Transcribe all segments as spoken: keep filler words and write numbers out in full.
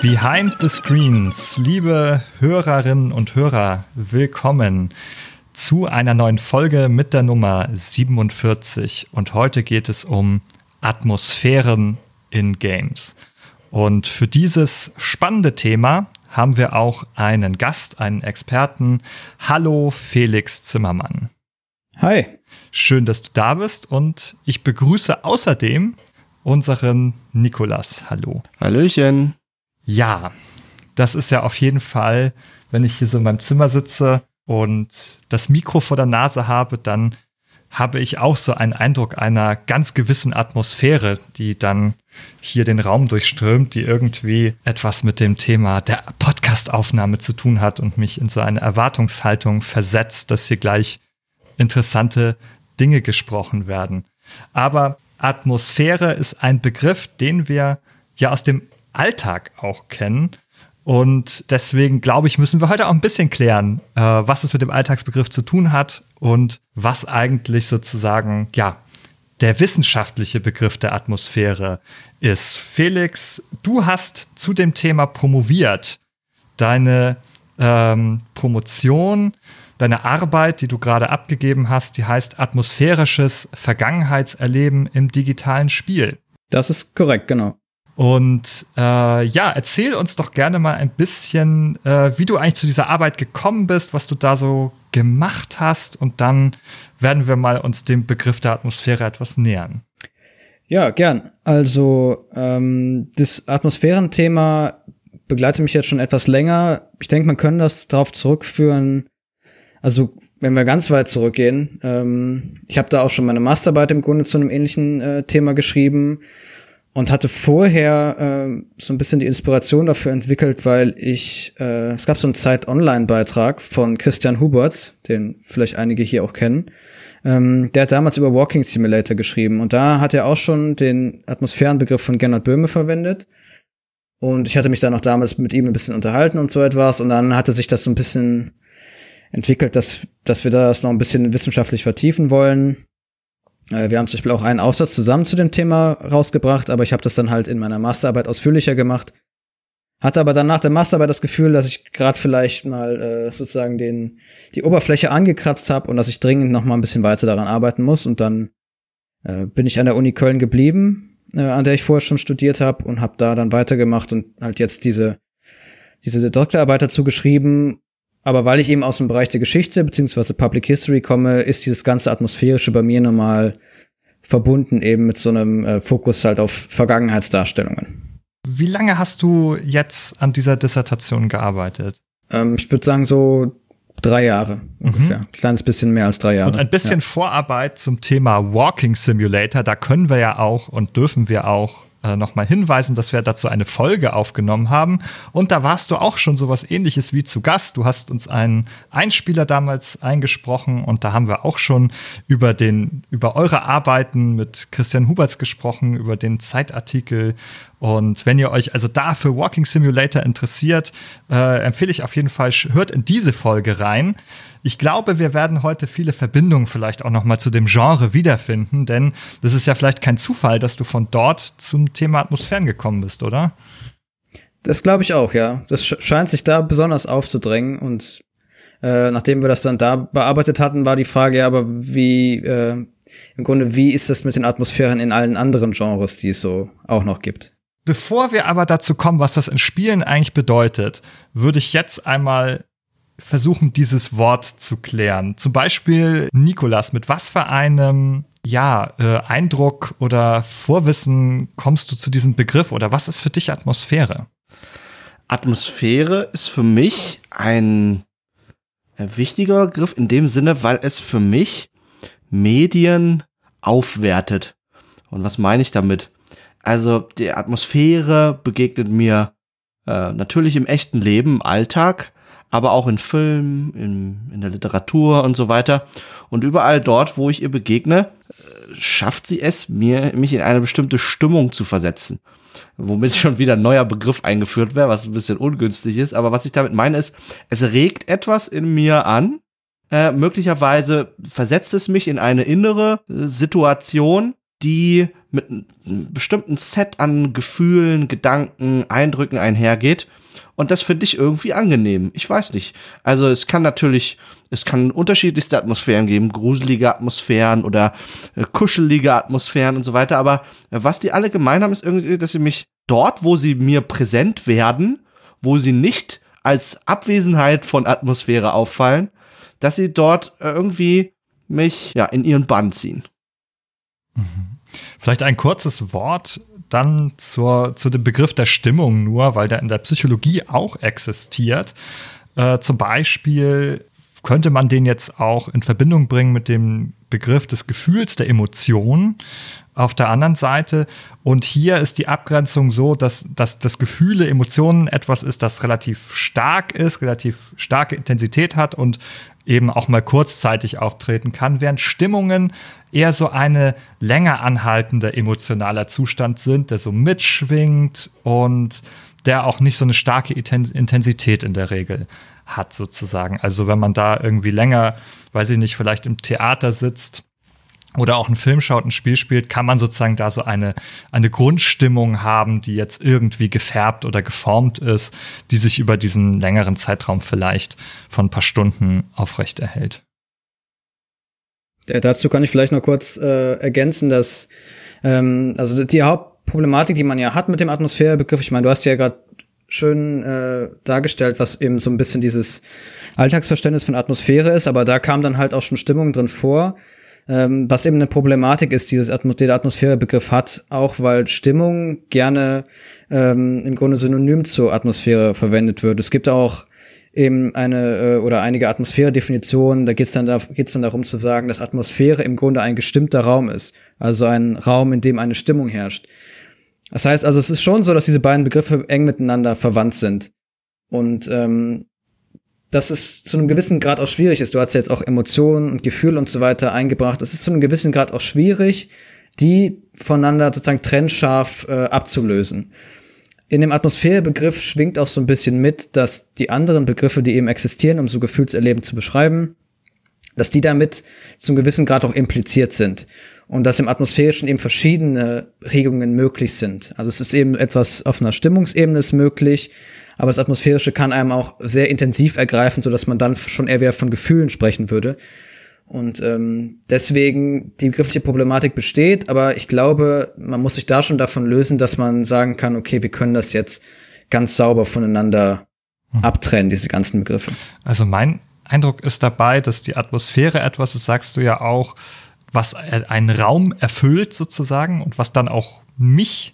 Behind the Screens, liebe Hörerinnen und Hörer, willkommen zu einer neuen Folge mit der Nummer siebenundvierzig. Und heute geht es um Atmosphären in Games. Und für dieses spannende Thema haben wir auch einen Gast, einen Experten. Hallo, Felix Zimmermann. Hi. Schön, dass du da bist. Und ich begrüße außerdem unseren Nikolas. Hallo. Hallöchen. Ja, das ist ja auf jeden Fall, wenn ich hier so in meinem Zimmer sitze und das Mikro vor der Nase habe, dann habe ich auch so einen Eindruck einer ganz gewissen Atmosphäre, die dann hier den Raum durchströmt, die irgendwie etwas mit dem Thema der Podcast-Aufnahme zu tun hat und mich in so eine Erwartungshaltung versetzt, dass hier gleich interessante Dinge gesprochen werden. Aber Atmosphäre ist ein Begriff, den wir ja aus dem Alltag auch kennen. Und deswegen, glaube ich, müssen wir heute auch ein bisschen klären, äh, was es mit dem Alltagsbegriff zu tun hat und was eigentlich sozusagen, ja, der wissenschaftliche Begriff der Atmosphäre ist. Felix, du hast zu dem Thema promoviert. Deine ähm, Promotion, deine Arbeit, die du gerade abgegeben hast, die heißt Atmosphärisches Vergangenheitserleben im digitalen Spiel. Das ist korrekt, genau. Und äh, ja, erzähl uns doch gerne mal ein bisschen, äh, wie du eigentlich zu dieser Arbeit gekommen bist, was du da so gemacht hast. Und dann werden wir mal uns dem Begriff der Atmosphäre etwas nähern. Ja, gern. Also ähm, das Atmosphärenthema begleitet mich jetzt schon etwas länger. Ich denke, man kann das darauf zurückführen, also wenn wir ganz weit zurückgehen. Ähm, ich habe da auch schon meine Masterarbeit im Grunde zu einem ähnlichen äh, Thema geschrieben. Und hatte vorher äh, so ein bisschen die Inspiration dafür entwickelt, weil ich, äh, es gab so einen Zeit-Online-Beitrag von Christian Huberts, den vielleicht einige hier auch kennen. Ähm, der hat damals über Walking Simulator geschrieben. Und da hat er auch schon den Atmosphärenbegriff von Gernot Böhme verwendet. Und ich hatte mich dann auch damals mit ihm ein bisschen unterhalten und so etwas. Und dann hatte sich das so ein bisschen entwickelt, dass, dass wir das noch ein bisschen wissenschaftlich vertiefen wollen. Wir haben zum Beispiel auch einen Aufsatz zusammen zu dem Thema rausgebracht, aber ich habe das dann halt in meiner Masterarbeit ausführlicher gemacht. Hatte aber dann nach der Masterarbeit das Gefühl, dass ich gerade vielleicht mal äh, sozusagen den die Oberfläche angekratzt habe und dass ich dringend noch mal ein bisschen weiter daran arbeiten muss. Und dann äh, bin ich an der Uni Köln geblieben, äh, an der ich vorher schon studiert habe, und habe da dann weitergemacht und halt jetzt diese diese Doktorarbeit dazu geschrieben. Aber weil ich eben aus dem Bereich der Geschichte beziehungsweise Public History komme, ist dieses ganze Atmosphärische bei mir nochmal verbunden eben mit so einem äh, Fokus halt auf Vergangenheitsdarstellungen. Wie lange hast du jetzt an dieser Dissertation gearbeitet? Ähm, ich würde sagen so drei Jahre ungefähr. Mhm. Kleines bisschen mehr als drei Jahre. Und ein bisschen ja. Vorarbeit zum Thema Walking Simulator, da können wir ja auch und dürfen wir auch äh, noch mal hinweisen, dass wir dazu eine Folge aufgenommen haben. Und da warst du auch schon sowas Ähnliches wie zu Gast. Du hast uns einen Einspieler damals eingesprochen und da haben wir auch schon über den, über eure Arbeiten mit Christian Huberts gesprochen, über den Zeitartikel. Und wenn ihr euch also da für Walking Simulator interessiert, äh, empfehle ich auf jeden Fall, hört in diese Folge rein. Ich glaube, wir werden heute viele Verbindungen vielleicht auch noch mal zu dem Genre wiederfinden, denn das ist ja vielleicht kein Zufall, dass du von dort zum Thema Atmosphären gekommen bist, oder? Das glaube ich auch, ja. Das sch- scheint sich da besonders aufzudrängen. Und äh, nachdem wir das dann da bearbeitet hatten, war die Frage, ja, aber wie, äh, im Grunde, wie ist das mit den Atmosphären in allen anderen Genres, die es so auch noch gibt? Bevor wir aber dazu kommen, was das in Spielen eigentlich bedeutet, würde ich jetzt einmal versuchen, dieses Wort zu klären. Zum Beispiel, Nikolas, mit was für einem ja, äh, Eindruck oder Vorwissen kommst du zu diesem Begriff oder was ist für dich Atmosphäre? Atmosphäre ist für mich ein wichtiger Begriff in dem Sinne, weil es für mich Medien aufwertet. Und was meine ich damit? Also die Atmosphäre begegnet mir äh, natürlich im echten Leben, im Alltag, aber auch in Filmen, in, in der Literatur und so weiter. Und überall dort, wo ich ihr begegne, schafft sie es, mir mich in eine bestimmte Stimmung zu versetzen. Womit schon wieder ein neuer Begriff eingeführt wäre, was ein bisschen ungünstig ist. Aber was ich damit meine ist, es regt etwas in mir an. Äh, möglicherweise versetzt es mich in eine innere äh, Situation, die mit einem bestimmten Set an Gefühlen, Gedanken, Eindrücken einhergeht. Und das finde ich irgendwie angenehm. Ich weiß nicht. Also es kann natürlich, es kann unterschiedlichste Atmosphären geben, gruselige Atmosphären oder äh, kuschelige Atmosphären und so weiter. Aber äh, was die alle gemein haben, ist irgendwie, dass sie mich dort, wo sie mir präsent werden, wo sie nicht als Abwesenheit von Atmosphäre auffallen, dass sie dort äh, irgendwie mich ja in ihren Bann ziehen. Mhm. Vielleicht ein kurzes Wort dann zur, zu dem Begriff der Stimmung nur, weil der in der Psychologie auch existiert. Äh, zum Beispiel könnte man den jetzt auch in Verbindung bringen mit dem Begriff des Gefühls, der Emotionen auf der anderen Seite. Und hier ist die Abgrenzung so, dass, dass das Gefühle, Emotionen etwas ist, das relativ stark ist, relativ starke Intensität hat und eben auch mal kurzzeitig auftreten kann, während Stimmungen eher so eine länger anhaltender emotionaler Zustand sind, der so mitschwingt und der auch nicht so eine starke Intensität in der Regel hat sozusagen. Also wenn man da irgendwie länger, weiß ich nicht, vielleicht im Theater sitzt oder auch einen Film schaut, ein Spiel spielt, kann man sozusagen da so eine, eine Grundstimmung haben, die jetzt irgendwie gefärbt oder geformt ist, die sich über diesen längeren Zeitraum vielleicht von ein paar Stunden aufrechterhält. Ja, dazu kann ich vielleicht noch kurz äh, ergänzen, dass ähm, also die Hauptproblematik, die man ja hat mit dem Atmosphärebegriff, ich meine, du hast ja gerade schön äh, dargestellt, was eben so ein bisschen dieses Alltagsverständnis von Atmosphäre ist, aber da kam dann halt auch schon Stimmung drin vor, ähm, was eben eine Problematik ist, dieses Atmos- der Atmosphärebegriff hat, auch weil Stimmung gerne ähm, im Grunde synonym zur Atmosphäre verwendet wird. Es gibt auch eben eine äh, oder einige Atmosphäre-Definitionen, da geht's dann da geht's dann darum zu sagen, dass Atmosphäre im Grunde ein gestimmter Raum ist, also ein Raum, in dem eine Stimmung herrscht. Das heißt also, es ist schon so, dass diese beiden Begriffe eng miteinander verwandt sind und ähm, dass es zu einem gewissen Grad auch schwierig ist. Du hast ja jetzt auch Emotionen und Gefühle und so weiter eingebracht. Es ist zu einem gewissen Grad auch schwierig, die voneinander sozusagen trennscharf äh, abzulösen. In dem Atmosphärebegriff schwingt auch so ein bisschen mit, dass die anderen Begriffe, die eben existieren, um so Gefühlserleben zu beschreiben, dass die damit zum gewissen Grad auch impliziert sind. Und dass im Atmosphärischen eben verschiedene Regungen möglich sind. Also es ist eben etwas auf einer Stimmungsebene ist möglich, aber das Atmosphärische kann einem auch sehr intensiv ergreifen, sodass man dann schon eher wieder von Gefühlen sprechen würde. Und ähm, deswegen die begriffliche Problematik besteht, aber ich glaube, man muss sich da schon davon lösen, dass man sagen kann, okay, wir können das jetzt ganz sauber voneinander hm. abtrennen, diese ganzen Begriffe. Also mein Eindruck ist dabei, dass die Atmosphäre etwas ist, sagst du ja auch, was einen Raum erfüllt sozusagen und was dann auch mich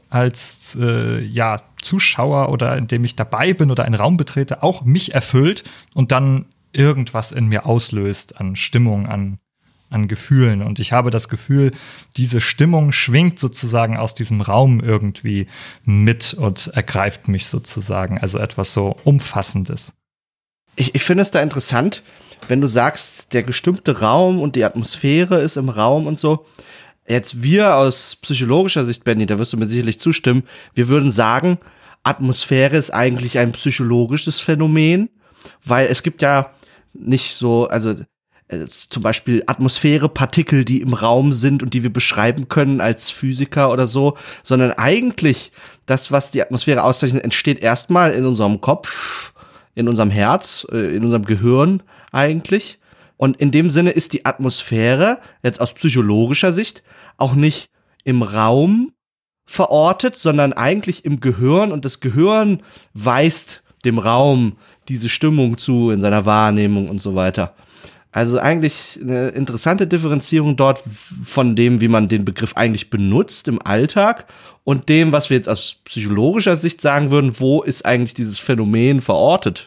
als äh, ja, Zuschauer oder indem ich dabei bin oder einen Raum betrete, auch mich erfüllt und dann irgendwas in mir auslöst an Stimmung, an, an Gefühlen. Und ich habe das Gefühl, diese Stimmung schwingt sozusagen aus diesem Raum irgendwie mit und ergreift mich sozusagen. Also etwas so Umfassendes. Ich, ich finde es da interessant, wenn du sagst, der gestimmte Raum und die Atmosphäre ist im Raum und so. Jetzt wir aus psychologischer Sicht, Benny, da wirst du mir sicherlich zustimmen, wir würden sagen, Atmosphäre ist eigentlich ein psychologisches Phänomen, weil es gibt ja nicht so, also äh, zum Beispiel Atmosphärepartikel, die im Raum sind und die wir beschreiben können als Physiker oder so, sondern eigentlich das, was die Atmosphäre auszeichnet, entsteht erstmal in unserem Kopf, in unserem Herz, äh, in unserem Gehirn eigentlich. Und in dem Sinne ist die Atmosphäre jetzt aus psychologischer Sicht auch nicht im Raum verortet, sondern eigentlich im Gehirn. Und das Gehirn weist dem Raum diese Stimmung zu in seiner Wahrnehmung und so weiter. Also eigentlich eine interessante Differenzierung dort von dem, wie man den Begriff eigentlich benutzt im Alltag und dem, was wir jetzt aus psychologischer Sicht sagen würden, wo ist eigentlich dieses Phänomen verortet?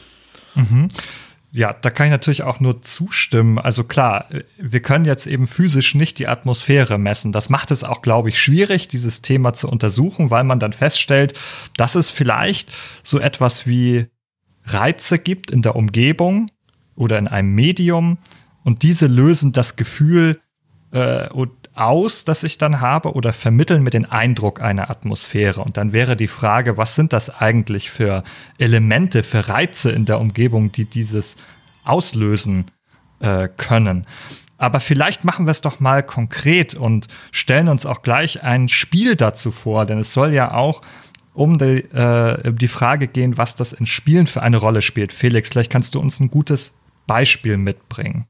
Mhm. Ja, da kann ich natürlich auch nur zustimmen. Also klar, wir können jetzt eben physisch nicht die Atmosphäre messen. Das macht es auch, glaube ich, schwierig, dieses Thema zu untersuchen, weil man dann feststellt, dass es vielleicht so etwas wie Reize gibt in der Umgebung oder in einem Medium und diese lösen das Gefühl äh, aus, das ich dann habe oder vermitteln mir den Eindruck einer Atmosphäre. Und dann wäre die Frage, was sind das eigentlich für Elemente, für Reize in der Umgebung, die dieses auslösen äh, können? Aber vielleicht machen wir es doch mal konkret und stellen uns auch gleich ein Spiel dazu vor, denn es soll ja auch um die, äh, die Frage gehen, was das in Spielen für eine Rolle spielt. Felix, vielleicht kannst du uns ein gutes Beispiel mitbringen.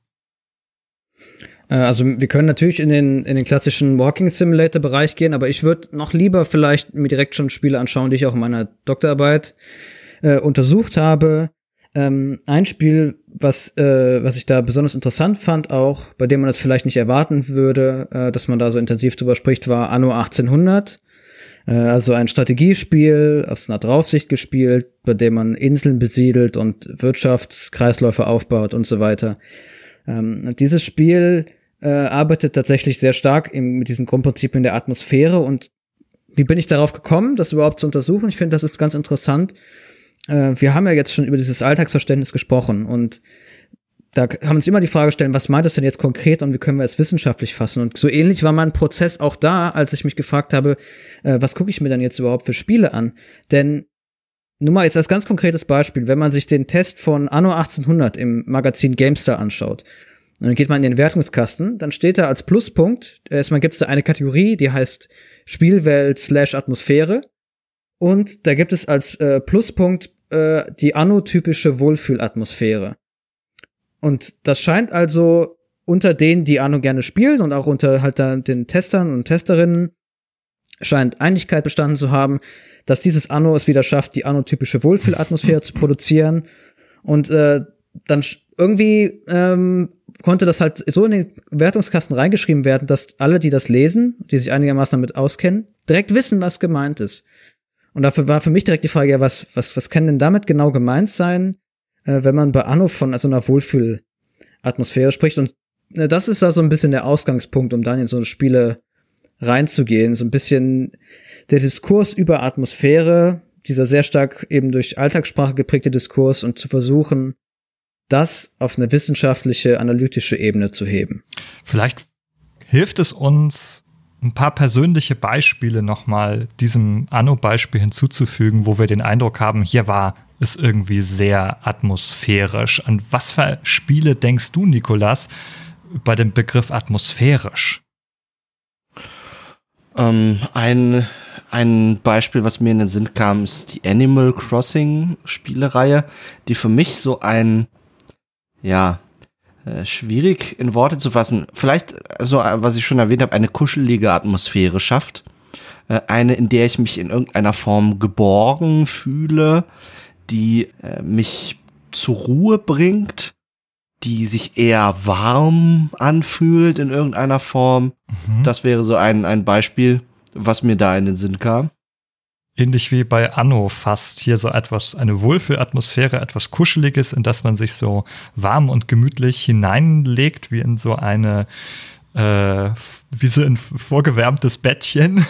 Also wir können natürlich in den in den klassischen Walking Simulator Bereich gehen, aber ich würde noch lieber vielleicht mir direkt schon Spiele anschauen, die ich auch in meiner Doktorarbeit äh, untersucht habe. Ähm, ein Spiel, was äh, was ich da besonders interessant fand, auch bei dem man das vielleicht nicht erwarten würde, äh, dass man da so intensiv drüber spricht, war Anno achtzehnhundert. Äh, also ein Strategiespiel aus einer Draufsicht gespielt, bei dem man Inseln besiedelt und Wirtschaftskreisläufe aufbaut und so weiter. Ähm, und dieses Spiel äh, arbeitet tatsächlich sehr stark im, mit diesen Grundprinzipien der Atmosphäre. Und wie bin ich darauf gekommen, das überhaupt zu untersuchen? Ich finde, das ist ganz interessant. Äh, wir haben ja jetzt schon über dieses Alltagsverständnis gesprochen. Und da kann man sich immer die Frage stellen, was meint das denn jetzt konkret und wie können wir es wissenschaftlich fassen? Und so ähnlich war mein Prozess auch da, als ich mich gefragt habe, äh, was gucke ich mir dann jetzt überhaupt für Spiele an? Denn nur mal jetzt als ganz konkretes Beispiel, wenn man sich den Test von Anno achtzehnhundert im Magazin GameStar anschaut, und dann geht man in den Wertungskasten, dann steht da als Pluspunkt, erstmal gibt es da eine Kategorie, die heißt Spielwelt slash Atmosphäre, und da gibt es als äh, Pluspunkt äh, die Anno-typische Wohlfühlatmosphäre. Und das scheint also unter denen, die Anno gerne spielen und auch unter halt da den Testern und Testerinnen, scheint Einigkeit bestanden zu haben, dass dieses Anno es wieder schafft, die Anno-typische Wohlfühlatmosphäre zu produzieren. Und äh, dann irgendwie ähm, konnte das halt so in den Wertungskasten reingeschrieben werden, dass alle, die das lesen, die sich einigermaßen damit auskennen, direkt wissen, was gemeint ist. Und dafür war für mich direkt die Frage, ja, was was was kann denn damit genau gemeint sein, äh, wenn man bei Anno von so einer Wohlfühlatmosphäre spricht? Und äh, das ist da so ein bisschen der Ausgangspunkt, um dann in so Spiele reinzugehen, so ein bisschen der Diskurs über Atmosphäre, dieser sehr stark eben durch Alltagssprache geprägte Diskurs, und zu versuchen, das auf eine wissenschaftliche, analytische Ebene zu heben. Vielleicht hilft es uns, ein paar persönliche Beispiele nochmal diesem Anno-Beispiel hinzuzufügen, wo wir den Eindruck haben, hier war es irgendwie sehr atmosphärisch. An was für Spiele denkst du, Nikolas, bei dem Begriff atmosphärisch? Ähm, ein, ein Beispiel, was mir in den Sinn kam, ist die Animal Crossing Spielereihe, die für mich so ein, ja, äh, schwierig in Worte zu fassen, vielleicht, so, was ich schon erwähnt habe, eine kuschelige Atmosphäre schafft. Äh, eine, in der ich mich in irgendeiner Form geborgen fühle, die äh, mich zur Ruhe bringt, die sich eher warm anfühlt in irgendeiner Form. Mhm. Das wäre so ein, ein Beispiel, was mir da in den Sinn kam. Ähnlich wie bei Anno fast. Hier so etwas, eine Wohlfühlatmosphäre, etwas Kuscheliges, in das man sich so warm und gemütlich hineinlegt, wie in so eine, äh, wie so ein vorgewärmtes Bettchen.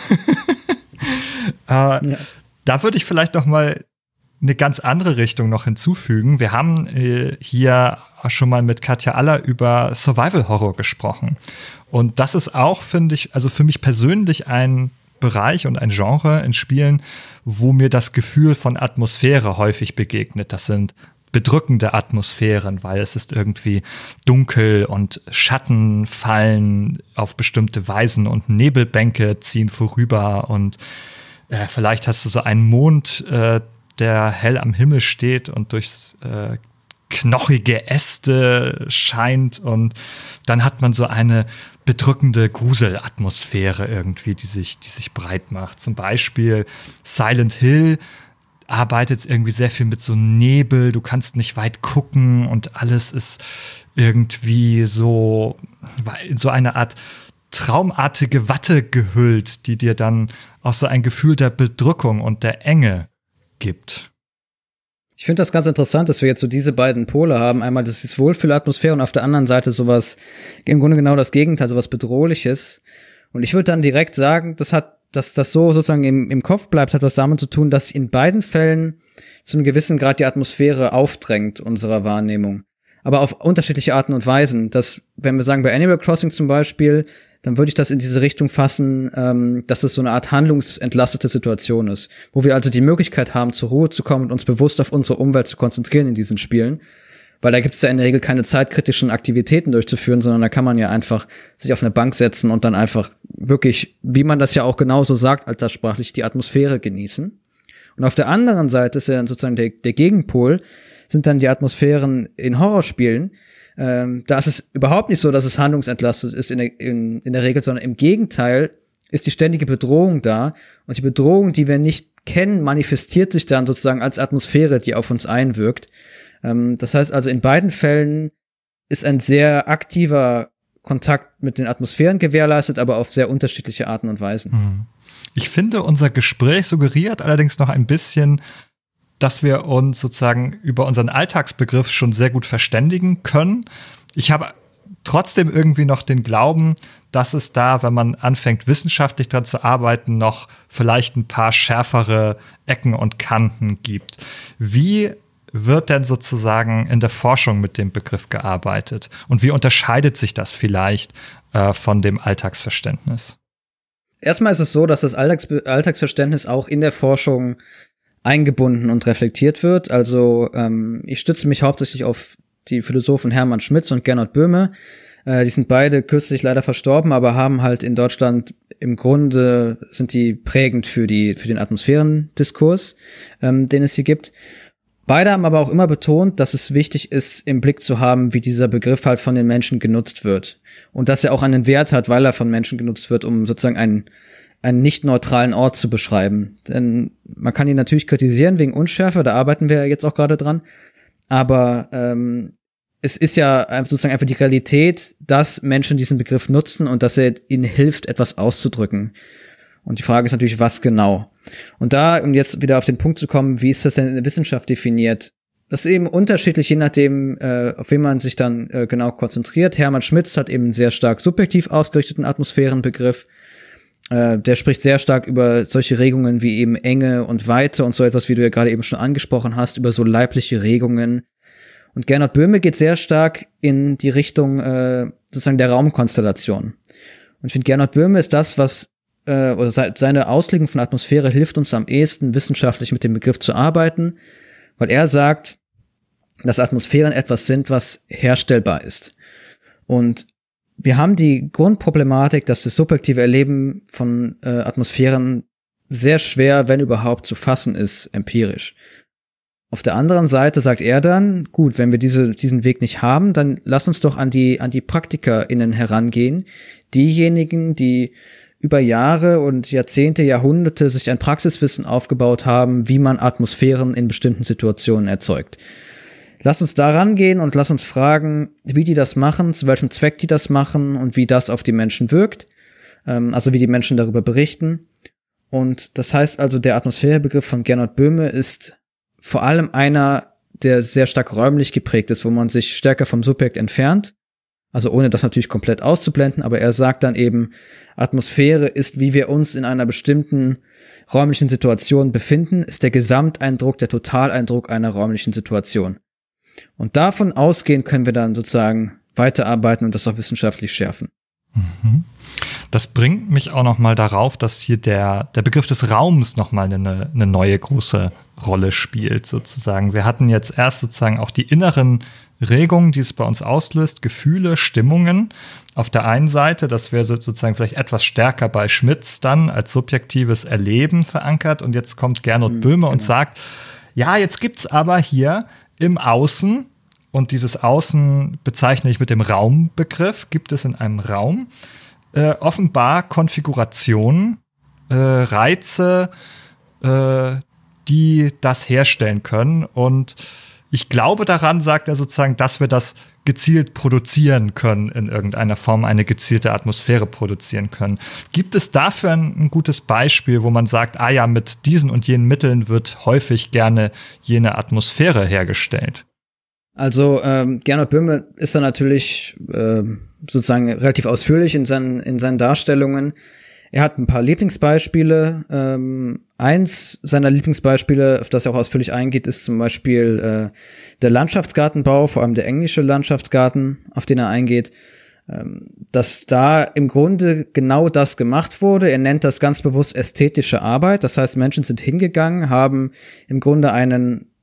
äh, ja. Da würde ich vielleicht noch mal eine ganz andere Richtung noch hinzufügen. Wir haben äh, hier schon mal mit Katja Aller über Survival Horror gesprochen. Und das ist auch, finde ich, also für mich persönlich ein Bereich und ein Genre in Spielen, wo mir das Gefühl von Atmosphäre häufig begegnet. Das sind bedrückende Atmosphären, weil es ist irgendwie dunkel und Schatten fallen auf bestimmte Weisen und Nebelbänke ziehen vorüber und äh, vielleicht hast du so einen Mond, äh, der hell am Himmel steht und durchs äh, knochige Äste scheint, und dann hat man so eine bedrückende Gruselatmosphäre irgendwie, die sich, die sich breit macht. Zum Beispiel Silent Hill arbeitet irgendwie sehr viel mit so Nebel, du kannst nicht weit gucken und alles ist irgendwie so in so eine Art traumartige Watte gehüllt, die dir dann auch so ein Gefühl der Bedrückung und der Enge gibt. Ich finde das ganz interessant, dass wir jetzt so diese beiden Pole haben. Einmal das ist Wohlfühlatmosphäre und auf der anderen Seite sowas, im Grunde genau das Gegenteil, sowas Bedrohliches. Und ich würde dann direkt sagen, das hat, dass das so sozusagen im, im Kopf bleibt, hat was damit zu tun, dass in beiden Fällen zu einem gewissen Grad die Atmosphäre aufdrängt unserer Wahrnehmung. Aber auf unterschiedliche Arten und Weisen. Das, wenn wir sagen, bei Animal Crossing zum Beispiel, dann würde ich das in diese Richtung fassen, ähm, dass es so eine Art handlungsentlastete Situation ist, wo wir also die Möglichkeit haben, zur Ruhe zu kommen und uns bewusst auf unsere Umwelt zu konzentrieren in diesen Spielen, weil da gibt es ja in der Regel keine zeitkritischen Aktivitäten durchzuführen, sondern da kann man ja einfach sich auf eine Bank setzen und dann einfach wirklich, wie man das ja auch genauso sagt, alterssprachlich, die Atmosphäre genießen. Und auf der anderen Seite ist ja dann sozusagen der, der Gegenpol, sind dann die Atmosphären in Horrorspielen. Ähm, da ist es überhaupt nicht so, dass es handlungsentlastet ist in der, in, in der Regel, sondern im Gegenteil ist die ständige Bedrohung da. Und die Bedrohung, die wir nicht kennen, manifestiert sich dann sozusagen als Atmosphäre, die auf uns einwirkt. Ähm, das heißt also, in beiden Fällen ist ein sehr aktiver Kontakt mit den Atmosphären gewährleistet, aber auf sehr unterschiedliche Arten und Weisen. Ich finde, unser Gespräch suggeriert allerdings noch ein bisschen, dass wir uns sozusagen über unseren Alltagsbegriff schon sehr gut verständigen können. Ich habe trotzdem irgendwie noch den Glauben, dass es da, wenn man anfängt, wissenschaftlich dran zu arbeiten, noch vielleicht ein paar schärfere Ecken und Kanten gibt. Wie wird denn sozusagen in der Forschung mit dem Begriff gearbeitet? Und wie unterscheidet sich das vielleicht äh, von dem Alltagsverständnis? Erstmal ist es so, dass das Alltags- Alltagsverständnis auch in der Forschung eingebunden und reflektiert wird. Also ähm, ich stütze mich hauptsächlich auf die Philosophen Hermann Schmitz und Gernot Böhme. Äh, die sind beide kürzlich leider verstorben, aber haben halt in Deutschland im Grunde sind die prägend für die für den Atmosphärendiskurs, ähm, den es hier gibt. Beide haben aber auch immer betont, dass es wichtig ist, im Blick zu haben, wie dieser Begriff halt von den Menschen genutzt wird. Und dass er auch einen Wert hat, weil er von Menschen genutzt wird, um sozusagen einen einen nicht neutralen Ort zu beschreiben. Denn man kann ihn natürlich kritisieren wegen Unschärfe, da arbeiten wir jetzt auch gerade dran. Aber ähm, es ist ja sozusagen einfach die Realität, dass Menschen diesen Begriff nutzen und dass er ihnen hilft, etwas auszudrücken. Und die Frage ist natürlich, was genau? Und da, um jetzt wieder auf den Punkt zu kommen, wie ist das denn in der Wissenschaft definiert? Das ist eben unterschiedlich, je nachdem, äh, auf wen man sich dann äh, genau konzentriert. Hermann Schmitz hat eben einen sehr stark subjektiv ausgerichteten Atmosphärenbegriff. Äh, der spricht sehr stark über solche Regungen wie eben Enge und Weite und so etwas, wie du ja gerade eben schon angesprochen hast, über so leibliche Regungen. Und Gernot Böhme geht sehr stark in die Richtung äh, sozusagen der Raumkonstellation. Und ich finde, Gernot Böhme ist das, was äh, oder se- seine Auslegung von Atmosphäre hilft uns am ehesten, wissenschaftlich mit dem Begriff zu arbeiten, weil er sagt, dass Atmosphären etwas sind, was herstellbar ist. Und wir haben die Grundproblematik, dass das subjektive Erleben von äh, Atmosphären sehr schwer, wenn überhaupt, zu fassen ist, empirisch. Auf der anderen Seite sagt er dann, gut, wenn wir diese, diesen Weg nicht haben, dann lass uns doch an die, an die PraktikerInnen herangehen. Diejenigen, die über Jahre und Jahrzehnte, Jahrhunderte sich ein Praxiswissen aufgebaut haben, wie man Atmosphären in bestimmten Situationen erzeugt. Lass uns da rangehen und lass uns fragen, wie die das machen, zu welchem Zweck die das machen und wie das auf die Menschen wirkt. Ähm, also wie die Menschen darüber berichten. Und das heißt also, der Atmosphärebegriff von Gernot Böhme ist vor allem einer, der sehr stark räumlich geprägt ist, wo man sich stärker vom Subjekt entfernt. Also ohne das natürlich komplett auszublenden, aber er sagt dann eben, Atmosphäre ist, wie wir uns in einer bestimmten räumlichen Situation befinden, ist der Gesamteindruck, der Totaleindruck einer räumlichen Situation. Und davon ausgehend können wir dann sozusagen weiterarbeiten und das auch wissenschaftlich schärfen. Das bringt mich auch noch mal darauf, dass hier der, der Begriff des Raums noch mal eine, eine neue große Rolle spielt, sozusagen. Wir hatten jetzt erst sozusagen auch die inneren Regungen, die es bei uns auslöst, Gefühle, Stimmungen. Auf der einen Seite, das wäre sozusagen vielleicht etwas stärker bei Schmitz dann als subjektives Erleben verankert. Und jetzt kommt Gernot mhm, Böhme genau. und sagt, ja, jetzt gibt's aber hier im Außen, und dieses Außen bezeichne ich mit dem Raumbegriff, gibt es in einem Raum äh, offenbar Konfigurationen, äh, Reize, äh, die das herstellen können. Und ich glaube daran, sagt er sozusagen, dass wir das gezielt produzieren können, in irgendeiner Form eine gezielte Atmosphäre produzieren können. Gibt es dafür ein, ein gutes Beispiel, wo man sagt, ah ja, mit diesen und jenen Mitteln wird häufig gerne jene Atmosphäre hergestellt? Also ähm, Gernot Böhme ist da natürlich ähm, sozusagen relativ ausführlich in seinen, in seinen Darstellungen. Er hat ein paar Lieblingsbeispiele. Ähm, eins seiner Lieblingsbeispiele, auf das er auch ausführlich eingeht, ist zum Beispiel äh, der Landschaftsgartenbau, vor allem der englische Landschaftsgarten, auf den er eingeht. Ähm, dass da im Grunde genau das gemacht wurde. Er nennt das ganz bewusst ästhetische Arbeit. Das heißt, Menschen sind hingegangen, haben im Grunde einen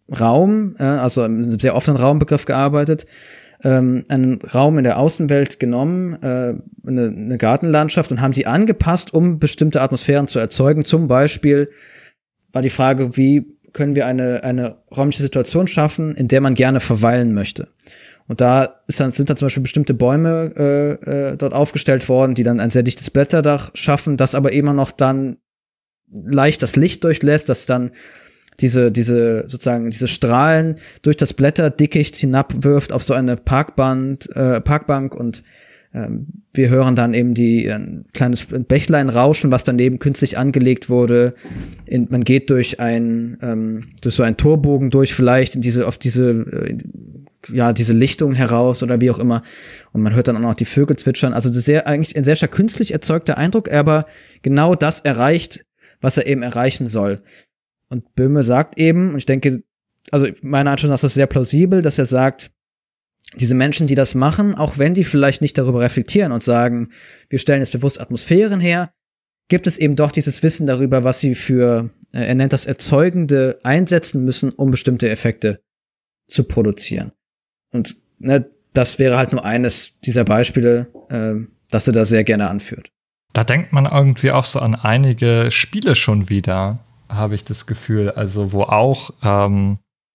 Raum, äh, also im sehr offenen Raumbegriff gearbeitet, ähm, einen Raum in der Außenwelt genommen, äh, eine, eine Gartenlandschaft, und haben die angepasst, um bestimmte Atmosphären zu erzeugen. Zum Beispiel war die Frage, wie können wir eine, eine räumliche Situation schaffen, in der man gerne verweilen möchte. Und da ist dann, sind dann zum Beispiel bestimmte Bäume äh, äh, dort aufgestellt worden, die dann ein sehr dichtes Blätterdach schaffen, das aber immer noch dann leicht das Licht durchlässt, dass dann diese, diese, sozusagen, diese Strahlen durch das Blätterdickicht hinabwirft auf so eine Parkband, äh, Parkbank, und ähm, wir hören dann eben die, ein kleines Bächlein rauschen, was daneben künstlich angelegt wurde. In, man geht durch ein, ähm, durch so einen Torbogen durch, vielleicht in diese, auf diese, äh, ja, diese Lichtung heraus oder wie auch immer. Und man hört dann auch noch die Vögel zwitschern. Also das ist sehr, eigentlich ein sehr stark künstlich erzeugter Eindruck, aber genau das erreicht, was er eben erreichen soll. Und Böhme sagt eben, und ich denke, also meiner Einstellung nach ist das sehr plausibel, dass er sagt, diese Menschen, die das machen, auch wenn die vielleicht nicht darüber reflektieren und sagen, wir stellen jetzt bewusst Atmosphären her, gibt es eben doch dieses Wissen darüber, was sie für, äh, er nennt das Erzeugende, einsetzen müssen, um bestimmte Effekte zu produzieren. Und ne, das wäre halt nur eines dieser Beispiele, äh, das er da sehr gerne anführt. Da denkt man irgendwie auch so an einige Spiele schon wieder, habe ich das Gefühl, also wo auch ähm,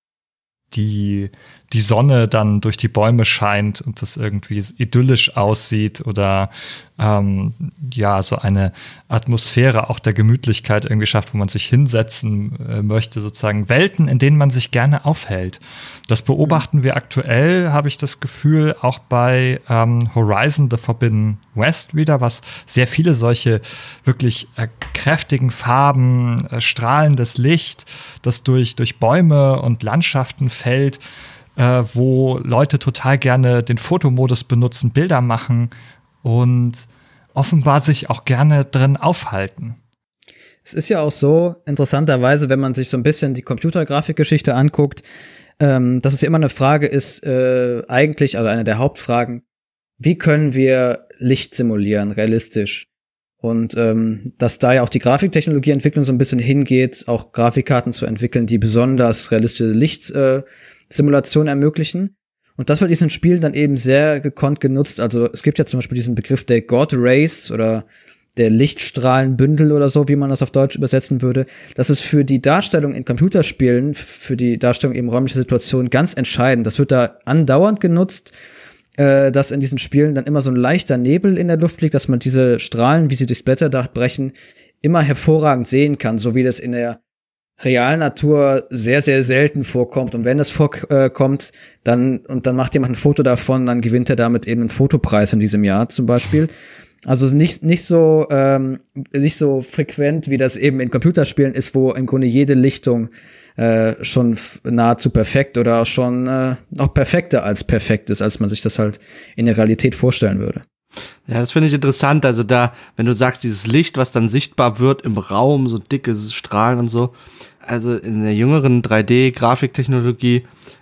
die die Sonne dann durch die Bäume scheint und das irgendwie idyllisch aussieht oder ähm, ja, so eine Atmosphäre auch der Gemütlichkeit irgendwie schafft, wo man sich hinsetzen äh, möchte, sozusagen Welten, in denen man sich gerne aufhält. Das beobachten wir aktuell, habe ich das Gefühl, auch bei ähm, Horizon The Forbidden West wieder, was sehr viele solche wirklich äh, kräftigen Farben, äh, strahlendes Licht, das durch, durch Bäume und Landschaften fällt, äh, wo Leute total gerne den Fotomodus benutzen, Bilder machen und offenbar sich auch gerne drin aufhalten. Es ist ja auch so, interessanterweise, wenn man sich so ein bisschen die Computergrafikgeschichte anguckt, ähm, dass es ja immer eine Frage ist, äh, eigentlich, also eine der Hauptfragen, wie können wir Licht simulieren, realistisch? Und ähm, dass da ja auch die Grafiktechnologieentwicklung so ein bisschen hingeht, auch Grafikkarten zu entwickeln, die besonders realistische Lichtsimulationen äh, ermöglichen. Und das wird in diesen Spielen dann eben sehr gekonnt genutzt. Also es gibt ja zum Beispiel diesen Begriff der God Rays oder der Lichtstrahlenbündel oder so, wie man das auf Deutsch übersetzen würde. Das ist für die Darstellung in Computerspielen, für die Darstellung eben räumlicher Situationen ganz entscheidend. Das wird da andauernd genutzt, äh, dass in diesen Spielen dann immer so ein leichter Nebel in der Luft liegt, dass man diese Strahlen, wie sie durchs Blätterdach brechen, immer hervorragend sehen kann, so wie das in der realen Natur sehr, sehr selten vorkommt. Und wenn es vorkommt, dann, und dann macht jemand ein Foto davon, dann gewinnt er damit eben einen Fotopreis in diesem Jahr zum Beispiel. Also nicht, nicht so, ähm, nicht so frequent, wie das eben in Computerspielen ist, wo im Grunde jede Lichtung äh, schon f- nahezu perfekt oder schon äh, noch perfekter als perfekt ist, als man sich das halt in der Realität vorstellen würde. Ja, das finde ich interessant. Also da, wenn du sagst, dieses Licht, was dann sichtbar wird im Raum, so dicke Strahlen und so. Also in der jüngeren drei D-Grafiktechnologie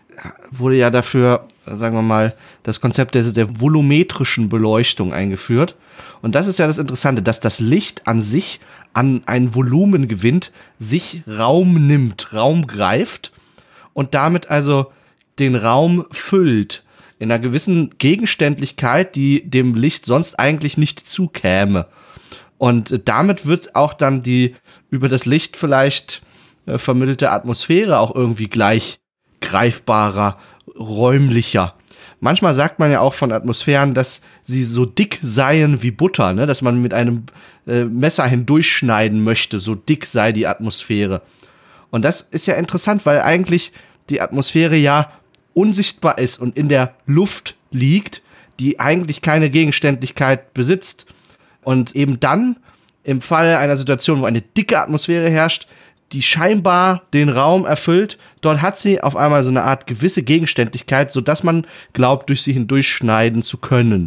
wurde ja dafür, sagen wir mal, das Konzept der, der volumetrischen Beleuchtung eingeführt. Und das ist ja das Interessante, dass das Licht an sich an ein Volumen gewinnt, sich Raum nimmt, Raum greift und damit also den Raum füllt in einer gewissen Gegenständlichkeit, die dem Licht sonst eigentlich nicht zukäme. Und damit wird auch dann die über das Licht vielleicht äh, vermittelte Atmosphäre auch irgendwie gleich greifbarer, räumlicher. Manchmal sagt man ja auch von Atmosphären, dass sie so dick seien wie Butter, ne? Dass man mit einem äh, Messer hindurchschneiden möchte, so dick sei die Atmosphäre. Und das ist ja interessant, weil eigentlich die Atmosphäre ja unsichtbar ist und in der Luft liegt, die eigentlich keine Gegenständlichkeit besitzt. Und eben dann, im Fall einer Situation, wo eine dicke Atmosphäre herrscht, die scheinbar den Raum erfüllt, dort hat sie auf einmal so eine Art gewisse Gegenständlichkeit, sodass man glaubt, durch sie hindurchschneiden zu können.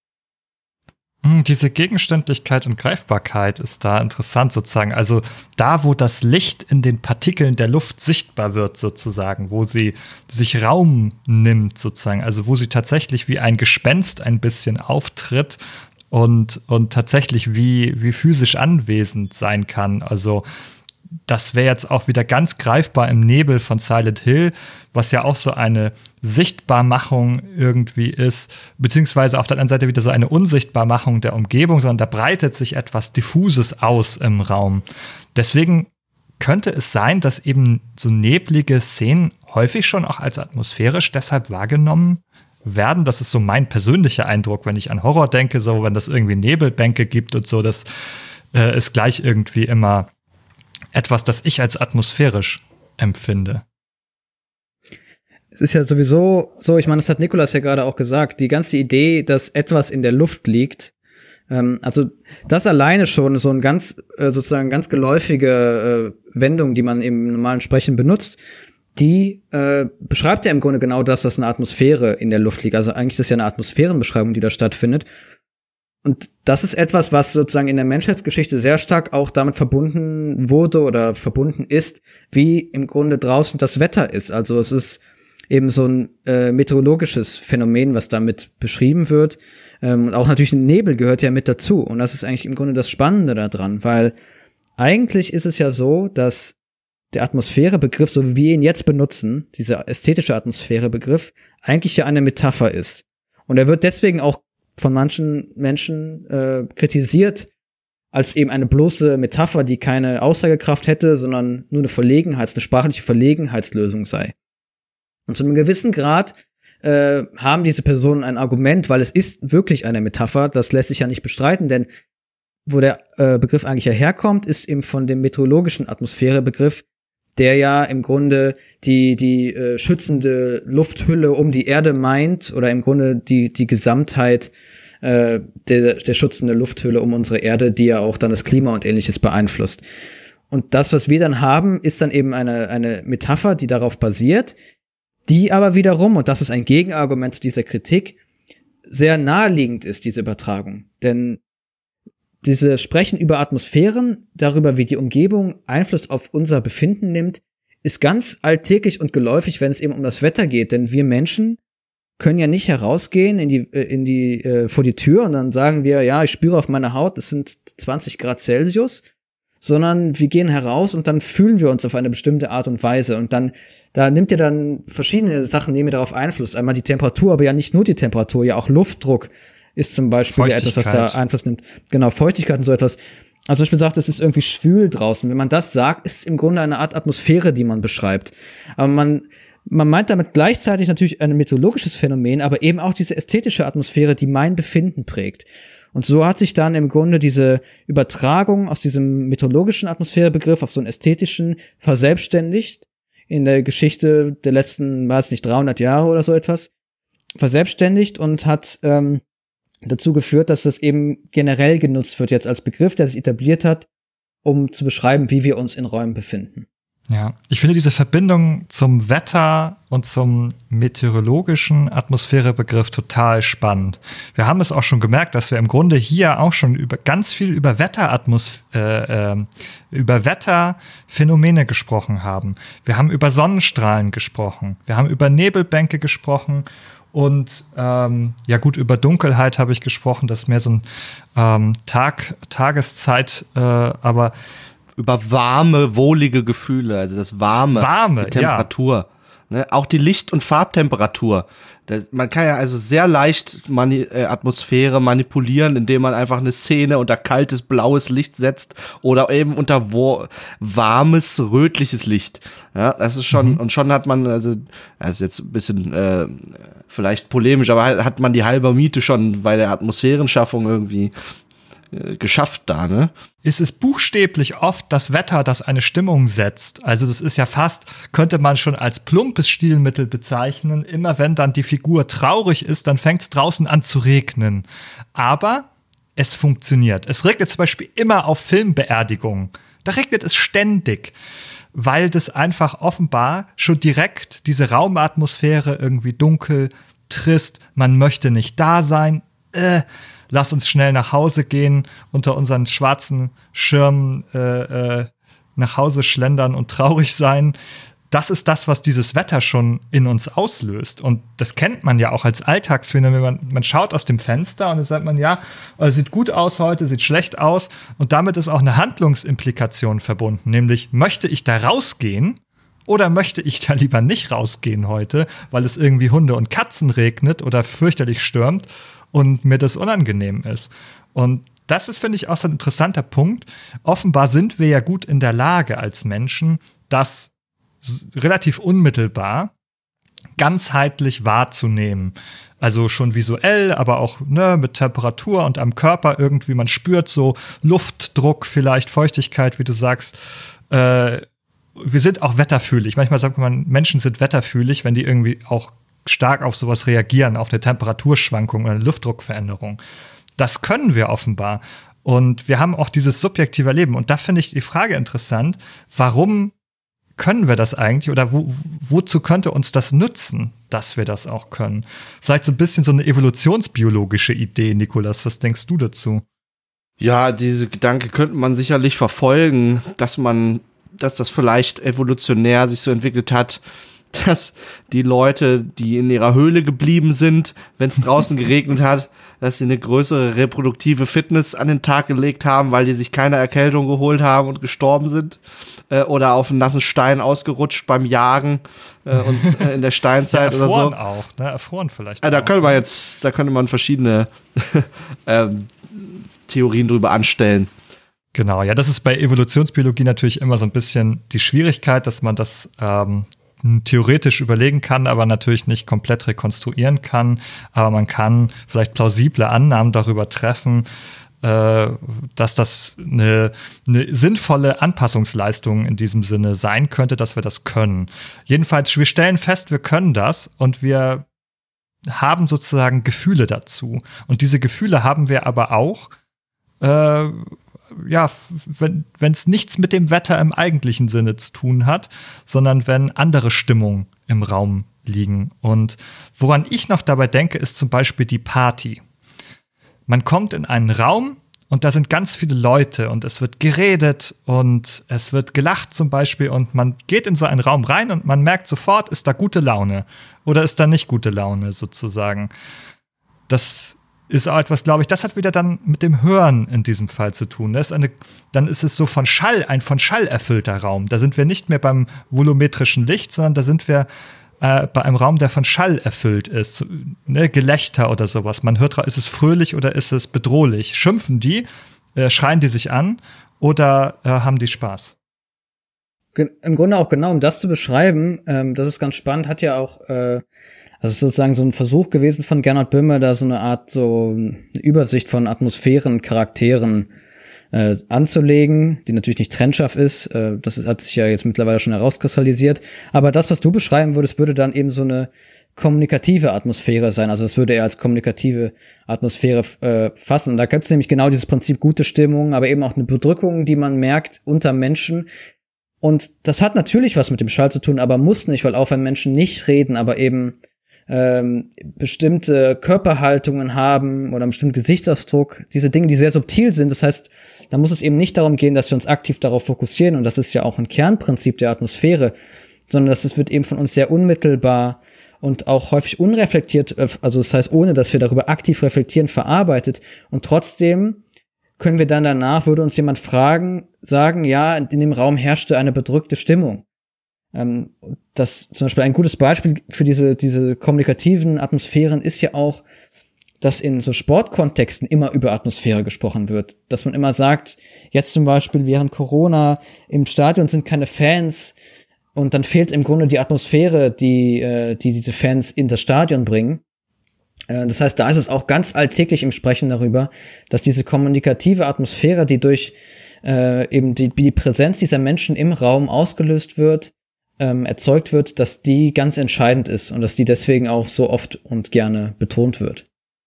Diese Gegenständlichkeit und Greifbarkeit ist da interessant sozusagen. Also da, wo das Licht in den Partikeln der Luft sichtbar wird sozusagen, wo sie sich Raum nimmt sozusagen, also wo sie tatsächlich wie ein Gespenst ein bisschen auftritt und, und tatsächlich wie, wie physisch anwesend sein kann. Also das wäre jetzt auch wieder ganz greifbar im Nebel von Silent Hill, was ja auch so eine Sichtbarmachung irgendwie ist, beziehungsweise auf der anderen Seite wieder so eine Unsichtbarmachung der Umgebung, sondern da breitet sich etwas Diffuses aus im Raum. Deswegen könnte es sein, dass eben so neblige Szenen häufig schon auch als atmosphärisch deshalb wahrgenommen werden. Das ist so mein persönlicher Eindruck, wenn ich an Horror denke, so wenn das irgendwie Nebelbänke gibt und so, das äh, ist gleich irgendwie immer etwas, das ich als atmosphärisch empfinde. Es ist ja sowieso so, ich meine, das hat Nikolas ja gerade auch gesagt, die ganze Idee, dass etwas in der Luft liegt, ähm, also das alleine schon so ein ganz, äh, sozusagen ganz geläufige äh, Wendung, die man im normalen Sprechen benutzt, die äh, beschreibt ja im Grunde genau das, dass eine Atmosphäre in der Luft liegt. Also eigentlich ist das ja eine Atmosphärenbeschreibung, die da stattfindet. Und das ist etwas, was sozusagen in der Menschheitsgeschichte sehr stark auch damit verbunden wurde oder verbunden ist, wie im Grunde draußen das Wetter ist. Also es ist eben so ein äh, meteorologisches Phänomen, was damit beschrieben wird. Ähm, und auch natürlich ein Nebel gehört ja mit dazu. Und das ist eigentlich im Grunde das Spannende daran, weil eigentlich ist es ja so, dass der Atmosphärebegriff, so wie wir ihn jetzt benutzen, dieser ästhetische Atmosphärebegriff, eigentlich ja eine Metapher ist. Und er wird deswegen auch von manchen Menschen äh, kritisiert, als eben eine bloße Metapher, die keine Aussagekraft hätte, sondern nur eine Verlegenheits-, eine sprachliche Verlegenheitslösung sei. Und zu einem gewissen Grad äh, haben diese Personen ein Argument, weil es ist wirklich eine Metapher, das lässt sich ja nicht bestreiten, denn wo der äh, Begriff eigentlich ja herkommt, ist eben von dem meteorologischen Atmosphärebegriff, der ja im Grunde die die äh, schützende Lufthülle um die Erde meint oder im Grunde die die Gesamtheit äh, der der schützende Lufthülle um unsere Erde, die ja auch dann das Klima und Ähnliches beeinflusst. Und das, was wir dann haben, ist dann eben eine eine Metapher, die darauf basiert, die aber wiederum, und das ist ein Gegenargument zu dieser Kritik, sehr naheliegend ist, diese Übertragung. Denn diese Sprechen über Atmosphären, darüber, wie die Umgebung Einfluss auf unser Befinden nimmt, ist ganz alltäglich und geläufig, wenn es eben um das Wetter geht. Denn wir Menschen können ja nicht herausgehen in die, in die, äh, vor die Tür und dann sagen wir, ja, ich spüre auf meiner Haut, es sind zwanzig Grad Celsius, sondern wir gehen heraus und dann fühlen wir uns auf eine bestimmte Art und Weise. Und dann, da nimmt ja dann verschiedene Sachen, nehmen darauf Einfluss. Einmal die Temperatur, aber ja nicht nur die Temperatur, ja auch Luftdruck ist zum Beispiel ja etwas, was da Einfluss nimmt. Genau, Feuchtigkeit und so etwas. Also zum Beispiel sagt, es ist irgendwie schwül draußen. Wenn man das sagt, ist es im Grunde eine Art Atmosphäre, die man beschreibt. Aber man, man meint damit gleichzeitig natürlich ein meteorologisches Phänomen, aber eben auch diese ästhetische Atmosphäre, die mein Befinden prägt. Und so hat sich dann im Grunde diese Übertragung aus diesem meteorologischen Atmosphärebegriff auf so einen ästhetischen verselbstständigt in der Geschichte der letzten, weiß nicht, dreihundert Jahre oder so etwas, verselbstständigt und hat ähm, dazu geführt, dass das eben generell genutzt wird jetzt als Begriff, der sich etabliert hat, um zu beschreiben, wie wir uns in Räumen befinden. Ja, ich finde diese Verbindung zum Wetter und zum meteorologischen Atmosphärebegriff total spannend. Wir haben es auch schon gemerkt, dass wir im Grunde hier auch schon über ganz viel über Wetteratmos- äh, äh, über Wetterphänomene gesprochen haben. Wir haben über Sonnenstrahlen gesprochen. Wir haben über Nebelbänke gesprochen. Und ähm, ja gut, über Dunkelheit habe ich gesprochen, das ist mehr so ein ähm, Tag, Tageszeit, äh, aber über warme, wohlige Gefühle, also das warme, warme die Temperatur, ja. Ne, auch die Licht- und Farbtemperatur. Das, man kann ja also sehr leicht mani- äh, Atmosphäre manipulieren, indem man einfach eine Szene unter kaltes, blaues Licht setzt oder eben unter wo- warmes, rötliches Licht. Ja, das ist schon, mhm. und schon hat man, also, das ist jetzt ein bisschen äh, vielleicht polemisch, aber hat man die halbe Miete schon bei der Atmosphärenschaffung irgendwie geschafft da, ne? Es ist buchstäblich oft das Wetter, das eine Stimmung setzt. Also das ist ja fast, könnte man schon als plumpes Stilmittel bezeichnen. Immer wenn dann die Figur traurig ist, dann fängt es draußen an zu regnen. Aber es funktioniert. Es regnet zum Beispiel immer auf Filmbeerdigungen. Da regnet es ständig, weil das einfach offenbar schon direkt diese Raumatmosphäre irgendwie dunkel, trist, man möchte nicht da sein, äh, lass uns schnell nach Hause gehen, unter unseren schwarzen Schirmen äh, äh, nach Hause schlendern und traurig sein. das ist das, was dieses Wetter schon in uns auslöst. Und das kennt man ja auch als Alltagsphänomen. Man, man schaut aus dem Fenster und dann sagt man, ja, es sieht gut aus heute, sieht schlecht aus. Und damit ist auch eine Handlungsimplikation verbunden. Nämlich, möchte ich da rausgehen oder möchte ich da lieber nicht rausgehen heute, weil es irgendwie Hunde und Katzen regnet oder fürchterlich stürmt und mir das unangenehm ist. Und das ist, finde ich, auch so ein interessanter Punkt. Offenbar sind wir ja gut in der Lage als Menschen, das relativ unmittelbar ganzheitlich wahrzunehmen. Also schon visuell, aber auch ne, mit Temperatur und am Körper irgendwie. Man spürt so Luftdruck, vielleicht Feuchtigkeit, wie du sagst. Äh, wir sind auch wetterfühlig. Manchmal sagt man, Menschen sind wetterfühlig, wenn die irgendwie auch stark auf sowas reagieren, auf eine Temperaturschwankung oder eine Luftdruckveränderung. Das können wir offenbar. Und wir haben auch dieses subjektive Erleben. Und da finde ich die Frage interessant, warum können wir das eigentlich oder wo, wozu könnte uns das nützen, dass wir das auch können? Vielleicht so ein bisschen so eine evolutionsbiologische Idee, Nikolas. Was denkst du dazu? Ja, diese Gedanke könnte man sicherlich verfolgen, dass man, dass das vielleicht evolutionär sich so entwickelt hat, dass die Leute, die in ihrer Höhle geblieben sind, wenn es draußen geregnet hat, dass sie eine größere reproduktive Fitness an den Tag gelegt haben, weil die sich keine Erkältung geholt haben und gestorben sind. Äh, oder auf einen nassen Stein ausgerutscht beim Jagen äh, und äh, in der Steinzeit ja, oder so. Erfroren auch, ne? Erfroren vielleicht. Äh, da auch. könnte man jetzt, da könnte man verschiedene ähm, Theorien drüber anstellen. Genau, ja, das ist bei Evolutionsbiologie natürlich immer so ein bisschen die Schwierigkeit, dass man das ähm, theoretisch überlegen kann, aber natürlich nicht komplett rekonstruieren kann. Aber man kann vielleicht plausible Annahmen darüber treffen, äh, dass das eine, eine sinnvolle Anpassungsleistung in diesem Sinne sein könnte, dass wir das können. Jedenfalls, wir stellen fest, wir können das und wir haben sozusagen Gefühle dazu. Und diese Gefühle haben wir aber auch, äh, ja, wenn es nichts mit dem Wetter im eigentlichen Sinne zu tun hat, sondern wenn andere Stimmungen im Raum liegen. Und woran ich noch dabei denke, ist zum Beispiel die Party. Man kommt in einen Raum und da sind ganz viele Leute und es wird geredet und es wird gelacht zum Beispiel und man geht in so einen Raum rein und man merkt sofort, ist da gute Laune oder ist da nicht gute Laune sozusagen. Das ist auch etwas, glaube ich, das hat wieder dann mit dem Hören in diesem Fall zu tun. Das ist eine, dann ist es so von Schall, ein von Schall erfüllter Raum. Da sind wir nicht mehr beim volumetrischen Licht, sondern da sind wir äh, bei einem Raum, der von Schall erfüllt ist. Ne, Gelächter oder sowas. Man hört, ist es fröhlich oder ist es bedrohlich? Schimpfen die? Äh, schreien die sich an? Oder äh, haben die Spaß? Im Grunde auch genau, um das zu beschreiben, ähm, das ist ganz spannend, hat ja auch äh Also es ist sozusagen so ein Versuch gewesen von Gernot Böhme, da so eine Art so eine Übersicht von Atmosphären, Charakteren äh, anzulegen, die natürlich nicht trennscharf ist. Äh, das ist, hat sich ja jetzt mittlerweile schon herauskristallisiert. Aber das, was du beschreiben würdest, würde dann eben so eine kommunikative Atmosphäre sein. Also das würde er als kommunikative Atmosphäre äh, fassen. Und da gibt es nämlich genau dieses Prinzip gute Stimmung, aber eben auch eine Bedrückung, die man merkt unter Menschen. Und das hat natürlich was mit dem Schall zu tun, aber muss nicht, weil auch wenn Menschen nicht reden, aber eben Ähm, bestimmte Körperhaltungen haben oder einen bestimmten Gesichtsausdruck, diese Dinge, die sehr subtil sind. Das heißt, da muss es eben nicht darum gehen, dass wir uns aktiv darauf fokussieren, und das ist ja auch ein Kernprinzip der Atmosphäre, sondern dass es wird eben von uns sehr unmittelbar und auch häufig unreflektiert, also das heißt, ohne dass wir darüber aktiv reflektieren, verarbeitet. Und trotzdem können wir dann danach, würde uns jemand fragen, sagen, ja, in dem Raum herrschte eine bedrückte Stimmung. Ähm, das zum Beispiel ein gutes Beispiel für diese diese kommunikativen Atmosphären ist ja auch, dass in so Sportkontexten immer über Atmosphäre gesprochen wird. Dass man immer sagt, jetzt zum Beispiel während Corona im Stadion sind keine Fans und dann fehlt im Grunde die Atmosphäre, die äh, die diese Fans in das Stadion bringen. Äh, das heißt, da ist es auch ganz alltäglich im Sprechen darüber, dass diese kommunikative Atmosphäre, die durch äh, eben die, die Präsenz dieser Menschen im Raum ausgelöst wird, Ähm, erzeugt wird, dass die ganz entscheidend ist und dass die deswegen auch so oft und gerne betont wird.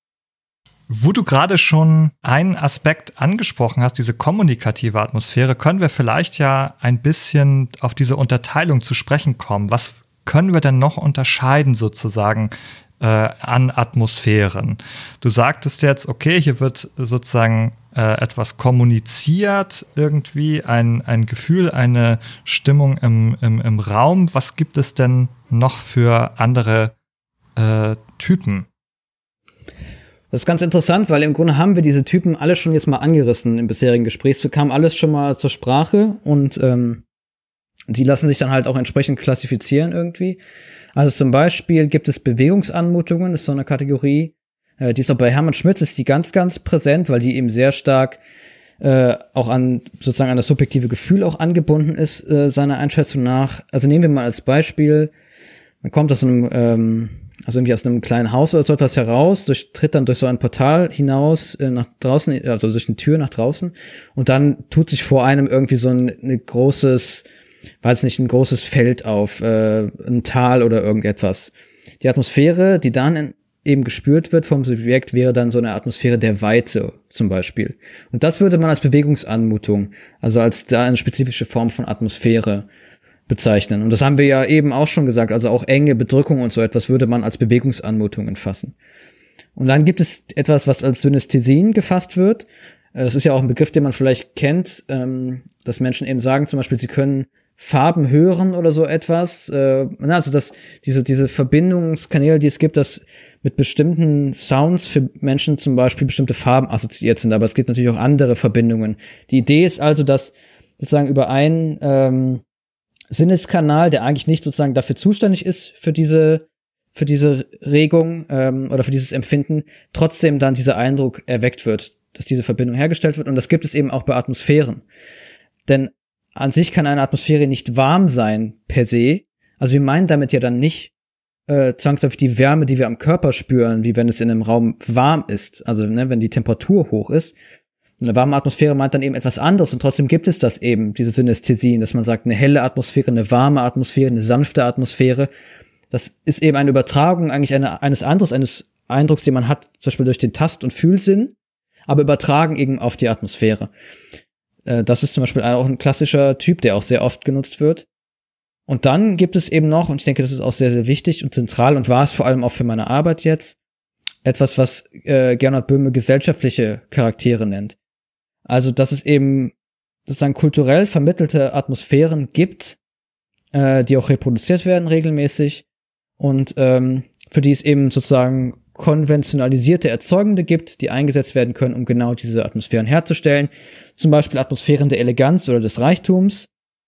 Wo du gerade schon einen Aspekt angesprochen hast, diese kommunikative Atmosphäre, können wir vielleicht ja ein bisschen auf diese Unterteilung zu sprechen kommen. Was können wir denn noch unterscheiden sozusagen äh, an Atmosphären? Du sagtest jetzt, okay, hier wird sozusagen äh, etwas kommuniziert, irgendwie ein, ein Gefühl, eine Stimmung im, im, im Raum. Was gibt es denn noch für andere äh, Typen? Das ist ganz interessant, weil im Grunde haben wir diese Typen alle schon jetzt mal angerissen im bisherigen Gespräch. Wir kamen alles schon mal zur Sprache und ähm, die lassen sich dann halt auch entsprechend klassifizieren irgendwie. Also zum Beispiel gibt es Bewegungsanmutungen, das ist so eine Kategorie. Äh, die ist auch bei Hermann Schmitz, ist die ganz, ganz präsent, weil die eben sehr stark äh, auch an sozusagen an das subjektive Gefühl auch angebunden ist, äh, seiner Einschätzung nach. Also nehmen wir mal als Beispiel, man kommt aus einem ähm, also irgendwie aus einem kleinen Haus oder so etwas heraus, durch, tritt dann durch so ein Portal hinaus äh, nach draußen, also durch eine Tür nach draußen und dann tut sich vor einem irgendwie so ein, ein großes, weiß nicht, ein großes Feld auf, äh, ein Tal oder irgendetwas. Die Atmosphäre, die dann eben gespürt wird vom Subjekt, wäre dann so eine Atmosphäre der Weite zum Beispiel. Und das würde man als Bewegungsanmutung, also als da eine spezifische Form von Atmosphäre bezeichnen. Und das haben wir ja eben auch schon gesagt, also auch Enge, Bedrückung und so etwas würde man als Bewegungsanmutungen fassen. Und dann gibt es etwas, was als Synästhesien gefasst wird. Das ist ja auch ein Begriff, den man vielleicht kennt, dass Menschen eben sagen, zum Beispiel, sie können Farben hören oder so etwas. Also dass diese diese Verbindungskanäle, die es gibt, dass mit bestimmten Sounds für Menschen zum Beispiel bestimmte Farben assoziiert sind, aber es gibt natürlich auch andere Verbindungen. Die Idee ist also, dass sozusagen über einen ähm, Sinneskanal, der eigentlich nicht sozusagen dafür zuständig ist für diese für diese Regung ähm, oder für dieses Empfinden, trotzdem dann dieser Eindruck erweckt wird, dass diese Verbindung hergestellt wird. Und das gibt es eben auch bei Atmosphären. Denn an sich kann eine Atmosphäre nicht warm sein per se. Also wir meinen damit ja dann nicht äh, zwangsläufig die Wärme, die wir am Körper spüren, wie wenn es in einem Raum warm ist. Also ne, wenn die Temperatur hoch ist. Eine warme Atmosphäre meint dann eben etwas anderes und trotzdem gibt es das eben, diese Synästhesien, dass man sagt, eine helle Atmosphäre, eine warme Atmosphäre, eine sanfte Atmosphäre. Das ist eben eine Übertragung eigentlich eine, eines anderes, eines Eindrucks, den man hat, zum Beispiel durch den Tast- und Fühlsinn, aber übertragen eben auf die Atmosphäre. Äh, das ist zum Beispiel auch ein klassischer Typ, der auch sehr oft genutzt wird. Und dann gibt es eben noch, und ich denke, das ist auch sehr, sehr wichtig und zentral und war es vor allem auch für meine Arbeit jetzt, etwas, was äh, Gernot Böhme gesellschaftliche Charaktere nennt. Also, dass es eben sozusagen kulturell vermittelte Atmosphären gibt, äh, die auch reproduziert werden regelmäßig und ähm, für die es eben sozusagen konventionalisierte Erzeugende gibt, die eingesetzt werden können, um genau diese Atmosphären herzustellen. Zum Beispiel Atmosphären der Eleganz oder des Reichtums.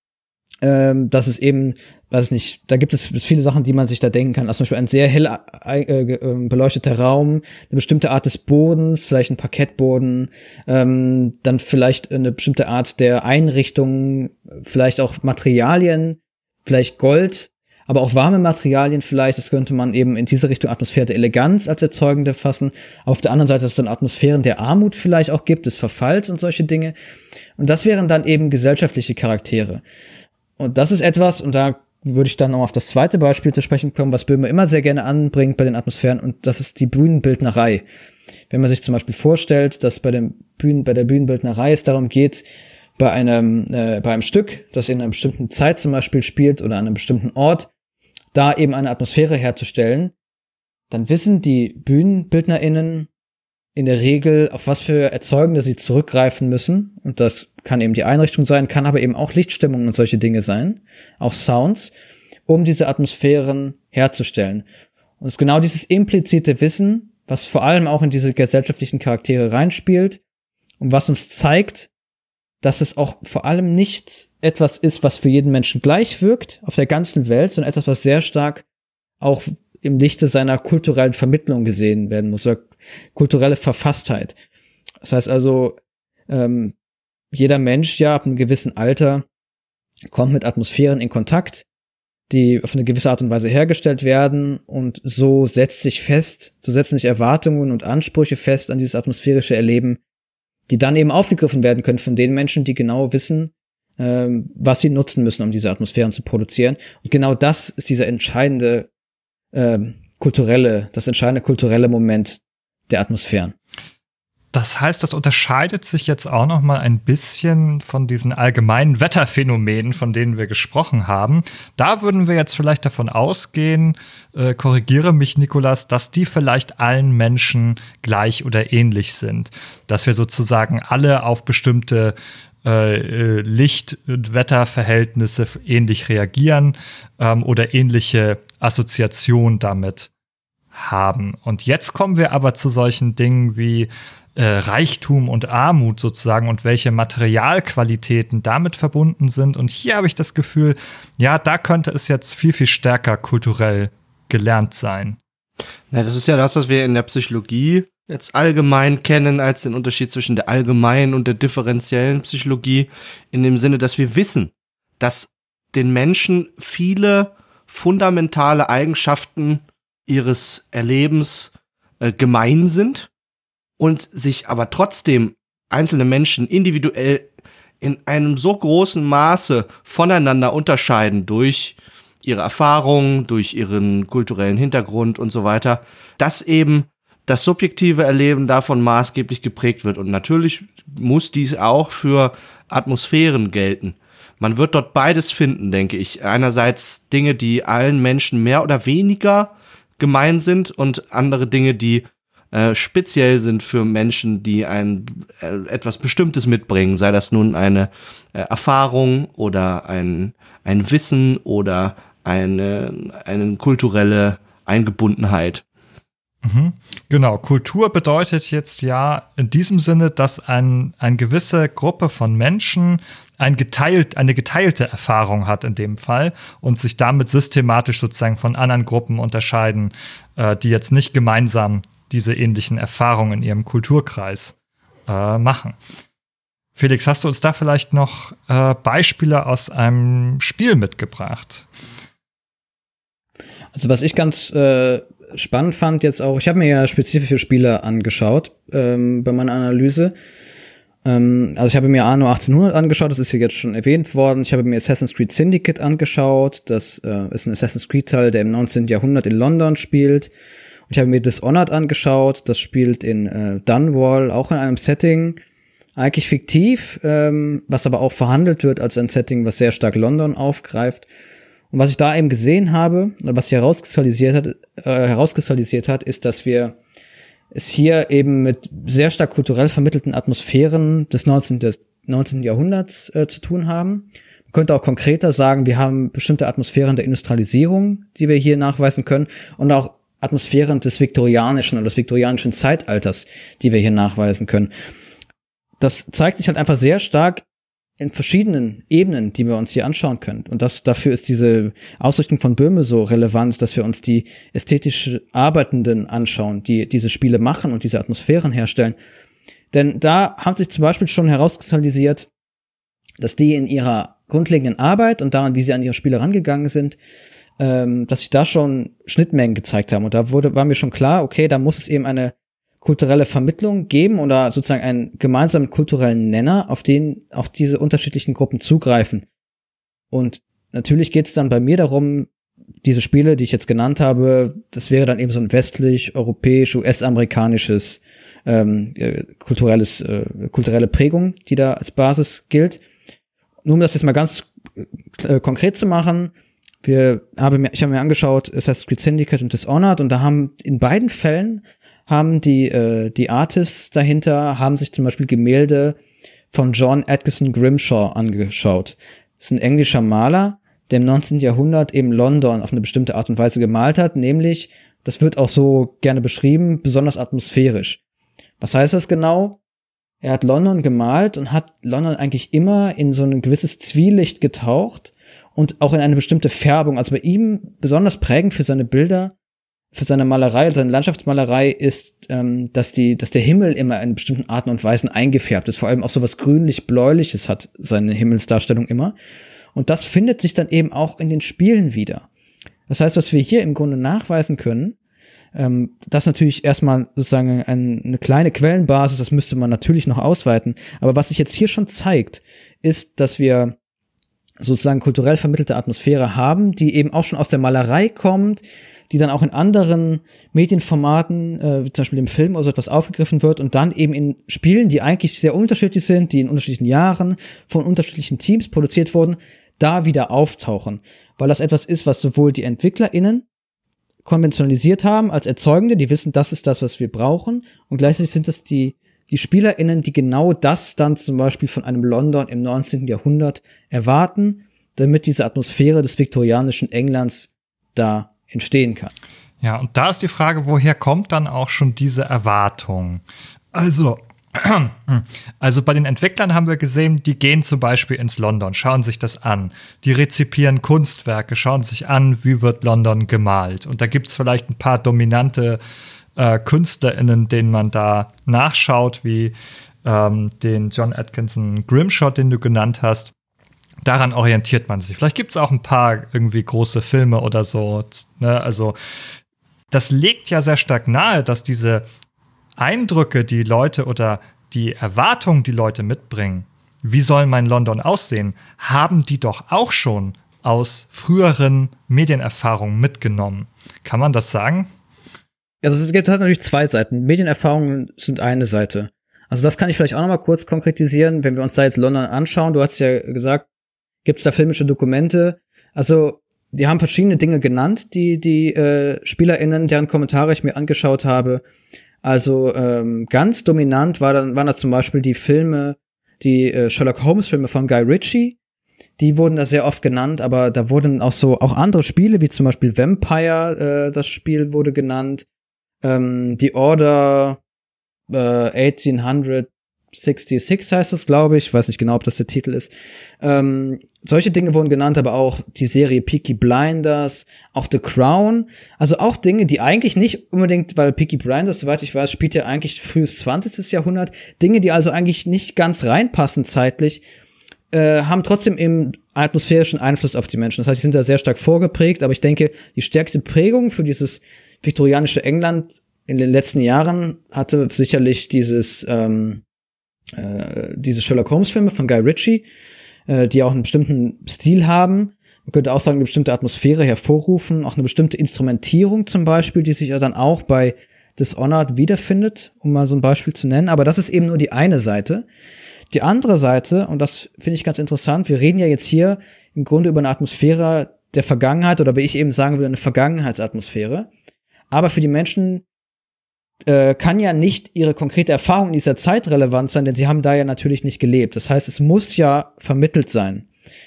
Ähm, das ist eben, weiß nicht, da gibt es viele Sachen, die man sich da denken kann. Also zum Beispiel ein sehr hell äh, beleuchteter Raum, eine bestimmte Art des Bodens, vielleicht ein Parkettboden, ähm, dann vielleicht eine bestimmte Art der Einrichtung, vielleicht auch Materialien, vielleicht Gold, aber auch warme Materialien vielleicht. Das könnte man eben in diese Richtung Atmosphäre der Eleganz als Erzeugende fassen. Auf der anderen Seite, dass es dann Atmosphären der Armut vielleicht auch gibt, des Verfalls und solche Dinge. Und das wären dann eben gesellschaftliche Charaktere. Und das ist etwas, und da würde ich dann noch auf das zweite Beispiel zu sprechen kommen, was Böhme immer sehr gerne anbringt bei den Atmosphären, und das ist die Bühnenbildnerei. Wenn man sich zum Beispiel vorstellt, dass bei dem Bühnen, bei der Bühnenbildnerei es darum geht, bei einem, äh, bei einem Stück, das in einer bestimmten Zeit zum Beispiel spielt oder an einem bestimmten Ort, da eben eine Atmosphäre herzustellen, dann wissen die BühnenbildnerInnen in der Regel, auf was für Erzeugende sie zurückgreifen müssen. Und das kann eben die Einrichtung sein, kann aber eben auch Lichtstimmungen und solche Dinge sein, auch Sounds, um diese Atmosphären herzustellen. Und es ist genau dieses implizite Wissen, was vor allem auch in diese gesellschaftlichen Charaktere reinspielt und was uns zeigt, dass es auch vor allem nicht etwas ist, was für jeden Menschen gleich wirkt auf der ganzen Welt, sondern etwas, was sehr stark auch im Lichte seiner kulturellen Vermittlung gesehen werden muss, oder kulturelle Verfasstheit. Das heißt also, ähm, jeder Mensch ja ab einem gewissen Alter kommt mit Atmosphären in Kontakt, die auf eine gewisse Art und Weise hergestellt werden, und so setzt sich fest, so setzen sich Erwartungen und Ansprüche fest an dieses atmosphärische Erleben, die dann eben aufgegriffen werden können von den Menschen, die genau wissen, ähm, was sie nutzen müssen, um diese Atmosphären zu produzieren. Und genau das ist dieser entscheidende ähm, kulturelle, das entscheidende kulturelle Moment der Atmosphären. Das heißt, das unterscheidet sich jetzt auch noch mal ein bisschen von diesen allgemeinen Wetterphänomenen, von denen wir gesprochen haben. Da würden wir jetzt vielleicht davon ausgehen, äh, korrigiere mich, Nikolas, dass die vielleicht allen Menschen gleich oder ähnlich sind. Dass wir sozusagen alle auf bestimmte äh, Licht- und Wetterverhältnisse ähnlich reagieren ähm, oder ähnliche Assoziationen damit haben. Und jetzt kommen wir aber zu solchen Dingen wie Äh, Reichtum und Armut sozusagen und welche Materialqualitäten damit verbunden sind. Und hier habe ich das Gefühl, ja, da könnte es jetzt viel, viel stärker kulturell gelernt sein. Na, das ist ja das, was wir in der Psychologie jetzt allgemein kennen, als den Unterschied zwischen der allgemeinen und der differenziellen Psychologie, in dem Sinne, dass wir wissen, dass den Menschen viele fundamentale Eigenschaften ihres Erlebens äh, gemein sind, und sich aber trotzdem einzelne Menschen individuell in einem so großen Maße voneinander unterscheiden durch ihre Erfahrungen, durch ihren kulturellen Hintergrund und so weiter, dass eben das subjektive Erleben davon maßgeblich geprägt wird. Und natürlich muss dies auch für Atmosphären gelten. Man wird dort beides finden, denke ich. Einerseits Dinge, die allen Menschen mehr oder weniger gemein sind, und andere Dinge, die Äh, speziell sind für Menschen, die ein äh, etwas Bestimmtes mitbringen, sei das nun eine äh, Erfahrung oder ein ein Wissen oder eine eine kulturelle Eingebundenheit. Mhm. Genau, Kultur bedeutet jetzt ja in diesem Sinne, dass ein, eine gewisse Gruppe von Menschen ein geteilt, eine geteilte Erfahrung hat in dem Fall und sich damit systematisch sozusagen von anderen Gruppen unterscheiden, äh, die jetzt nicht gemeinsam diese ähnlichen Erfahrungen in ihrem Kulturkreis äh, machen. Felix, hast du uns da vielleicht noch äh, Beispiele aus einem Spiel mitgebracht? Also was ich ganz äh, spannend fand jetzt auch, ich habe mir ja spezifische Spiele angeschaut ähm, bei meiner Analyse. Ähm, also ich habe mir Anno achtzehnhundert angeschaut, das ist hier jetzt schon erwähnt worden. Ich habe mir Assassin's Creed Syndicate angeschaut, das äh, ist ein Assassin's Creed-Teil, der im neunzehnten Jahrhundert in London spielt. Ich habe mir Dishonored angeschaut, das spielt in äh, Dunwall, auch in einem Setting, eigentlich fiktiv, ähm, was aber auch verhandelt wird als ein Setting, was sehr stark London aufgreift. Und was ich da eben gesehen habe, oder was sich herauskristallisiert hat, äh, herauskristallisiert hat, ist, dass wir es hier eben mit sehr stark kulturell vermittelten Atmosphären des neunzehnten Jahrhunderts äh, zu tun haben. Man könnte auch konkreter sagen, wir haben bestimmte Atmosphären der Industrialisierung, die wir hier nachweisen können, und auch Atmosphären des viktorianischen oder des viktorianischen Zeitalters, die wir hier nachweisen können. Das zeigt sich halt einfach sehr stark in verschiedenen Ebenen, die wir uns hier anschauen können. Und das, dafür ist diese Ausrichtung von Böhme so relevant, dass wir uns die ästhetisch Arbeitenden anschauen, die diese Spiele machen und diese Atmosphären herstellen. Denn da haben sich zum Beispiel schon herauskristallisiert, dass die in ihrer grundlegenden Arbeit und daran, wie sie an ihre Spiele rangegangen sind, ähm, dass sich da schon Schnittmengen gezeigt haben. Und da wurde, war mir schon klar, okay, da muss es eben eine kulturelle Vermittlung geben oder sozusagen einen gemeinsamen kulturellen Nenner, auf den auch diese unterschiedlichen Gruppen zugreifen. Und natürlich geht es dann bei mir darum, diese Spiele, die ich jetzt genannt habe, das wäre dann eben so ein westlich, europäisch, U S-amerikanisches ähm, äh, kulturelles, äh, kulturelle Prägung, die da als Basis gilt. Nur um das jetzt mal ganz äh, konkret zu machen, wir habe mir, ich habe mir angeschaut Assassin's Creed Syndicate und Dishonored, und da haben in beiden Fällen haben die äh, die Artists dahinter haben sich zum Beispiel Gemälde von John Atkinson Grimshaw angeschaut. Das ist ein englischer Maler, der im neunzehnten Jahrhundert eben London auf eine bestimmte Art und Weise gemalt hat, nämlich, das wird auch so gerne beschrieben, besonders atmosphärisch. Was heißt das genau? Er hat London gemalt und hat London eigentlich immer in so ein gewisses Zwielicht getaucht und auch in eine bestimmte Färbung. Also bei ihm besonders prägend für seine Bilder, für seine Malerei, seine Landschaftsmalerei ist, ähm, dass die, dass der Himmel immer in bestimmten Arten und Weisen eingefärbt ist. Vor allem auch so was grünlich-bläuliches hat seine Himmelsdarstellung immer. Und das findet sich dann eben auch in den Spielen wieder. Das heißt, was wir hier im Grunde nachweisen können, ähm, das natürlich erstmal sozusagen ein, eine kleine Quellenbasis, das müsste man natürlich noch ausweiten. Aber was sich jetzt hier schon zeigt, ist, dass wir sozusagen kulturell vermittelte Atmosphäre haben, die eben auch schon aus der Malerei kommt, die dann auch in anderen Medienformaten, äh, wie zum Beispiel im Film oder so etwas aufgegriffen wird und dann eben in Spielen, die eigentlich sehr unterschiedlich sind, die in unterschiedlichen Jahren von unterschiedlichen Teams produziert wurden, da wieder auftauchen. Weil das etwas ist, was sowohl die EntwicklerInnen konventionalisiert haben als Erzeugende, die wissen, das ist das, was wir brauchen, und gleichzeitig sind es die die SpielerInnen, die genau das dann zum Beispiel von einem London im neunzehnten Jahrhundert erwarten, damit diese Atmosphäre des viktorianischen Englands da entstehen kann. Ja, und da ist die Frage, woher kommt dann auch schon diese Erwartung? Also, also bei den Entwicklern haben wir gesehen, die gehen zum Beispiel ins London, schauen sich das an. Die rezipieren Kunstwerke, schauen sich an, wie wird London gemalt. Und da gibt es vielleicht ein paar dominante äh, KünstlerInnen, denen man da nachschaut, wie ähm, den John Atkinson Grimshot, den du genannt hast. Daran orientiert man sich. Vielleicht gibt es auch ein paar irgendwie große Filme oder so. Ne? Also das legt ja sehr stark nahe, dass diese Eindrücke, die Leute oder die Erwartungen, die Leute mitbringen, wie soll mein London aussehen, haben die doch auch schon aus früheren Medienerfahrungen mitgenommen. Kann man das sagen? Also es gibt halt natürlich zwei Seiten. Medienerfahrungen sind eine Seite. Also das kann ich vielleicht auch noch mal kurz konkretisieren, wenn wir uns da jetzt London anschauen. Du hast ja gesagt, gibt es da filmische Dokumente? Also die haben verschiedene Dinge genannt, die die äh, SpielerInnen, deren Kommentare ich mir angeschaut habe. Also ähm, ganz dominant war dann, waren da zum Beispiel die Filme, die äh, Sherlock-Holmes-Filme von Guy Ritchie. Die wurden da sehr oft genannt, aber da wurden auch so auch andere Spiele, wie zum Beispiel Vampire, äh, das Spiel wurde genannt. Ähm, die Order äh, achtzehnhundertsechsundsechzig heißt das, glaube ich. Ich weiß nicht genau, ob das der Titel ist. Ähm, solche Dinge wurden genannt, aber auch die Serie Peaky Blinders, auch The Crown. Also auch Dinge, die eigentlich nicht unbedingt, weil Peaky Blinders, soweit ich weiß, spielt ja eigentlich frühes zwanzigsten Jahrhundert. Dinge, die also eigentlich nicht ganz reinpassen zeitlich, äh, haben trotzdem eben atmosphärischen Einfluss auf die Menschen. Das heißt, die sind da sehr stark vorgeprägt, aber ich denke, die stärkste Prägung für dieses viktorianische England in den letzten Jahren hatte sicherlich dieses ähm, äh, diese Sherlock-Holmes-Filme von Guy Ritchie, äh, die auch einen bestimmten Stil haben. Man könnte auch sagen, eine bestimmte Atmosphäre hervorrufen, auch eine bestimmte Instrumentierung zum Beispiel, die sich ja dann auch bei Dishonored wiederfindet, um mal so ein Beispiel zu nennen. Aber das ist eben nur die eine Seite. Die andere Seite, und das finde ich ganz interessant, wir reden ja jetzt hier im Grunde über eine Atmosphäre der Vergangenheit, oder wie ich eben sagen würde, eine Vergangenheitsatmosphäre. Aber für die Menschen äh, kann ja nicht ihre konkrete Erfahrung in dieser Zeit relevant sein, denn sie haben da ja natürlich nicht gelebt. Das heißt, es muss ja vermittelt sein.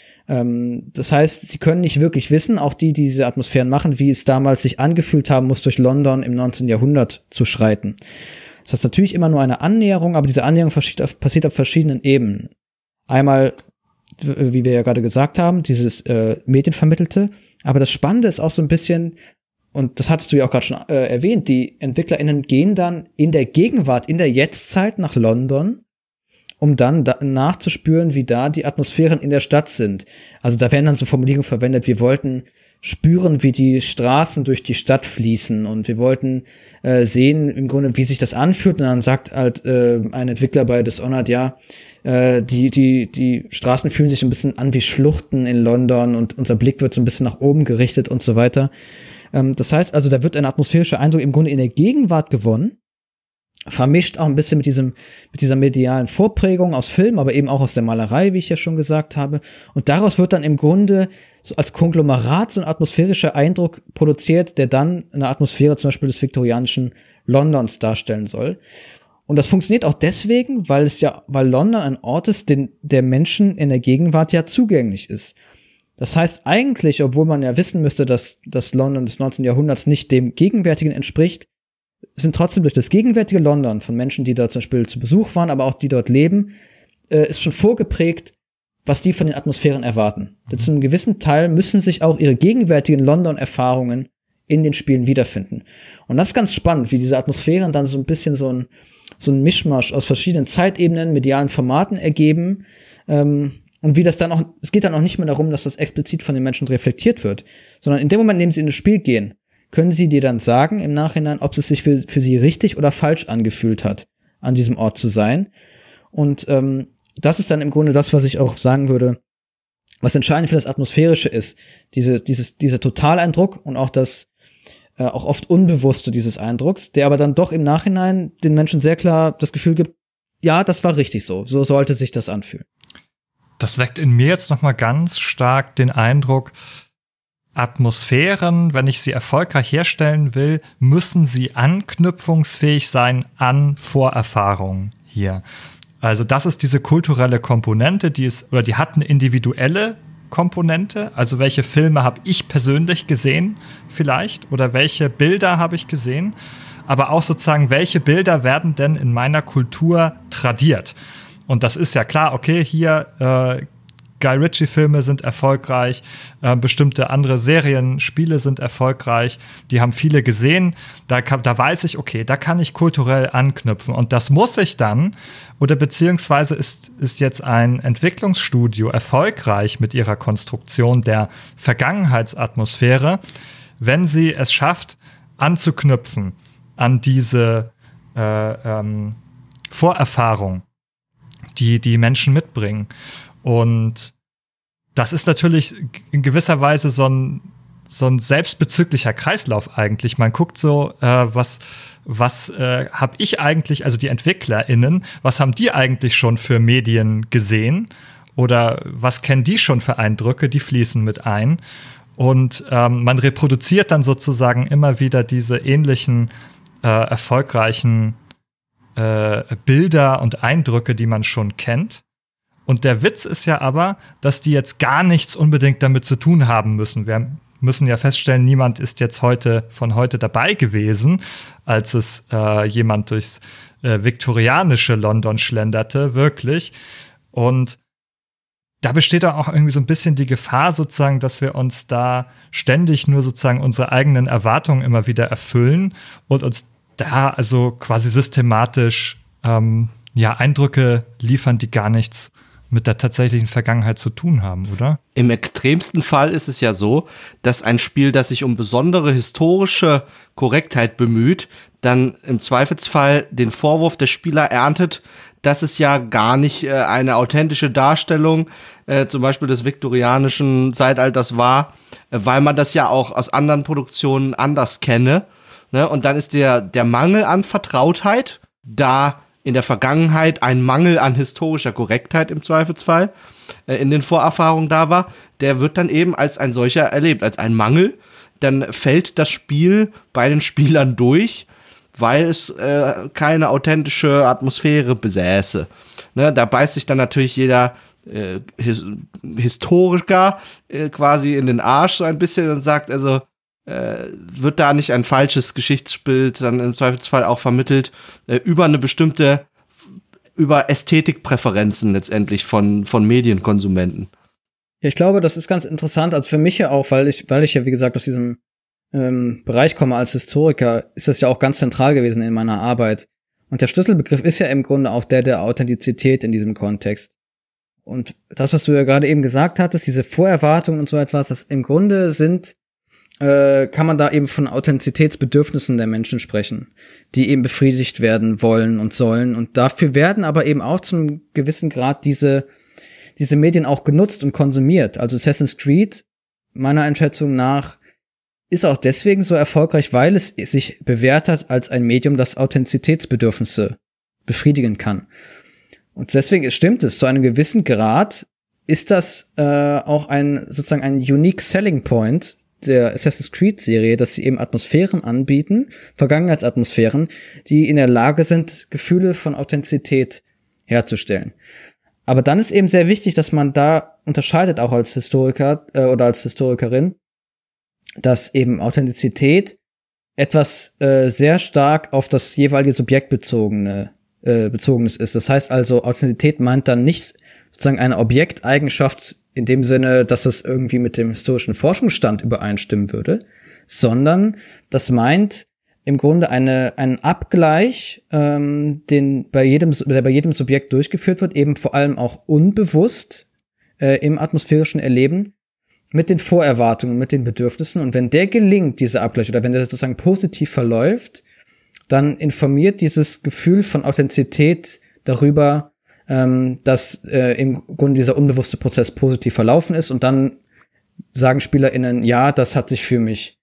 Ähm, das heißt, sie können nicht wirklich wissen, auch die, die diese Atmosphären machen, wie es damals sich angefühlt haben muss, durch London im neunzehnten Jahrhundert zu schreiten. Das heißt natürlich immer nur eine Annäherung, aber diese Annäherung passiert auf verschiedenen Ebenen. Einmal, wie wir ja gerade gesagt haben, dieses äh, Medienvermittelte. Aber das Spannende ist auch so ein bisschen, und das hattest du ja auch gerade schon äh, erwähnt, die EntwicklerInnen gehen dann in der Gegenwart, in der Jetztzeit nach London, um dann da nachzuspüren, wie da die Atmosphären in der Stadt sind. Also da werden dann so Formulierungen verwendet, wir wollten spüren, wie die Straßen durch die Stadt fließen, und wir wollten äh, sehen im Grunde, wie sich das anfühlt. Und dann sagt halt äh, ein Entwickler bei Dishonored, ja, äh, die die die Straßen fühlen sich ein bisschen an wie Schluchten in London, und unser Blick wird so ein bisschen nach oben gerichtet und so weiter. Ähm, das heißt also, da wird ein atmosphärischer Eindruck im Grunde in der Gegenwart gewonnen, vermischt auch ein bisschen mit diesem mit dieser medialen Vorprägung aus Film, aber eben auch aus der Malerei, wie ich ja schon gesagt habe. Und daraus wird dann im Grunde so als Konglomerat so ein atmosphärischer Eindruck produziert, der dann eine Atmosphäre zum Beispiel des viktorianischen Londons darstellen soll. Und das funktioniert auch deswegen, weil es ja, weil London ein Ort ist, den der Menschen in der Gegenwart ja zugänglich ist. Das heißt eigentlich, obwohl man ja wissen müsste, dass das London des neunzehnten Jahrhunderts nicht dem Gegenwärtigen entspricht, sind trotzdem durch das gegenwärtige London von Menschen, die dort zum Beispiel zu Besuch waren, aber auch die dort leben, äh, ist schon vorgeprägt, was die von den Atmosphären erwarten. Denn zu einem gewissen Teil müssen sich auch ihre gegenwärtigen London-Erfahrungen in den Spielen wiederfinden. Und das ist ganz spannend, wie diese Atmosphären dann so ein bisschen so ein, so ein Mischmasch aus verschiedenen Zeitebenen, medialen Formaten ergeben, ähm, und wie das dann auch, es geht dann auch nicht mehr darum, dass das explizit von den Menschen reflektiert wird, sondern in dem Moment, in dem sie in das Spiel gehen, können sie dir dann sagen im Nachhinein, ob es sich für, für sie richtig oder falsch angefühlt hat, an diesem Ort zu sein. Und ähm, das ist dann im Grunde das, was ich auch sagen würde, was entscheidend für das Atmosphärische ist. Diese, dieses, dieser Totaleindruck und auch das, äh, auch oft Unbewusste dieses Eindrucks, der aber dann doch im Nachhinein den Menschen sehr klar das Gefühl gibt, ja, das war richtig so, so sollte sich das anfühlen. Das weckt in mir jetzt noch mal ganz stark den Eindruck, Atmosphären, wenn ich sie erfolgreich herstellen will, müssen sie anknüpfungsfähig sein an Vorerfahrungen hier. Also das ist diese kulturelle Komponente, die ist, oder die hat eine individuelle Komponente. Also welche Filme habe ich persönlich gesehen vielleicht oder welche Bilder habe ich gesehen, aber auch sozusagen, welche Bilder werden denn in meiner Kultur tradiert? Und das ist ja klar, okay, hier äh, Guy Ritchie-Filme sind erfolgreich, äh, bestimmte andere Serien, Spiele sind erfolgreich, die haben viele gesehen, da, kann, da weiß ich, okay, da kann ich kulturell anknüpfen und das muss ich dann, oder beziehungsweise ist, ist jetzt ein Entwicklungsstudio erfolgreich mit ihrer Konstruktion der Vergangenheitsatmosphäre, wenn sie es schafft, anzuknüpfen an diese äh, ähm, Vorerfahrung, die die Menschen mitbringen. Und das ist natürlich in gewisser Weise so ein, so ein selbstbezüglicher Kreislauf eigentlich. Man guckt so, äh, was, was äh, habe ich eigentlich, also die EntwicklerInnen, was haben die eigentlich schon für Medien gesehen? Oder was kennen die schon für Eindrücke? Die fließen mit ein. Und ähm, man reproduziert dann sozusagen immer wieder diese ähnlichen äh, erfolgreichen äh, Bilder und Eindrücke, die man schon kennt. Und der Witz ist ja aber, dass die jetzt gar nichts unbedingt damit zu tun haben müssen. Wir müssen ja feststellen, niemand ist jetzt heute von heute dabei gewesen, als es äh, jemand durchs äh, viktorianische London schlenderte, wirklich. Und da besteht auch irgendwie so ein bisschen die Gefahr sozusagen, dass wir uns da ständig nur sozusagen unsere eigenen Erwartungen immer wieder erfüllen und uns da also quasi systematisch ähm, ja Eindrücke liefern, die gar nichts mit der tatsächlichen Vergangenheit zu tun haben, oder? Im extremsten Fall ist es ja so, dass ein Spiel, das sich um besondere historische Korrektheit bemüht, dann im Zweifelsfall den Vorwurf der Spieler erntet, dass es ja gar nicht äh, eine authentische Darstellung äh, zum Beispiel des viktorianischen Zeitalters war, äh, weil man das ja auch aus anderen Produktionen anders kenne. Ne? Und dann ist der, der Mangel an Vertrautheit, da in der Vergangenheit ein Mangel an historischer Korrektheit im Zweifelsfall äh, in den Vorerfahrungen da war, der wird dann eben als ein solcher erlebt, als ein Mangel. Dann fällt das Spiel bei den Spielern durch, weil es äh, keine authentische Atmosphäre besäße. Ne, da beißt sich dann natürlich jeder äh, His- Historiker äh, quasi in den Arsch so ein bisschen und sagt, also äh, wird da nicht ein falsches Geschichtsbild dann im Zweifelsfall auch vermittelt äh, über eine bestimmte, über Ästhetikpräferenzen letztendlich von, von Medienkonsumenten. Ja, ich glaube, das ist ganz interessant, also für mich ja auch, weil ich, weil ich ja, wie gesagt, aus diesem ähm, Bereich komme als Historiker, ist das ja auch ganz zentral gewesen in meiner Arbeit. Und der Schlüsselbegriff ist ja im Grunde auch der der Authentizität in diesem Kontext. Und das, was du ja gerade eben gesagt hattest, diese Vorerwartungen und so etwas, das im Grunde sind, äh, kann man da eben von Authentizitätsbedürfnissen der Menschen sprechen, die eben befriedigt werden wollen und sollen. Und dafür werden aber eben auch zu einem gewissen Grad diese diese Medien auch genutzt und konsumiert. Also Assassin's Creed, meiner Einschätzung nach, ist auch deswegen so erfolgreich, weil es sich bewährt hat als ein Medium, das Authentizitätsbedürfnisse befriedigen kann. Und deswegen stimmt es, zu einem gewissen Grad ist das äh, auch ein sozusagen ein unique selling point der Assassin's Creed-Serie, dass sie eben Atmosphären anbieten, Vergangenheitsatmosphären, die in der Lage sind, Gefühle von Authentizität herzustellen. Aber dann ist eben sehr wichtig, dass man da unterscheidet, auch als Historiker äh, oder als Historikerin, dass eben Authentizität etwas äh, sehr stark auf das jeweilige Subjekt bezogene äh, bezogenes ist. Das heißt also, Authentizität meint dann nicht sozusagen eine Objekteigenschaft in dem Sinne, dass es irgendwie mit dem historischen Forschungsstand übereinstimmen würde, sondern das meint im Grunde eine einen Abgleich, ähm, den bei jedem der bei jedem Subjekt durchgeführt wird, eben vor allem auch unbewusst äh, im atmosphärischen Erleben mit den Vorerwartungen, mit den Bedürfnissen. Und wenn der gelingt, dieser Abgleich, oder wenn der sozusagen positiv verläuft, dann informiert dieses Gefühl von Authentizität darüber, ähm, dass äh, im Grunde dieser unbewusste Prozess positiv verlaufen ist. Und dann sagen SpielerInnen, ja, das hat sich für mich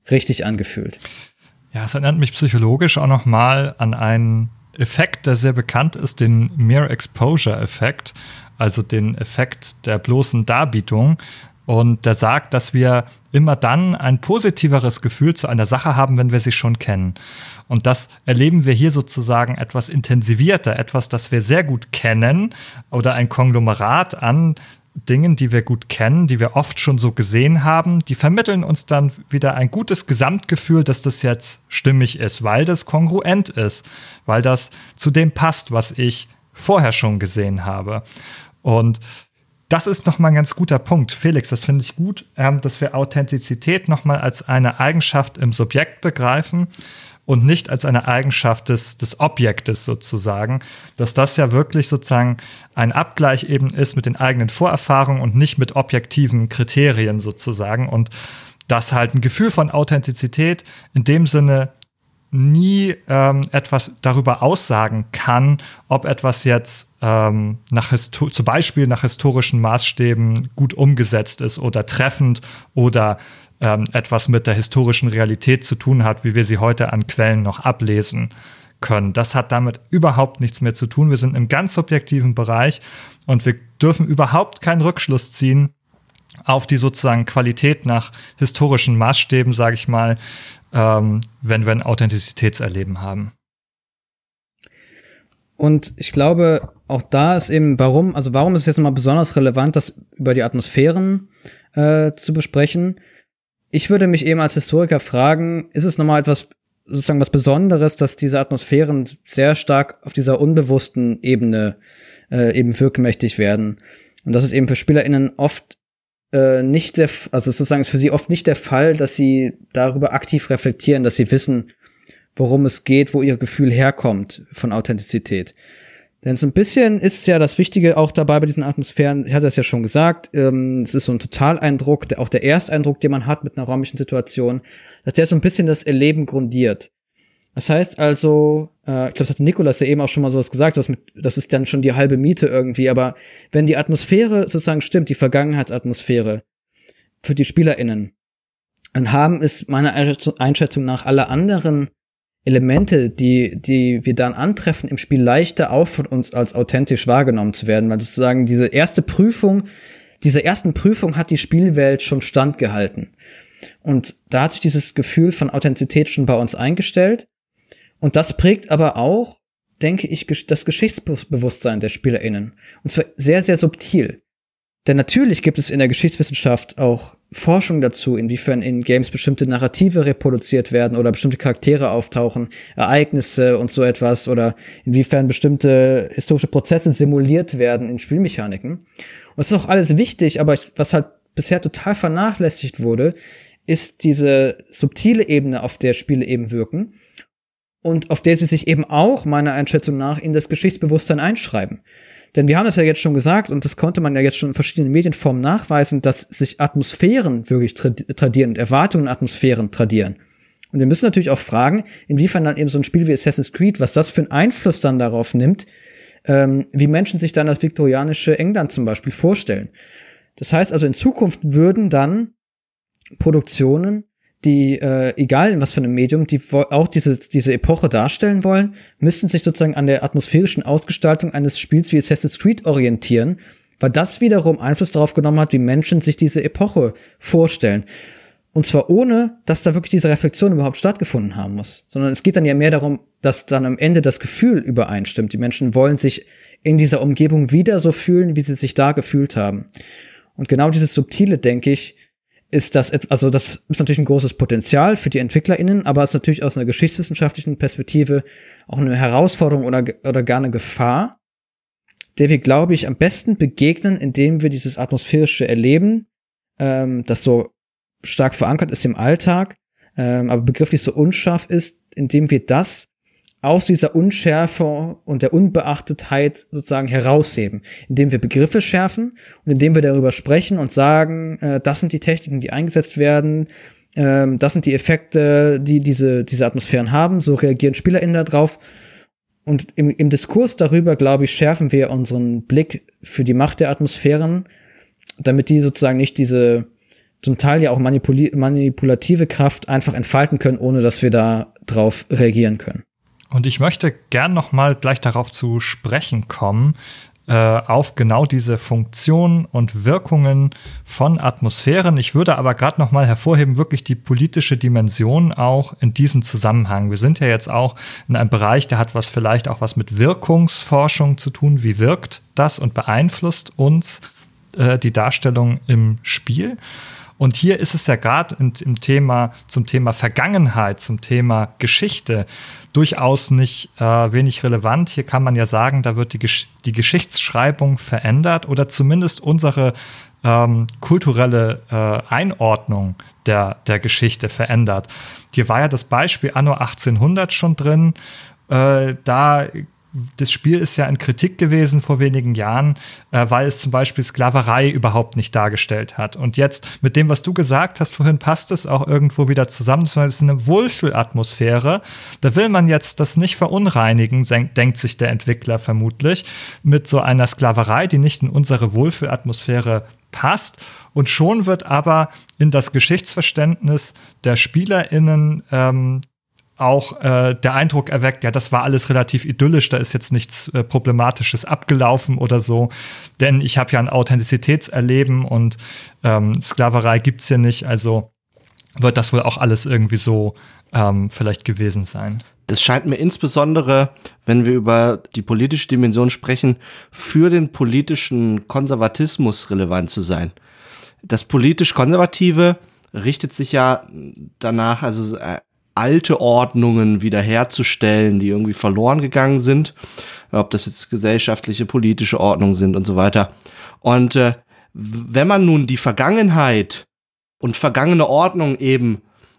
richtig angefühlt. Ja, es erinnert mich psychologisch auch noch mal an einen Effekt, der sehr bekannt ist, den Mere Exposure Effekt, also den Effekt der bloßen Darbietung. Und der sagt, dass wir immer dann ein positiveres Gefühl zu einer Sache haben, wenn wir sie schon kennen. Und das erleben wir hier sozusagen etwas intensivierter, etwas, das wir sehr gut kennen oder ein Konglomerat an Dingen, die wir gut kennen, die wir oft schon so gesehen haben, die vermitteln uns dann wieder ein gutes Gesamtgefühl, dass das jetzt stimmig ist, weil das kongruent ist, weil das zu dem passt, was ich vorher schon gesehen habe. Und das ist nochmal ein ganz guter Punkt. Felix, das finde ich gut, dass wir Authentizität nochmal als eine Eigenschaft im Subjekt begreifen und nicht als eine Eigenschaft des, des Objektes sozusagen, dass das ja wirklich sozusagen ein Abgleich eben ist mit den eigenen Vorerfahrungen und nicht mit objektiven Kriterien sozusagen und dass halt ein Gefühl von Authentizität in dem Sinne nie ähm, etwas darüber aussagen kann, ob etwas jetzt ähm, nach Histo- zum Beispiel nach historischen Maßstäben gut umgesetzt ist oder treffend oder ähm, etwas mit der historischen Realität zu tun hat, wie wir sie heute an Quellen noch ablesen können. Das hat damit überhaupt nichts mehr zu tun. Wir sind im ganz subjektiven Bereich und wir dürfen überhaupt keinen Rückschluss ziehen auf die sozusagen Qualität nach historischen Maßstäben, sage ich mal, ähm, wenn wir ein Authentizitätserleben haben. Und ich glaube, auch da ist eben, warum, also warum ist es jetzt nochmal besonders relevant, das über die Atmosphären äh, zu besprechen? Ich würde mich eben als Historiker fragen, ist es nochmal etwas, sozusagen was Besonderes, dass diese Atmosphären sehr stark auf dieser unbewussten Ebene äh, eben wirkmächtig werden? Und das ist eben für SpielerInnen oft äh, nicht der, also sozusagen ist für sie oft nicht der Fall, dass sie darüber aktiv reflektieren, dass sie wissen, worum es geht, wo ihr Gefühl herkommt von Authentizität. Denn so ein bisschen ist ja das Wichtige auch dabei bei diesen Atmosphären, ich hatte es ja schon gesagt, ähm, es ist so ein Totaleindruck, der, auch der Ersteindruck, den man hat mit einer räumlichen Situation, dass der so ein bisschen das Erleben grundiert. Das heißt also, äh, ich glaube, das hatte Nikolas ja eben auch schon mal sowas gesagt, das, mit, das ist dann schon die halbe Miete irgendwie, aber wenn die Atmosphäre sozusagen stimmt, die Vergangenheitsatmosphäre für die SpielerInnen, dann haben es meiner Einschätzung nach alle anderen Elemente, die die wir dann antreffen im Spiel, leichter auch von uns als authentisch wahrgenommen zu werden, weil sozusagen diese erste Prüfung, diese ersten Prüfung hat die Spielwelt schon standgehalten. Und da hat sich dieses Gefühl von Authentizität schon bei uns eingestellt. Und das prägt aber auch, denke ich, das Geschichtsbewusstsein der SpielerInnen. Und zwar sehr, sehr subtil. Denn natürlich gibt es in der Geschichtswissenschaft auch Forschung dazu, inwiefern in Games bestimmte Narrative reproduziert werden oder bestimmte Charaktere auftauchen, Ereignisse und so etwas, oder inwiefern bestimmte historische Prozesse simuliert werden in Spielmechaniken. Und das ist auch alles wichtig, aber was halt bisher total vernachlässigt wurde, ist diese subtile Ebene, auf der Spiele eben wirken und auf der sie sich eben auch meiner Einschätzung nach in das Geschichtsbewusstsein einschreiben. Denn wir haben das ja jetzt schon gesagt, und das konnte man ja jetzt schon in verschiedenen Medienformen nachweisen, dass sich Atmosphären wirklich tradieren und Erwartungen Atmosphären tradieren. Und wir müssen natürlich auch fragen, inwiefern dann eben so ein Spiel wie Assassin's Creed, was das für einen Einfluss dann darauf nimmt, ähm, wie Menschen sich dann das viktorianische England zum Beispiel vorstellen. Das heißt also, in Zukunft würden dann Produktionen, die, äh, egal in was für einem Medium, die auch diese, diese Epoche darstellen wollen, müssten sich sozusagen an der atmosphärischen Ausgestaltung eines Spiels wie Assassin's Creed orientieren, weil das wiederum Einfluss darauf genommen hat, wie Menschen sich diese Epoche vorstellen. Und zwar ohne, dass da wirklich diese Reflexion überhaupt stattgefunden haben muss. Sondern es geht dann ja mehr darum, dass dann am Ende das Gefühl übereinstimmt. Die Menschen wollen sich in dieser Umgebung wieder so fühlen, wie sie sich da gefühlt haben. Und genau dieses Subtile, denke ich, ist das, also das ist natürlich ein großes Potenzial für die EntwicklerInnen, aber es ist natürlich aus einer geschichtswissenschaftlichen Perspektive auch eine Herausforderung oder, oder gar eine Gefahr, der wir, glaube ich, am besten begegnen, indem wir dieses atmosphärische Erleben, ähm, das so stark verankert ist im Alltag, ähm, aber begrifflich so unscharf ist, indem wir das aus dieser Unschärfe und der Unbeachtetheit sozusagen herausheben, indem wir Begriffe schärfen und indem wir darüber sprechen und sagen, äh, das sind die Techniken, die eingesetzt werden, ähm, das sind die Effekte, die diese diese Atmosphären haben, so reagieren SpielerInnen da drauf. Und im, im Diskurs darüber, glaube ich, schärfen wir unseren Blick für die Macht der Atmosphären, damit die sozusagen nicht diese zum Teil ja auch manipuli- manipulative Kraft einfach entfalten können, ohne dass wir da drauf reagieren können. Und ich möchte gern noch mal gleich darauf zu sprechen kommen, äh, auf genau diese Funktionen und Wirkungen von Atmosphären. Ich würde aber gerade noch mal hervorheben, wirklich die politische Dimension auch in diesem Zusammenhang. Wir sind ja jetzt auch in einem Bereich, der hat was vielleicht auch was mit Wirkungsforschung zu tun. Wie wirkt das und beeinflusst uns äh, die Darstellung im Spiel? Und hier ist es ja gerade im Thema, zum Thema Vergangenheit, zum Thema Geschichte durchaus nicht äh, wenig relevant. Hier kann man ja sagen, da wird die, Gesch- die Geschichtsschreibung verändert oder zumindest unsere ähm, kulturelle äh, Einordnung der, der Geschichte verändert. Hier war ja das Beispiel Anno achtzehnhundert schon drin. Äh, da Das Spiel ist ja in Kritik gewesen vor wenigen Jahren, äh, weil es zum Beispiel Sklaverei überhaupt nicht dargestellt hat. Und jetzt mit dem, was du gesagt hast vorhin, passt es auch irgendwo wieder zusammen. Das ist eine Wohlfühlatmosphäre. Da will man jetzt das nicht verunreinigen, denkt sich der Entwickler vermutlich, mit so einer Sklaverei, die nicht in unsere Wohlfühlatmosphäre passt. Und schon wird aber in das Geschichtsverständnis der SpielerInnen ähm, auch äh, der Eindruck erweckt, ja, das war alles relativ idyllisch, da ist jetzt nichts äh, Problematisches abgelaufen oder so, denn ich habe ja ein Authentizitätserleben und ähm, Sklaverei gibt's hier nicht, also wird das wohl auch alles irgendwie so ähm, vielleicht gewesen sein. Das scheint mir insbesondere, wenn wir über die politische Dimension sprechen, für den politischen Konservatismus relevant zu sein. Das politisch Konservative richtet sich ja danach, also äh, alte Ordnungen wiederherzustellen, die irgendwie verloren gegangen sind, ob das jetzt gesellschaftliche, politische Ordnungen sind und so weiter. Und äh, wenn man nun die Vergangenheit und vergangene Ordnung eben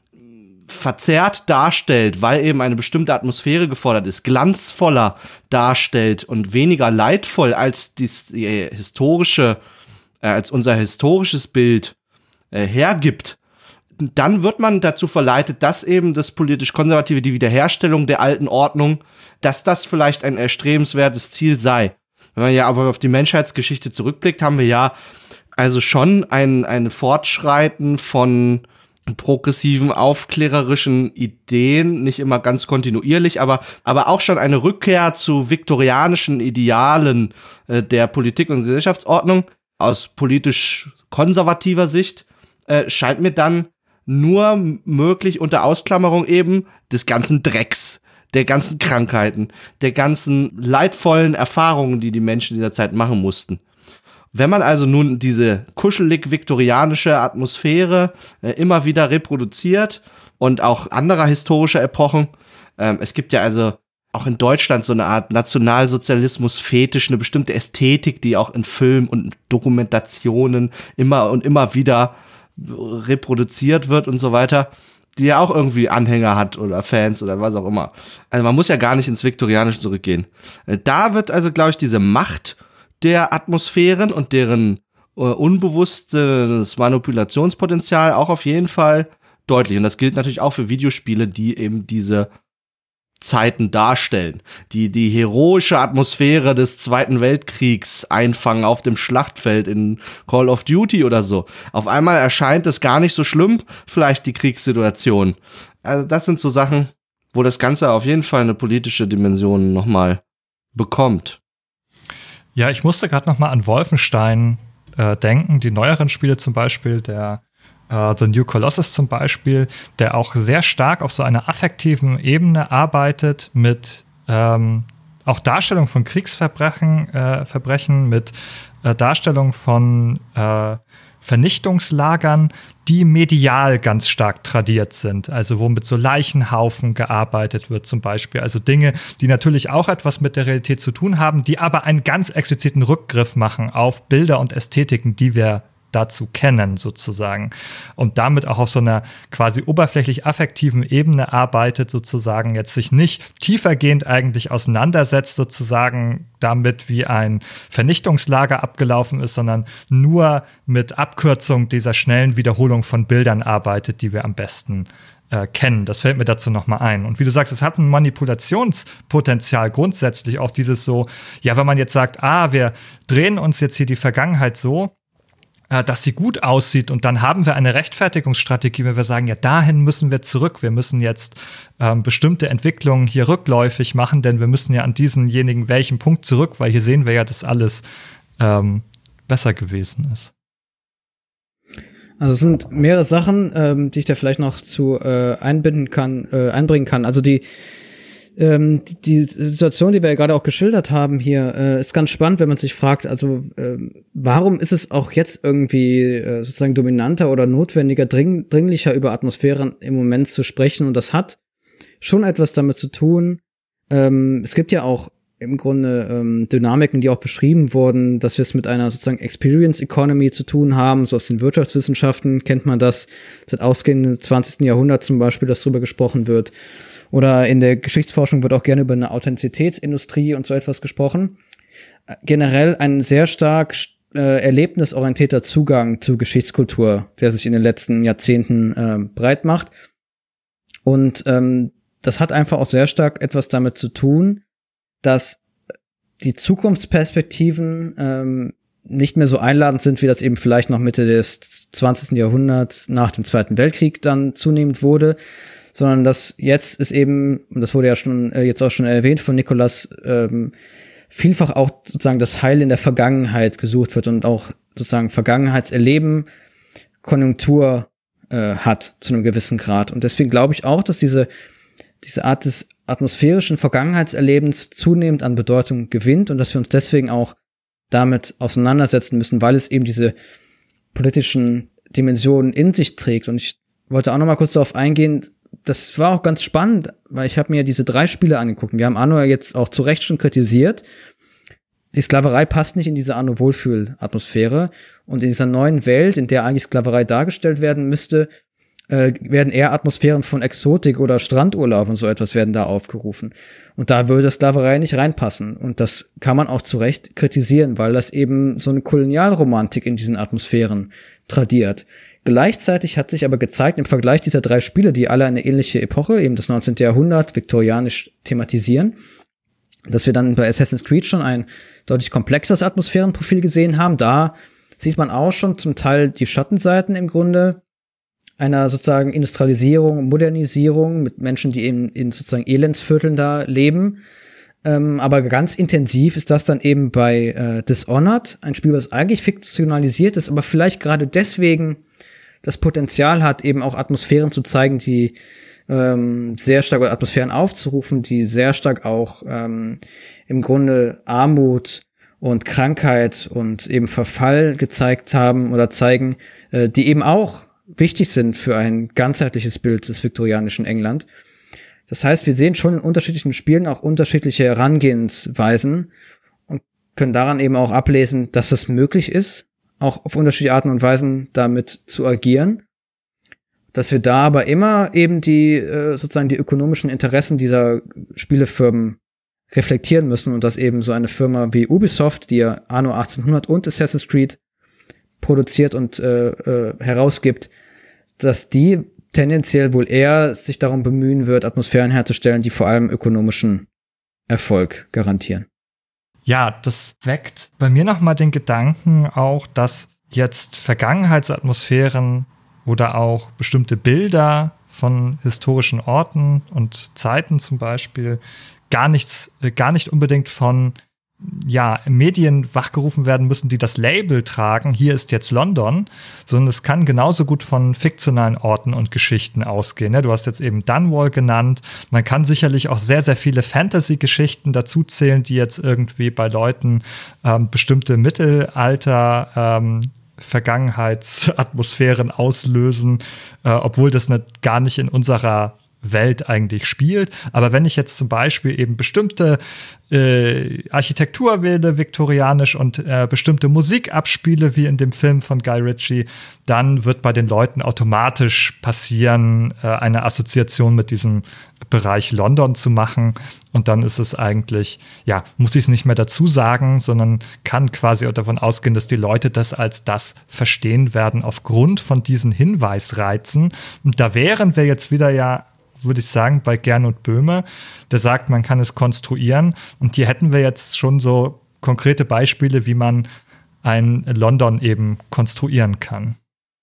verzerrt darstellt, weil eben eine bestimmte Atmosphäre gefordert ist, glanzvoller darstellt und weniger leidvoll als dies, die historische, äh, als unser historisches Bild äh, hergibt, dann wird man dazu verleitet, dass eben das politisch-konservative, die Wiederherstellung der alten Ordnung, dass das vielleicht ein erstrebenswertes Ziel sei. Wenn man ja aber auf die Menschheitsgeschichte zurückblickt, haben wir ja also schon ein, ein Fortschreiten von progressiven, aufklärerischen Ideen, nicht immer ganz kontinuierlich, aber, aber auch schon eine Rückkehr zu viktorianischen Idealen äh, der Politik- und Gesellschaftsordnung aus politisch konservativer Sicht, äh, scheint mir dann nur möglich unter Ausklammerung eben des ganzen Drecks, der ganzen Krankheiten, der ganzen leidvollen Erfahrungen, die die Menschen dieser Zeit machen mussten. Wenn man also nun diese kuschelig-viktorianische Atmosphäre äh, immer wieder reproduziert und auch anderer historischer Epochen, ähm, es gibt ja also auch in Deutschland so eine Art Nationalsozialismus-Fetisch, eine bestimmte Ästhetik, die auch in Film und Dokumentationen immer und immer wieder reproduziert wird und so weiter, die ja auch irgendwie Anhänger hat oder Fans oder was auch immer. Also man muss ja gar nicht ins Viktorianische zurückgehen. Da wird also, glaube ich, diese Macht der Atmosphären und deren äh, unbewusstes Manipulationspotenzial auch auf jeden Fall deutlich. Und das gilt natürlich auch für Videospiele, die eben diese Zeiten darstellen, die die heroische Atmosphäre des Zweiten Weltkriegs einfangen auf dem Schlachtfeld in Call of Duty oder so. Auf einmal erscheint es gar nicht so schlimm, vielleicht die Kriegssituation. Also das sind so Sachen, wo das Ganze auf jeden Fall eine politische Dimension nochmal bekommt. Ja, ich musste gerade noch mal an Wolfenstein äh, denken, die neueren Spiele zum Beispiel, der Uh, The New Colossus zum Beispiel, der auch sehr stark auf so einer affektiven Ebene arbeitet mit ähm, auch Darstellung von Kriegsverbrechen, äh, Verbrechen, mit äh, Darstellung von äh, Vernichtungslagern, die medial ganz stark tradiert sind, also wo mit so Leichenhaufen gearbeitet wird zum Beispiel, also Dinge, die natürlich auch etwas mit der Realität zu tun haben, die aber einen ganz expliziten Rückgriff machen auf Bilder und Ästhetiken, die wir dazu kennen sozusagen und damit auch auf so einer quasi oberflächlich affektiven Ebene arbeitet sozusagen, jetzt sich nicht tiefergehend eigentlich auseinandersetzt sozusagen damit, wie ein Vernichtungslager abgelaufen ist, sondern nur mit Abkürzung dieser schnellen Wiederholung von Bildern arbeitet, die wir am besten äh, kennen. Das fällt mir dazu nochmal ein. Und wie du sagst, es hat ein Manipulationspotenzial grundsätzlich, auch dieses so, ja, wenn man jetzt sagt, ah, wir drehen uns jetzt hier die Vergangenheit so, äh, dass sie gut aussieht. Und dann haben wir eine Rechtfertigungsstrategie, wenn wir sagen, ja, dahin müssen wir zurück. Wir müssen jetzt ähm, bestimmte Entwicklungen hier rückläufig machen, denn wir müssen ja an diesenjenigen welchen Punkt zurück, weil hier sehen wir ja, dass alles ähm, besser gewesen ist. Also es sind mehrere Sachen, ähm, die ich da vielleicht noch zu äh, einbinden kann, äh, einbringen kann. Also die ähm, die, die Situation, die wir ja gerade auch geschildert haben hier, äh, ist ganz spannend, wenn man sich fragt, also äh, warum ist es auch jetzt irgendwie äh, sozusagen dominanter oder notwendiger, dring, dringlicher über Atmosphären im Moment zu sprechen? Und das hat schon etwas damit zu tun. Ähm, es gibt ja auch im Grunde ähm, Dynamiken, die auch beschrieben wurden, dass wir es mit einer sozusagen Experience Economy zu tun haben. So aus den Wirtschaftswissenschaften kennt man das, seit ausgehenden zwanzigsten Jahrhundert zum Beispiel, dass darüber gesprochen wird. Oder in der Geschichtsforschung wird auch gerne über eine Authentizitätsindustrie und so etwas gesprochen. Generell ein sehr stark äh, erlebnisorientierter Zugang zu Geschichtskultur, der sich in den letzten Jahrzehnten äh, breit macht. Und ähm, das hat einfach auch sehr stark etwas damit zu tun, dass die Zukunftsperspektiven ähm, nicht mehr so einladend sind, wie das eben vielleicht noch Mitte des zwanzigsten Jahrhunderts nach dem Zweiten Weltkrieg dann zunehmend wurde, sondern dass jetzt ist eben, und das wurde ja schon äh, jetzt auch schon erwähnt von Nicolas, ähm, vielfach auch sozusagen das Heil in der Vergangenheit gesucht wird und auch sozusagen Vergangenheitserleben Konjunktur äh, hat zu einem gewissen Grad. Und deswegen glaube ich auch, dass diese diese Art des atmosphärischen Vergangenheitserlebens zunehmend an Bedeutung gewinnt und dass wir uns deswegen auch damit auseinandersetzen müssen, weil es eben diese politischen Dimensionen in sich trägt. Und ich wollte auch noch mal kurz darauf eingehen, das war auch ganz spannend, weil ich habe mir diese drei Spiele angeguckt. Wir haben Anno jetzt auch zu Recht schon kritisiert. Die Sklaverei passt nicht in diese Anno-Wohlfühl-Atmosphäre. Und in dieser neuen Welt, in der eigentlich Sklaverei dargestellt werden müsste, äh, werden eher Atmosphären von Exotik oder Strandurlaub und so etwas werden da aufgerufen. Und da würde Sklaverei nicht reinpassen. Und das kann man auch zu Recht kritisieren, weil das eben so eine Kolonialromantik in diesen Atmosphären tradiert. Gleichzeitig hat sich aber gezeigt, im Vergleich dieser drei Spiele, die alle eine ähnliche Epoche, eben das neunzehnten Jahrhundert, viktorianisch thematisieren, dass wir dann bei Assassin's Creed schon ein deutlich komplexeres Atmosphärenprofil gesehen haben. Da sieht man auch schon zum Teil die Schattenseiten im Grunde einer sozusagen Industrialisierung, Modernisierung mit Menschen, die eben in sozusagen Elendsvierteln da leben. Ähm, aber ganz intensiv ist das dann eben bei äh, Dishonored, ein Spiel, was eigentlich fiktionalisiert ist, aber vielleicht gerade deswegen das Potenzial hat, eben auch Atmosphären zu zeigen, die ähm, sehr stark, oder Atmosphären aufzurufen, die sehr stark auch ähm, im Grunde Armut und Krankheit und eben Verfall gezeigt haben oder zeigen, äh, die eben auch wichtig sind für ein ganzheitliches Bild des viktorianischen England. Das heißt, wir sehen schon in unterschiedlichen Spielen auch unterschiedliche Herangehensweisen und können daran eben auch ablesen, dass es möglich ist, auch auf unterschiedliche Arten und Weisen damit zu agieren. Dass wir da aber immer eben die äh, sozusagen die ökonomischen Interessen dieser Spielefirmen reflektieren müssen und dass eben so eine Firma wie Ubisoft, die ja Anno achtzehnhundert und Assassin's Creed produziert und äh, äh, herausgibt, dass die tendenziell wohl eher sich darum bemühen wird, Atmosphären herzustellen, die vor allem ökonomischen Erfolg garantieren. Ja, das weckt bei mir nochmal den Gedanken auch, dass jetzt Vergangenheitsatmosphären oder auch bestimmte Bilder von historischen Orten und Zeiten zum Beispiel gar nichts, gar nicht unbedingt von ja, Medien wachgerufen werden müssen, die das Label tragen, hier ist jetzt London, sondern es kann genauso gut von fiktionalen Orten und Geschichten ausgehen. Ne? Du hast jetzt eben Dunwall genannt. Man kann sicherlich auch sehr, sehr viele Fantasy-Geschichten dazu zählen, die jetzt irgendwie bei Leuten ähm, bestimmte Mittelalter ähm, Vergangenheitsatmosphären auslösen, äh, obwohl das nicht, gar nicht in unserer Welt eigentlich spielt. Aber wenn ich jetzt zum Beispiel eben bestimmte äh, Architektur wähle, viktorianisch, und äh, bestimmte Musik abspiele, wie in dem Film von Guy Ritchie, dann wird bei den Leuten automatisch passieren, äh, eine Assoziation mit diesem Bereich London zu machen. Und dann ist es eigentlich, ja, muss ich es nicht mehr dazu sagen, sondern kann quasi auch davon ausgehen, dass die Leute das als das verstehen werden aufgrund von diesen Hinweisreizen. Und da wären wir jetzt wieder ja, würde ich sagen, bei Gernot Böhme, der sagt, man kann es konstruieren. Und hier hätten wir jetzt schon so konkrete Beispiele, wie man ein London eben konstruieren kann.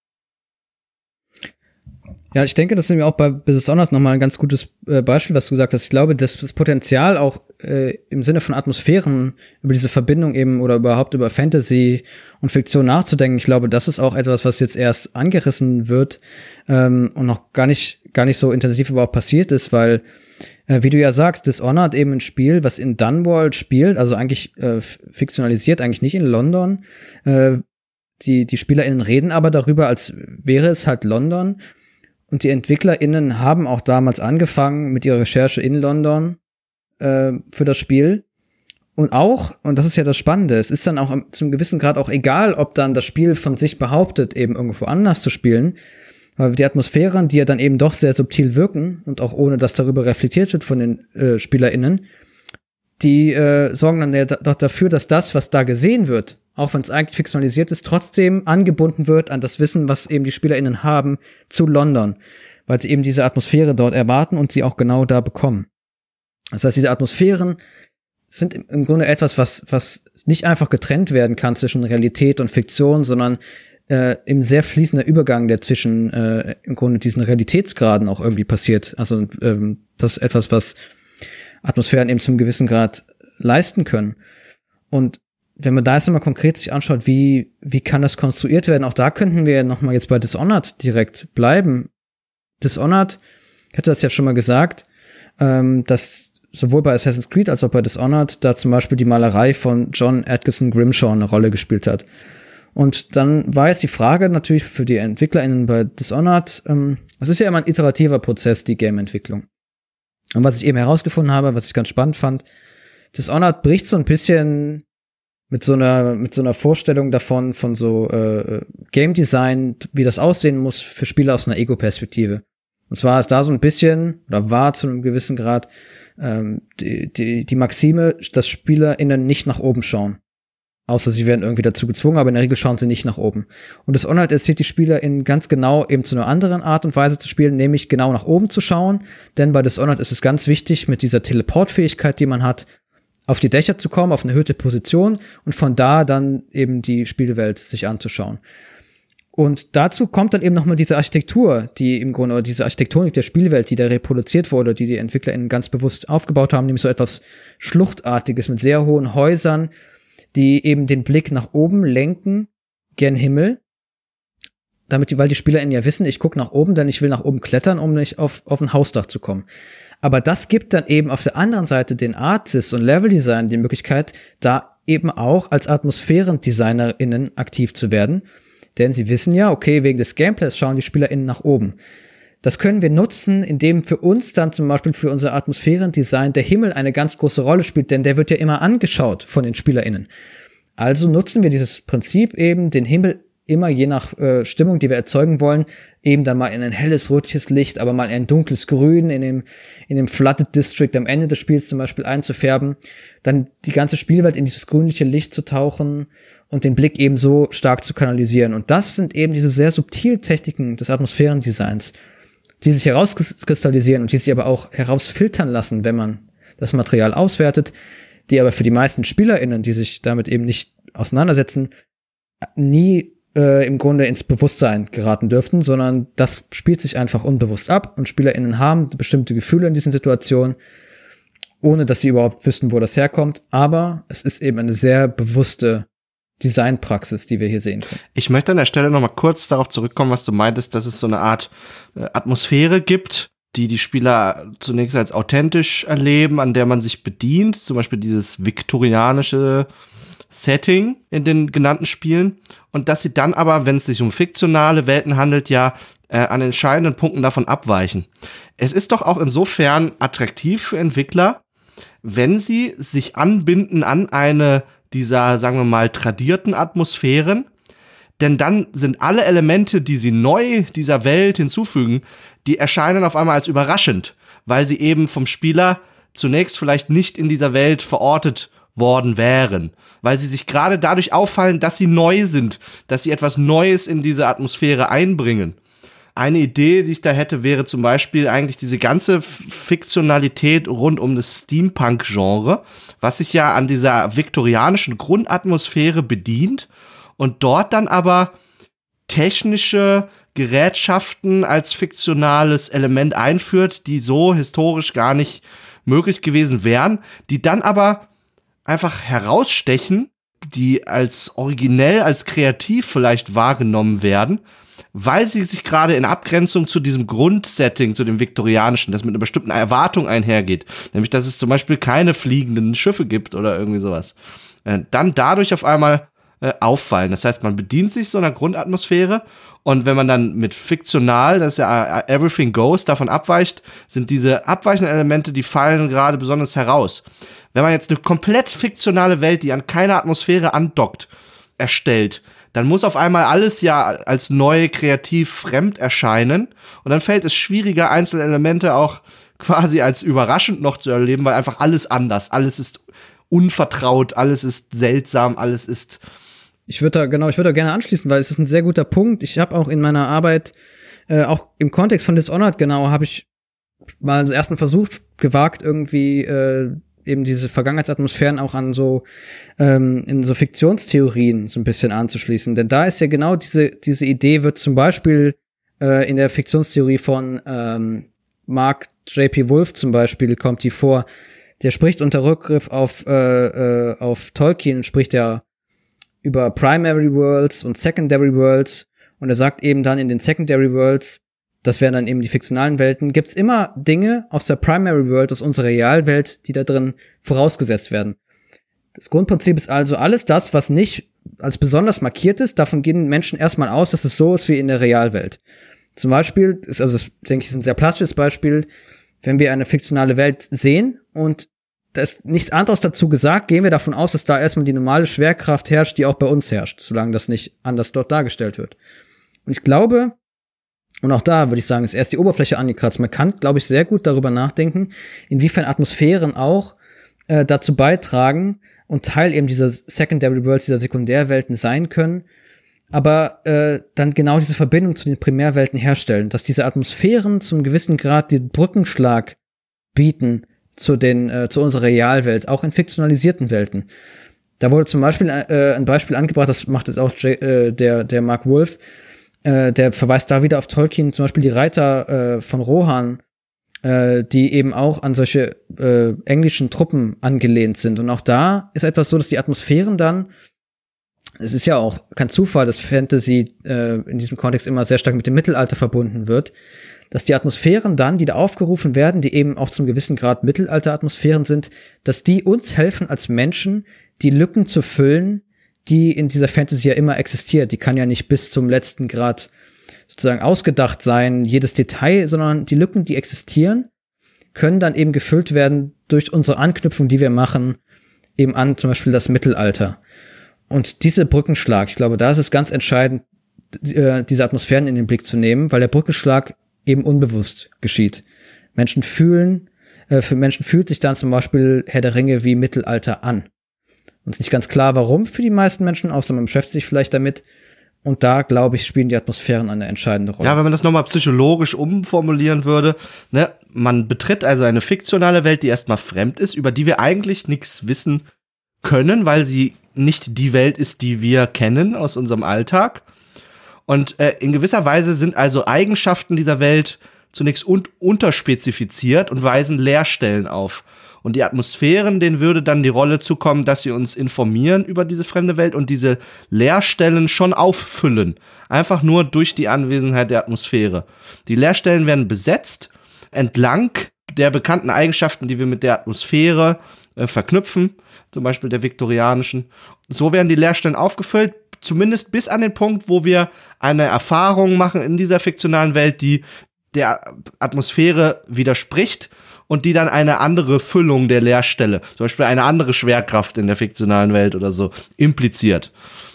Ja, ich denke, das ist nämlich auch bei Dishonored nochmal ein ganz gutes äh, Beispiel, was du gesagt hast. Ich glaube, dass das Potenzial auch äh, im Sinne von Atmosphären über diese Verbindung eben oder überhaupt über Fantasy und Fiktion nachzudenken, ich glaube, das ist auch etwas, was jetzt erst angerissen wird ähm, und noch gar nicht gar nicht so intensiv überhaupt passiert ist, weil, äh, wie du ja sagst, Dishonored eben ein Spiel, was in Dunwall spielt, also eigentlich äh, fiktionalisiert, eigentlich nicht in London. Äh, die, die SpielerInnen reden aber darüber, als wäre es halt London. Und die EntwicklerInnen haben auch damals angefangen mit ihrer Recherche in London äh, für das Spiel. Und auch, und das ist ja das Spannende, es ist dann auch zum gewissen Grad auch egal, ob dann das Spiel von sich behauptet, eben irgendwo anders zu spielen, weil die Atmosphären, die ja dann eben doch sehr subtil wirken und auch ohne, dass darüber reflektiert wird von den äh, SpielerInnen, die äh, sorgen dann ja doch dafür, dass das, was da gesehen wird, auch wenn es eigentlich fiktionalisiert ist, trotzdem angebunden wird an das Wissen, was eben die SpielerInnen haben zu London, weil sie eben diese Atmosphäre dort erwarten und sie auch genau da bekommen. Das heißt, diese Atmosphären sind im Grunde etwas, was was nicht einfach getrennt werden kann zwischen Realität und Fiktion, sondern äh, im sehr fließender Übergang, der zwischen äh, im Grunde diesen Realitätsgraden auch irgendwie passiert. Also ähm, das ist etwas, was Atmosphären eben zum gewissen Grad leisten können. Und wenn man da jetzt nochmal konkret sich anschaut, wie wie kann das konstruiert werden, auch da könnten wir nochmal jetzt bei Dishonored direkt bleiben. Dishonored, ich hatte das ja schon mal gesagt, ähm, dass sowohl bei Assassin's Creed als auch bei Dishonored da zum Beispiel die Malerei von John Atkinson Grimshaw eine Rolle gespielt hat. Und dann war jetzt die Frage natürlich für die EntwicklerInnen bei Dishonored, ähm, es ist ja immer ein iterativer Prozess, die Game-Entwicklung. Und was ich eben herausgefunden habe, was ich ganz spannend fand, Dishonored bricht so ein bisschen mit so einer mit so einer Vorstellung davon von so äh, Game Design, wie das aussehen muss für Spieler aus einer Ego-Perspektive. Und zwar ist da so ein bisschen oder war zu einem gewissen Grad ähm, die, die die Maxime, dass SpielerInnen nicht nach oben schauen. Außer sie werden irgendwie dazu gezwungen, aber in der Regel schauen sie nicht nach oben. Und das Dishonored erzählt die SpielerInnen ganz genau eben zu einer anderen Art und Weise zu spielen, nämlich genau nach oben zu schauen. Denn bei Dishonored ist es ganz wichtig, mit dieser Teleportfähigkeit, die man hat, auf die Dächer zu kommen, auf eine erhöhte Position und von da dann eben die Spielwelt sich anzuschauen. Und dazu kommt dann eben nochmal diese Architektur, die im Grunde, oder diese Architektonik der Spielwelt, die da reproduziert wurde, die die EntwicklerInnen ganz bewusst aufgebaut haben, nämlich so etwas Schluchtartiges mit sehr hohen Häusern, die eben den Blick nach oben lenken, gen Himmel, damit die, weil die SpielerInnen ja wissen, ich gucke nach oben, denn ich will nach oben klettern, um nicht auf, auf ein Hausdach zu kommen. Aber das gibt dann eben auf der anderen Seite den Artists und Leveldesign die Möglichkeit, da eben auch als AtmosphärendesignerInnen aktiv zu werden. Denn sie wissen ja, okay, wegen des Gameplays schauen die SpielerInnen nach oben. Das können wir nutzen, indem für uns dann zum Beispiel für unser Atmosphärendesign der Himmel eine ganz große Rolle spielt, denn der wird ja immer angeschaut von den SpielerInnen. Also nutzen wir dieses Prinzip eben, den Himmel immer je nach äh, Stimmung, die wir erzeugen wollen, eben dann mal in ein helles, rötliches Licht, aber mal in ein dunkles Grün, in dem, in dem Flooded District am Ende des Spiels zum Beispiel einzufärben, dann die ganze Spielwelt in dieses grünliche Licht zu tauchen und den Blick eben so stark zu kanalisieren. Und das sind eben diese sehr subtilen Techniken des Atmosphärendesigns, die sich herauskristallisieren und die sich aber auch herausfiltern lassen, wenn man das Material auswertet, die aber für die meisten SpielerInnen, die sich damit eben nicht auseinandersetzen, nie äh, im Grunde ins Bewusstsein geraten dürften, sondern das spielt sich einfach unbewusst ab und SpielerInnen haben bestimmte Gefühle in diesen Situationen, ohne dass sie überhaupt wüssten, wo das herkommt. Aber es ist eben eine sehr bewusste Designpraxis, die wir hier sehen können. Ich möchte an der Stelle noch mal kurz darauf zurückkommen, was du meintest, dass es so eine Art äh, Atmosphäre gibt, die die Spieler zunächst als authentisch erleben, an der man sich bedient, zum Beispiel dieses viktorianische Setting in den genannten Spielen, und dass sie dann aber, wenn es sich um fiktionale Welten handelt, ja äh, an entscheidenden Punkten davon abweichen. Es ist doch auch insofern attraktiv für Entwickler, wenn sie sich anbinden an eine dieser, sagen wir mal, tradierten Atmosphären, denn dann sind alle Elemente, die sie neu dieser Welt hinzufügen, die erscheinen auf einmal als überraschend, weil sie eben vom Spieler zunächst vielleicht nicht in dieser Welt verortet worden wären, weil sie sich gerade dadurch auffallen, dass sie neu sind, dass sie etwas Neues in diese Atmosphäre einbringen. eine Idee, die ich da hätte, wäre zum Beispiel eigentlich diese ganze Fiktionalität rund um das Steampunk-Genre, was sich ja an dieser viktorianischen Grundatmosphäre bedient und dort dann aber technische Gerätschaften als fiktionales Element einführt, die so historisch gar nicht möglich gewesen wären, die dann aber einfach herausstechen, die als originell, als kreativ vielleicht wahrgenommen werden, weil sie sich gerade in Abgrenzung zu diesem Grundsetting, zu dem Viktorianischen, das mit einer bestimmten Erwartung einhergeht, nämlich, dass es zum Beispiel keine fliegenden Schiffe gibt oder irgendwie sowas, äh, dann dadurch auf einmal äh, auffallen. Das heißt, man bedient sich so einer Grundatmosphäre und wenn man dann mit fiktional, das ist ja Everything Goes, davon abweicht, sind diese abweichenden Elemente, die fallen gerade besonders heraus. Wenn man jetzt eine komplett fiktionale Welt, die an keine Atmosphäre andockt, erstellt, dann muss auf einmal alles ja als neu, kreativ, fremd erscheinen und dann fällt es schwieriger, einzelne Elemente auch quasi als überraschend noch zu erleben, weil einfach alles anders, alles ist unvertraut, alles ist seltsam, alles ist Ich würde da, genau, ich würde da gerne anschließen, weil es ist ein sehr guter Punkt. Ich habe auch in meiner Arbeit, äh, auch im Kontext von Dishonored, genau, habe ich mal einen ersten Versuch gewagt, irgendwie äh, eben diese Vergangenheitsatmosphären auch an so ähm, in so Fiktionstheorien so ein bisschen anzuschließen. Denn da ist ja genau diese diese Idee wird zum Beispiel äh, in der Fiktionstheorie von ähm, Mark J P Wolf zum Beispiel kommt die vor. Der spricht unter Rückgriff auf äh, äh, auf Tolkien, spricht er über Primary Worlds und Secondary Worlds und er sagt eben dann in den Secondary Worlds, das wären dann eben die fiktionalen Welten, gibt's immer Dinge aus der Primary World, aus unserer Realwelt, die da drin vorausgesetzt werden. Das Grundprinzip ist also alles das, was nicht als besonders markiert ist, davon gehen Menschen erstmal aus, dass es so ist wie in der Realwelt. Zum Beispiel, ist also, das, denke ich, ist ein sehr plastisches Beispiel, wenn wir eine fiktionale Welt sehen und da ist nichts anderes dazu gesagt, gehen wir davon aus, dass da erstmal die normale Schwerkraft herrscht, die auch bei uns herrscht, solange das nicht anders dort dargestellt wird. Und ich glaube, und auch da würde ich sagen, ist erst die Oberfläche angekratzt. Man kann, glaube ich, sehr gut darüber nachdenken, inwiefern Atmosphären auch äh, dazu beitragen und Teil eben dieser Secondary Worlds, dieser Sekundärwelten sein können, aber äh, dann genau diese Verbindung zu den Primärwelten herstellen, dass diese Atmosphären zum gewissen Grad den Brückenschlag bieten zu den äh, zu unserer Realwelt, auch in fiktionalisierten Welten. Da wurde zum Beispiel äh, ein Beispiel angebracht, das macht jetzt auch J- äh, der der Mark Wolf, äh, der verweist da wieder auf Tolkien, zum Beispiel die Reiter äh, von Rohan, äh, die eben auch an solche äh, englischen Truppen angelehnt sind. Und auch da ist etwas so, dass die Atmosphären dann, es ist ja auch kein Zufall, dass Fantasy äh, in diesem Kontext immer sehr stark mit dem Mittelalter verbunden wird, dass die Atmosphären dann, die da aufgerufen werden, die eben auch zum gewissen Grad Mittelalter-Atmosphären sind, dass die uns helfen als Menschen, die Lücken zu füllen, die in dieser Fantasy ja immer existiert. Die kann ja nicht bis zum letzten Grad sozusagen ausgedacht sein, jedes Detail, sondern die Lücken, die existieren, können dann eben gefüllt werden durch unsere Anknüpfung, die wir machen, eben an zum Beispiel das Mittelalter. Und diese Brückenschlag, ich glaube, da ist es ganz entscheidend, diese Atmosphären in den Blick zu nehmen, weil der Brückenschlag eben unbewusst geschieht. Menschen fühlen, äh, für Menschen fühlt sich dann zum Beispiel Herr der Ringe wie Mittelalter an. Und es ist nicht ganz klar, warum für die meisten Menschen, außer man beschäftigt sich vielleicht damit. Und da, glaube ich, spielen die Atmosphären eine entscheidende Rolle. Ja, wenn man das nochmal psychologisch umformulieren würde, ne, man betritt also eine fiktionale Welt, die erstmal fremd ist, über die wir eigentlich nichts wissen können, weil sie nicht die Welt ist, die wir kennen aus unserem Alltag. Und äh, in gewisser Weise sind also Eigenschaften dieser Welt zunächst un- unterspezifiziert und weisen Leerstellen auf. Und die Atmosphären, denen würde dann die Rolle zukommen, dass sie uns informieren über diese fremde Welt und diese Leerstellen schon auffüllen. Einfach nur durch die Anwesenheit der Atmosphäre. Die Leerstellen werden besetzt entlang der bekannten Eigenschaften, die wir mit der Atmosphäre äh, verknüpfen, zum Beispiel der viktorianischen. So werden die Leerstellen aufgefüllt, zumindest bis an den Punkt, wo wir eine Erfahrung machen in dieser fiktionalen Welt, die der Atmosphäre widerspricht und die dann eine andere Füllung der Leerstelle, zum Beispiel eine andere Schwerkraft in der fiktionalen Welt oder so, impliziert.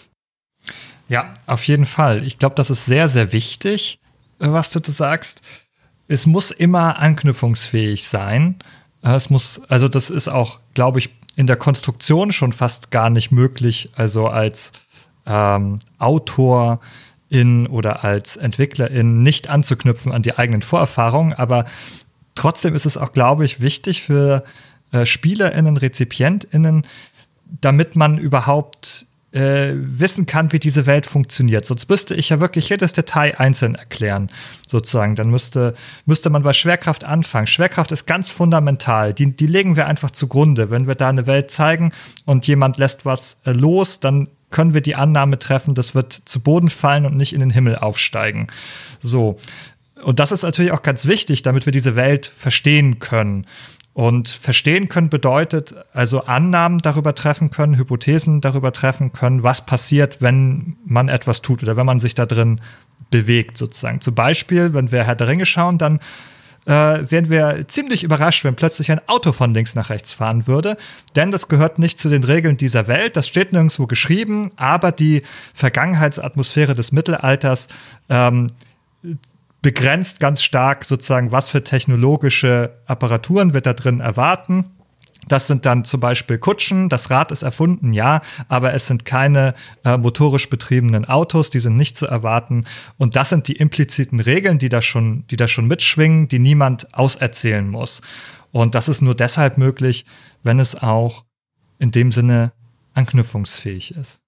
Ja, auf jeden Fall. Ich glaube, das ist sehr, sehr wichtig, was du da sagst. Es muss immer anknüpfungsfähig sein. Es muss, also das ist auch, glaube ich, in der Konstruktion schon fast gar nicht möglich, also als ähm, Autor SpielerInnen oder als EntwicklerInnen nicht anzuknüpfen an die eigenen Vorerfahrungen, aber trotzdem ist es auch, glaube ich, wichtig für äh, SpielerInnen, RezipientInnen, damit man überhaupt äh, wissen kann, wie diese Welt funktioniert. Sonst müsste ich ja wirklich jedes Detail einzeln erklären, sozusagen. Dann müsste, müsste man bei Schwerkraft anfangen. Schwerkraft ist ganz fundamental. Die, die legen wir einfach zugrunde. Wenn wir da eine Welt zeigen und jemand lässt was äh, los, dann können wir die Annahme treffen, das wird zu Boden fallen und nicht in den Himmel aufsteigen. So. Und das ist natürlich auch ganz wichtig, damit wir diese Welt verstehen können. Und verstehen können bedeutet, also Annahmen darüber treffen können, Hypothesen darüber treffen können, was passiert, wenn man etwas tut oder wenn man sich da drin bewegt, sozusagen. Zum Beispiel, wenn wir Herr der Ringe schauen, dann äh, wären wir ziemlich überrascht, wenn plötzlich ein Auto von links nach rechts fahren würde. Denn das gehört nicht zu den Regeln dieser Welt, das steht nirgendwo geschrieben, aber die Vergangenheitsatmosphäre des Mittelalters ähm, begrenzt ganz stark sozusagen, was für technologische Apparaturen wir da drin erwarten. Das sind dann zum Beispiel Kutschen, das Rad ist erfunden, ja, aber es sind keine äh, motorisch betriebenen Autos, die sind nicht zu erwarten. Und das sind die impliziten Regeln, die da schon, die da schon mitschwingen, die niemand auserzählen muss. Und das ist nur deshalb möglich, wenn es auch in dem Sinne anknüpfungsfähig ist.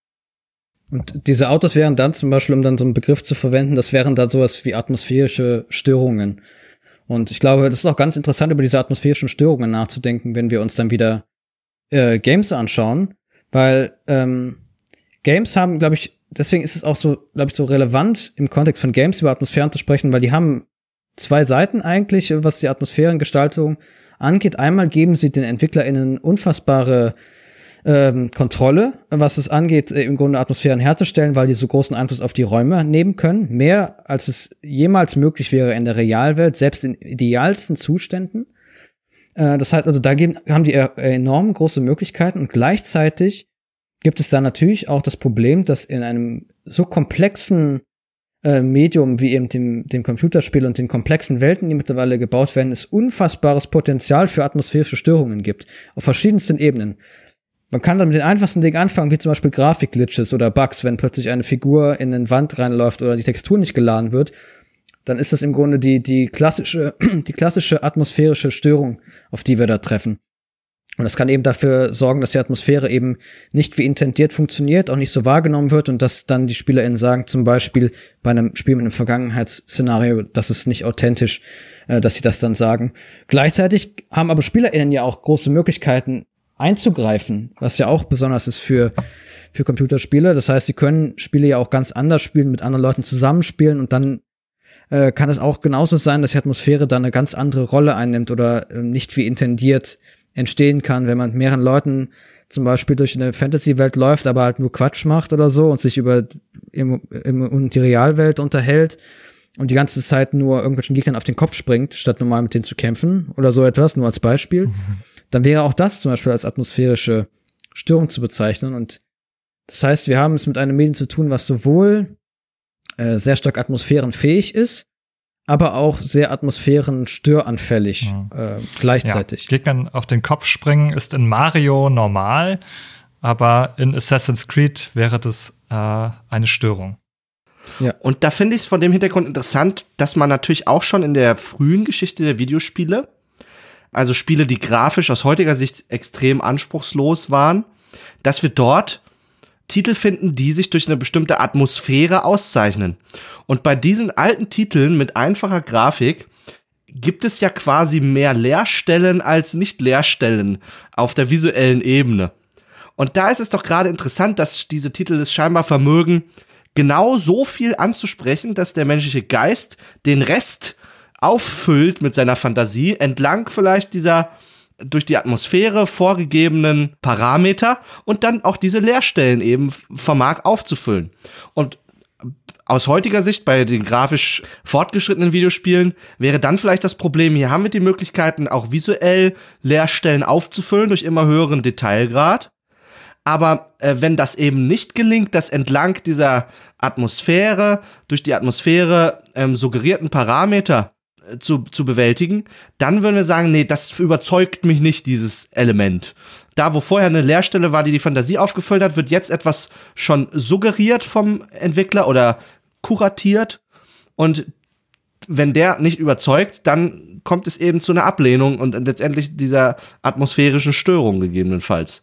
Und diese Autos wären dann zum Beispiel, um dann so einen Begriff zu verwenden, das wären dann sowas wie atmosphärische Störungen. Und ich glaube, das ist auch ganz interessant, über diese atmosphärischen Störungen nachzudenken, wenn wir uns dann wieder äh, Games anschauen, weil ähm, Games haben, glaube ich, deswegen ist es auch so, glaube ich, so relevant im Kontext von Games über Atmosphären zu sprechen, weil die haben zwei Seiten eigentlich, was die Atmosphärengestaltung angeht. Einmal geben sie den EntwicklerInnen unfassbare Ähm, Kontrolle, was es angeht, äh, im Grunde Atmosphären herzustellen, weil die so großen Einfluss auf die Räume nehmen können. Mehr, als es jemals möglich wäre in der Realwelt, selbst in idealsten Zuständen. Äh, das heißt also, da geben, haben die äh, enorm große Möglichkeiten und gleichzeitig gibt es da natürlich auch das Problem, dass in einem so komplexen äh, Medium wie eben dem, dem Computerspiel und den komplexen Welten, die mittlerweile gebaut werden, es unfassbares Potenzial für atmosphärische Störungen gibt. Auf verschiedensten Ebenen. Man kann dann mit den einfachsten Dingen anfangen, wie zum Beispiel Grafikglitches oder Bugs, wenn plötzlich eine Figur in eine Wand reinläuft oder die Textur nicht geladen wird, dann ist das im Grunde die, die klassische, die klassische atmosphärische Störung, auf die wir da treffen. Und das kann eben dafür sorgen, dass die Atmosphäre eben nicht wie intendiert funktioniert, auch nicht so wahrgenommen wird und dass dann die SpielerInnen sagen, zum Beispiel bei einem Spiel mit einem Vergangenheitsszenario, das ist nicht authentisch, äh, dass sie das dann sagen. Gleichzeitig haben aber SpielerInnen ja auch große Möglichkeiten, einzugreifen, was ja auch besonders ist für für Computerspiele. Das heißt, sie können Spiele ja auch ganz anders spielen, mit anderen Leuten zusammenspielen und dann äh, kann es auch genauso sein, dass die Atmosphäre dann eine ganz andere Rolle einnimmt oder äh, nicht wie intendiert entstehen kann, wenn man mit mehreren Leuten zum Beispiel durch eine Fantasy-Welt läuft, aber halt nur Quatsch macht oder so und sich über im, im, die Realwelt unterhält und die ganze Zeit nur irgendwelchen Gegnern auf den Kopf springt, statt normal mit denen zu kämpfen oder so etwas, nur als Beispiel. Mhm. Dann wäre auch das zum Beispiel als atmosphärische Störung zu bezeichnen. Und das heißt, wir haben es mit einem Medium zu tun, was sowohl äh, sehr stark atmosphärenfähig ist, aber auch sehr atmosphärenstöranfällig ja. äh, gleichzeitig. Ja, Gegnern auf den Kopf springen ist in Mario normal, aber in Assassin's Creed wäre das äh, eine Störung. Ja. Und da finde ich es von dem Hintergrund interessant, dass man natürlich auch schon in der frühen Geschichte der Videospiele, also Spiele, die grafisch aus heutiger Sicht extrem anspruchslos waren, dass wir dort Titel finden, die sich durch eine bestimmte Atmosphäre auszeichnen. Und bei diesen alten Titeln mit einfacher Grafik gibt es ja quasi mehr Leerstellen als Nicht-Leerstellen auf der visuellen Ebene. Und da ist es doch gerade interessant, dass diese Titel es scheinbar vermögen, genau so viel anzusprechen, dass der menschliche Geist den Rest auffüllt mit seiner Fantasie, entlang vielleicht dieser durch die Atmosphäre vorgegebenen Parameter und dann auch diese Leerstellen eben vermag aufzufüllen. Und aus heutiger Sicht bei den grafisch fortgeschrittenen Videospielen wäre dann vielleicht das Problem, hier haben wir die Möglichkeiten, auch visuell Leerstellen aufzufüllen durch immer höheren Detailgrad. Aber äh, wenn das eben nicht gelingt, dass entlang dieser Atmosphäre, durch die Atmosphäre ähm, suggerierten Parameter zu, zu bewältigen, dann würden wir sagen, nee, das überzeugt mich nicht, dieses Element. Da, wo vorher eine Leerstelle war, die die Fantasie aufgefüllt hat, wird jetzt etwas schon suggeriert vom Entwickler oder kuratiert. Und wenn der nicht überzeugt, dann kommt es eben zu einer Ablehnung und letztendlich dieser atmosphärischen Störung gegebenenfalls.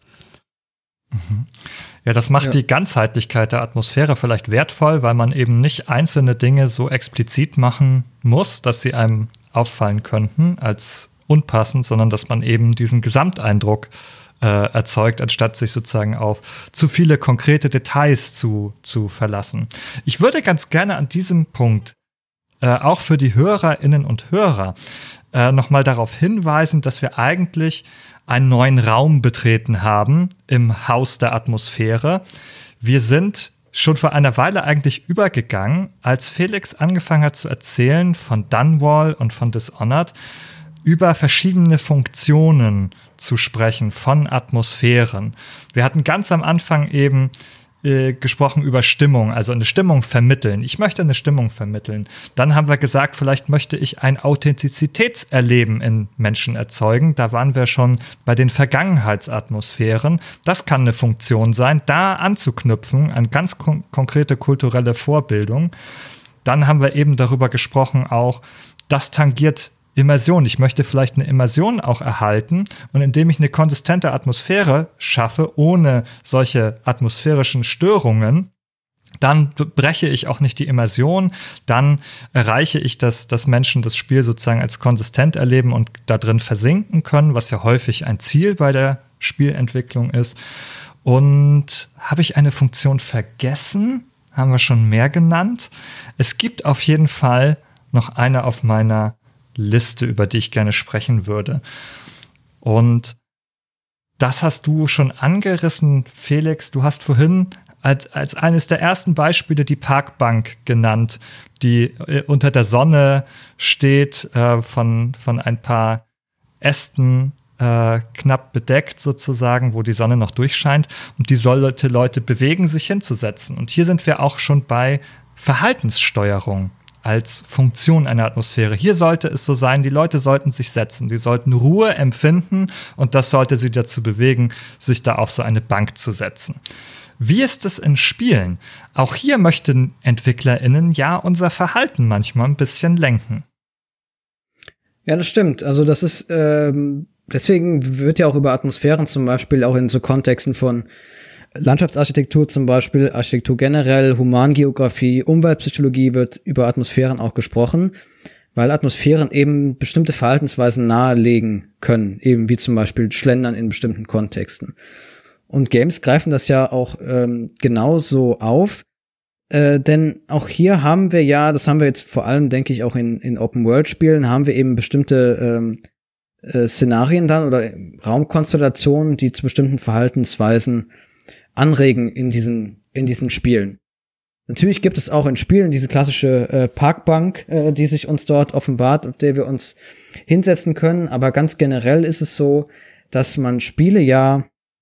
Mhm. Ja, das macht ja. die Ganzheitlichkeit der Atmosphäre vielleicht wertvoll, weil man eben nicht einzelne Dinge so explizit machen muss, dass sie einem auffallen könnten als unpassend, sondern dass man eben diesen Gesamteindruck äh, erzeugt, anstatt sich sozusagen auf zu viele konkrete Details zu, zu verlassen. Ich würde ganz gerne an diesem Punkt äh, auch für die Hörerinnen und Hörer äh, nochmal darauf hinweisen, dass wir eigentlich einen neuen Raum betreten haben im Haus der Atmosphäre. Wir sind schon vor einer Weile eigentlich übergegangen, als Felix angefangen hat zu erzählen von Dunwall und von Dishonored, über verschiedene Funktionen zu sprechen von Atmosphären. Wir hatten ganz am Anfang eben äh, gesprochen über Stimmung, also eine Stimmung vermitteln. Ich möchte eine Stimmung vermitteln. Dann haben wir gesagt, vielleicht möchte ich ein Authentizitätserleben in Menschen erzeugen. Da waren wir schon bei den Vergangenheitsatmosphären. Das kann eine Funktion sein, da anzuknüpfen an ganz kon- konkrete kulturelle Vorbildung. Dann haben wir eben darüber gesprochen, auch das tangiert Immersion. Ich möchte vielleicht eine Immersion auch erhalten und indem ich eine konsistente Atmosphäre schaffe, ohne solche atmosphärischen Störungen, dann breche ich auch nicht die Immersion, dann erreiche ich, dass, dass Menschen das Spiel sozusagen als konsistent erleben und da drin versinken können, was ja häufig ein Ziel bei der Spielentwicklung ist. Und habe ich eine Funktion vergessen? Haben wir schon mehr genannt? Es gibt auf jeden Fall noch eine auf meiner Liste, über die ich gerne sprechen würde. Und das hast du schon angerissen, Felix. Du hast vorhin als, als eines der ersten Beispiele die Parkbank genannt, die äh, unter der Sonne steht, äh, von, von ein paar Ästen äh, knapp bedeckt sozusagen, wo die Sonne noch durchscheint. Und die sollte Leute bewegen, sich hinzusetzen. Und hier sind wir auch schon bei Verhaltenssteuerung als Funktion einer Atmosphäre. Hier sollte es so sein, die Leute sollten sich setzen, die sollten Ruhe empfinden und das sollte sie dazu bewegen, sich da auf so eine Bank zu setzen. Wie ist es in Spielen? Auch hier möchten EntwicklerInnen ja unser Verhalten manchmal ein bisschen lenken. Ja, das stimmt. Also das ist, ähm, deswegen wird ja auch über Atmosphären zum Beispiel auch in so Kontexten von Landschaftsarchitektur zum Beispiel, Architektur generell, Humangeografie, Umweltpsychologie wird über Atmosphären auch gesprochen, weil Atmosphären eben bestimmte Verhaltensweisen nahelegen können, eben wie zum Beispiel Schlendern in bestimmten Kontexten. Und Games greifen das ja auch ähm, genauso auf, äh, denn auch hier haben wir ja, das haben wir jetzt vor allem, denke ich, auch in, in Open-World-Spielen, haben wir eben bestimmte ähm, äh, Szenarien dann oder Raumkonstellationen, die zu bestimmten Verhaltensweisen anregen in diesen in diesen Spielen. Natürlich gibt es auch in Spielen diese klassische äh, Parkbank, äh, die sich uns dort offenbart, auf der wir uns hinsetzen können, aber ganz generell ist es so, dass man Spiele ja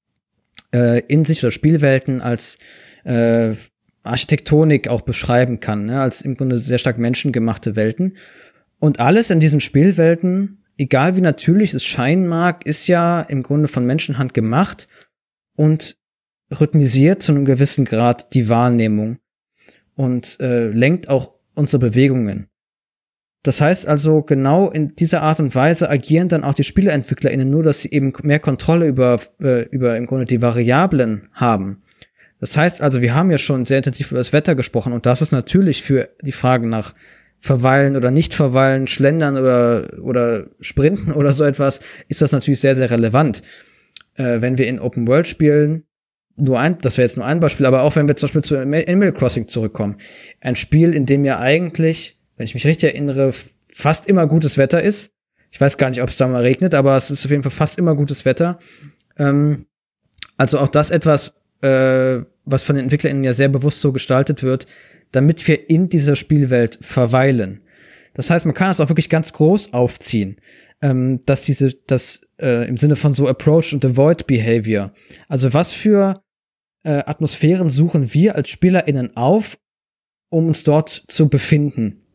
äh, in sich oder Spielwelten als äh, Architektonik auch beschreiben kann, ne? Als im Grunde sehr stark menschengemachte Welten. Und alles in diesen Spielwelten, egal wie natürlich es scheinen mag, ist ja im Grunde von Menschenhand gemacht und rhythmisiert zu einem gewissen Grad die Wahrnehmung und äh, lenkt auch unsere Bewegungen. Das heißt also, genau in dieser Art und Weise agieren dann auch die SpieleentwicklerInnen, nur dass sie eben mehr Kontrolle über, äh, über im Grunde die Variablen haben. Das heißt also, wir haben ja schon sehr intensiv über das Wetter gesprochen und das ist natürlich für die Frage nach Verweilen oder nicht verweilen, Schlendern oder, oder Sprinten oder so etwas, ist das natürlich sehr, sehr relevant. Äh, wenn wir in Open World spielen, nur ein, das wäre jetzt nur ein Beispiel, aber auch wenn wir zum Beispiel zu Animal Crossing zurückkommen. Ein Spiel, in dem ja eigentlich, wenn ich mich richtig erinnere, fast immer gutes Wetter ist. Ich weiß gar nicht, ob es da mal regnet, aber es ist auf jeden Fall fast immer gutes Wetter. Ähm, also auch das etwas, äh, was von den EntwicklerInnen ja sehr bewusst so gestaltet wird, damit wir in dieser Spielwelt verweilen. Das heißt, man kann es auch wirklich ganz groß aufziehen, ähm, dass diese, das äh, im Sinne von so Approach und Avoid Behavior. Also was für äh, Atmosphären suchen wir als SpielerInnen auf, um uns dort zu befinden, um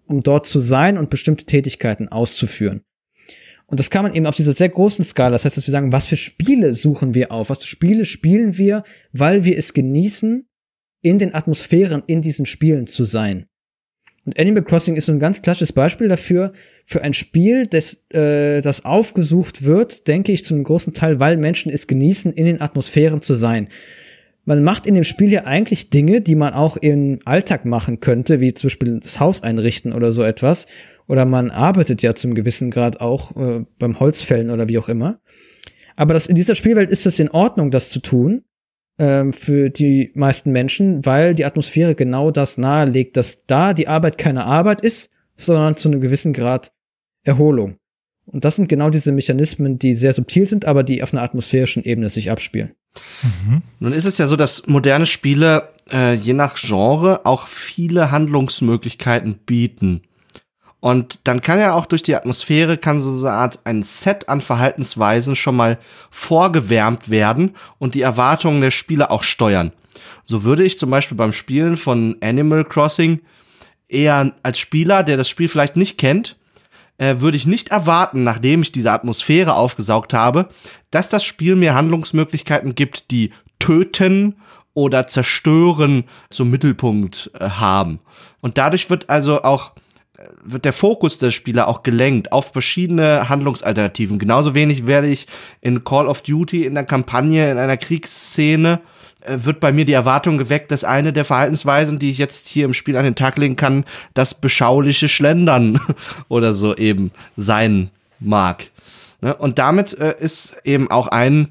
um dort zu sein und bestimmte Tätigkeiten auszuführen. Und das kann man eben auf dieser sehr großen Skala, das heißt, dass wir sagen, was für Spiele suchen wir auf, was für Spiele spielen wir, weil wir es genießen, in den Atmosphären in diesen Spielen zu sein. Und Animal Crossing ist so ein ganz klassisches Beispiel dafür, für ein Spiel, das, äh, das aufgesucht wird, denke ich, zum großen Teil, weil Menschen es genießen, in den Atmosphären zu sein. Man macht in dem Spiel ja eigentlich Dinge, die man auch im Alltag machen könnte, wie zum Beispiel das Haus einrichten oder so etwas. Oder man arbeitet ja zum gewissen Grad auch äh, beim Holzfällen oder wie auch immer. Aber das, in dieser Spielwelt ist es in Ordnung, das zu tun, ähm, für die meisten Menschen, weil die Atmosphäre genau das nahelegt, dass da die Arbeit keine Arbeit ist, sondern zu einem gewissen Grad Erholung. Und das sind genau diese Mechanismen, die sehr subtil sind, aber die auf einer atmosphärischen Ebene sich abspielen. Mhm. Nun ist es ja so, dass moderne Spiele äh, je nach Genre auch viele Handlungsmöglichkeiten bieten. Und dann kann ja auch durch die Atmosphäre kann so eine Art ein Set an Verhaltensweisen schon mal vorgewärmt werden und die Erwartungen der Spieler auch steuern. So würde ich zum Beispiel beim Spielen von Animal Crossing eher als Spieler, der das Spiel vielleicht nicht kennt, äh, würde ich nicht erwarten, nachdem ich diese Atmosphäre aufgesaugt habe, dass das Spiel mir Handlungsmöglichkeiten gibt, die töten oder zerstören zum Mittelpunkt äh, haben. Und dadurch wird also auch wird der Fokus der Spieler auch gelenkt auf verschiedene Handlungsalternativen. Genauso wenig werde ich in Call of Duty, in der Kampagne, in einer Kriegsszene, äh, wird bei mir die Erwartung geweckt, dass eine der Verhaltensweisen, die ich jetzt hier im Spiel an den Tag legen kann, das beschauliche Schlendern oder so eben sein mag. Ne? Und damit äh, ist eben auch ein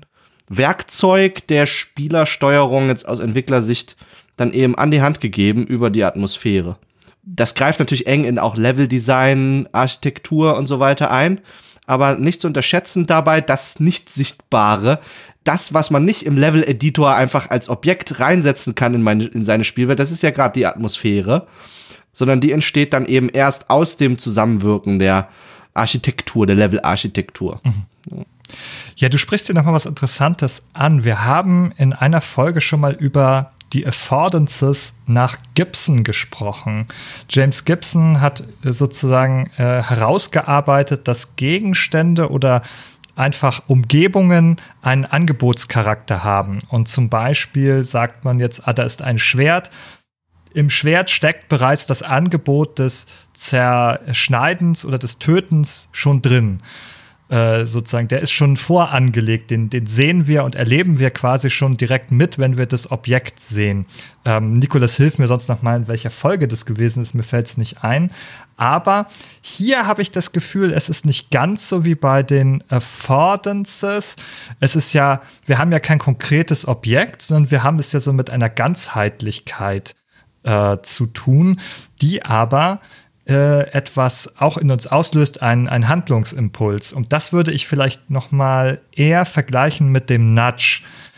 Werkzeug der Spielersteuerung jetzt aus Entwicklersicht dann eben an die Hand gegeben über die Atmosphäre. Das greift natürlich eng in auch Leveldesign, Architektur und so weiter ein, aber nicht zu unterschätzen dabei das Nicht-Sichtbare, das, was man nicht im Level-Editor einfach als Objekt reinsetzen kann in, meine, in seine Spielwelt, das ist ja gerade die Atmosphäre, sondern die entsteht dann eben erst aus dem Zusammenwirken der Architektur, der Level-Architektur. Mhm. Ja, du sprichst hier nochmal was Interessantes an. Wir haben in einer Folge schon mal über die Affordances nach Gibson gesprochen. James Gibson hat sozusagen äh, herausgearbeitet, dass Gegenstände oder einfach Umgebungen einen Angebotscharakter haben. Und zum Beispiel sagt man jetzt, ah, da ist ein Schwert. Im Schwert steckt bereits das Angebot des Zerschneidens oder des Tötens schon drin. Äh, sozusagen, der ist schon vorangelegt, den, den sehen wir und erleben wir quasi schon direkt mit, wenn wir das Objekt sehen. Ähm, Nikolas, hilf mir sonst noch mal, in welcher Folge das gewesen ist, mir fällt es nicht ein. Aber hier habe ich das Gefühl, es ist nicht ganz so wie bei den Affordances. Es ist ja, wir haben ja kein konkretes Objekt, sondern wir haben es ja so mit einer Ganzheitlichkeit äh, zu tun, die aber Äh, etwas auch in uns auslöst, einen, einen Handlungsimpuls. Und das würde ich vielleicht noch mal eher vergleichen mit dem Nudge.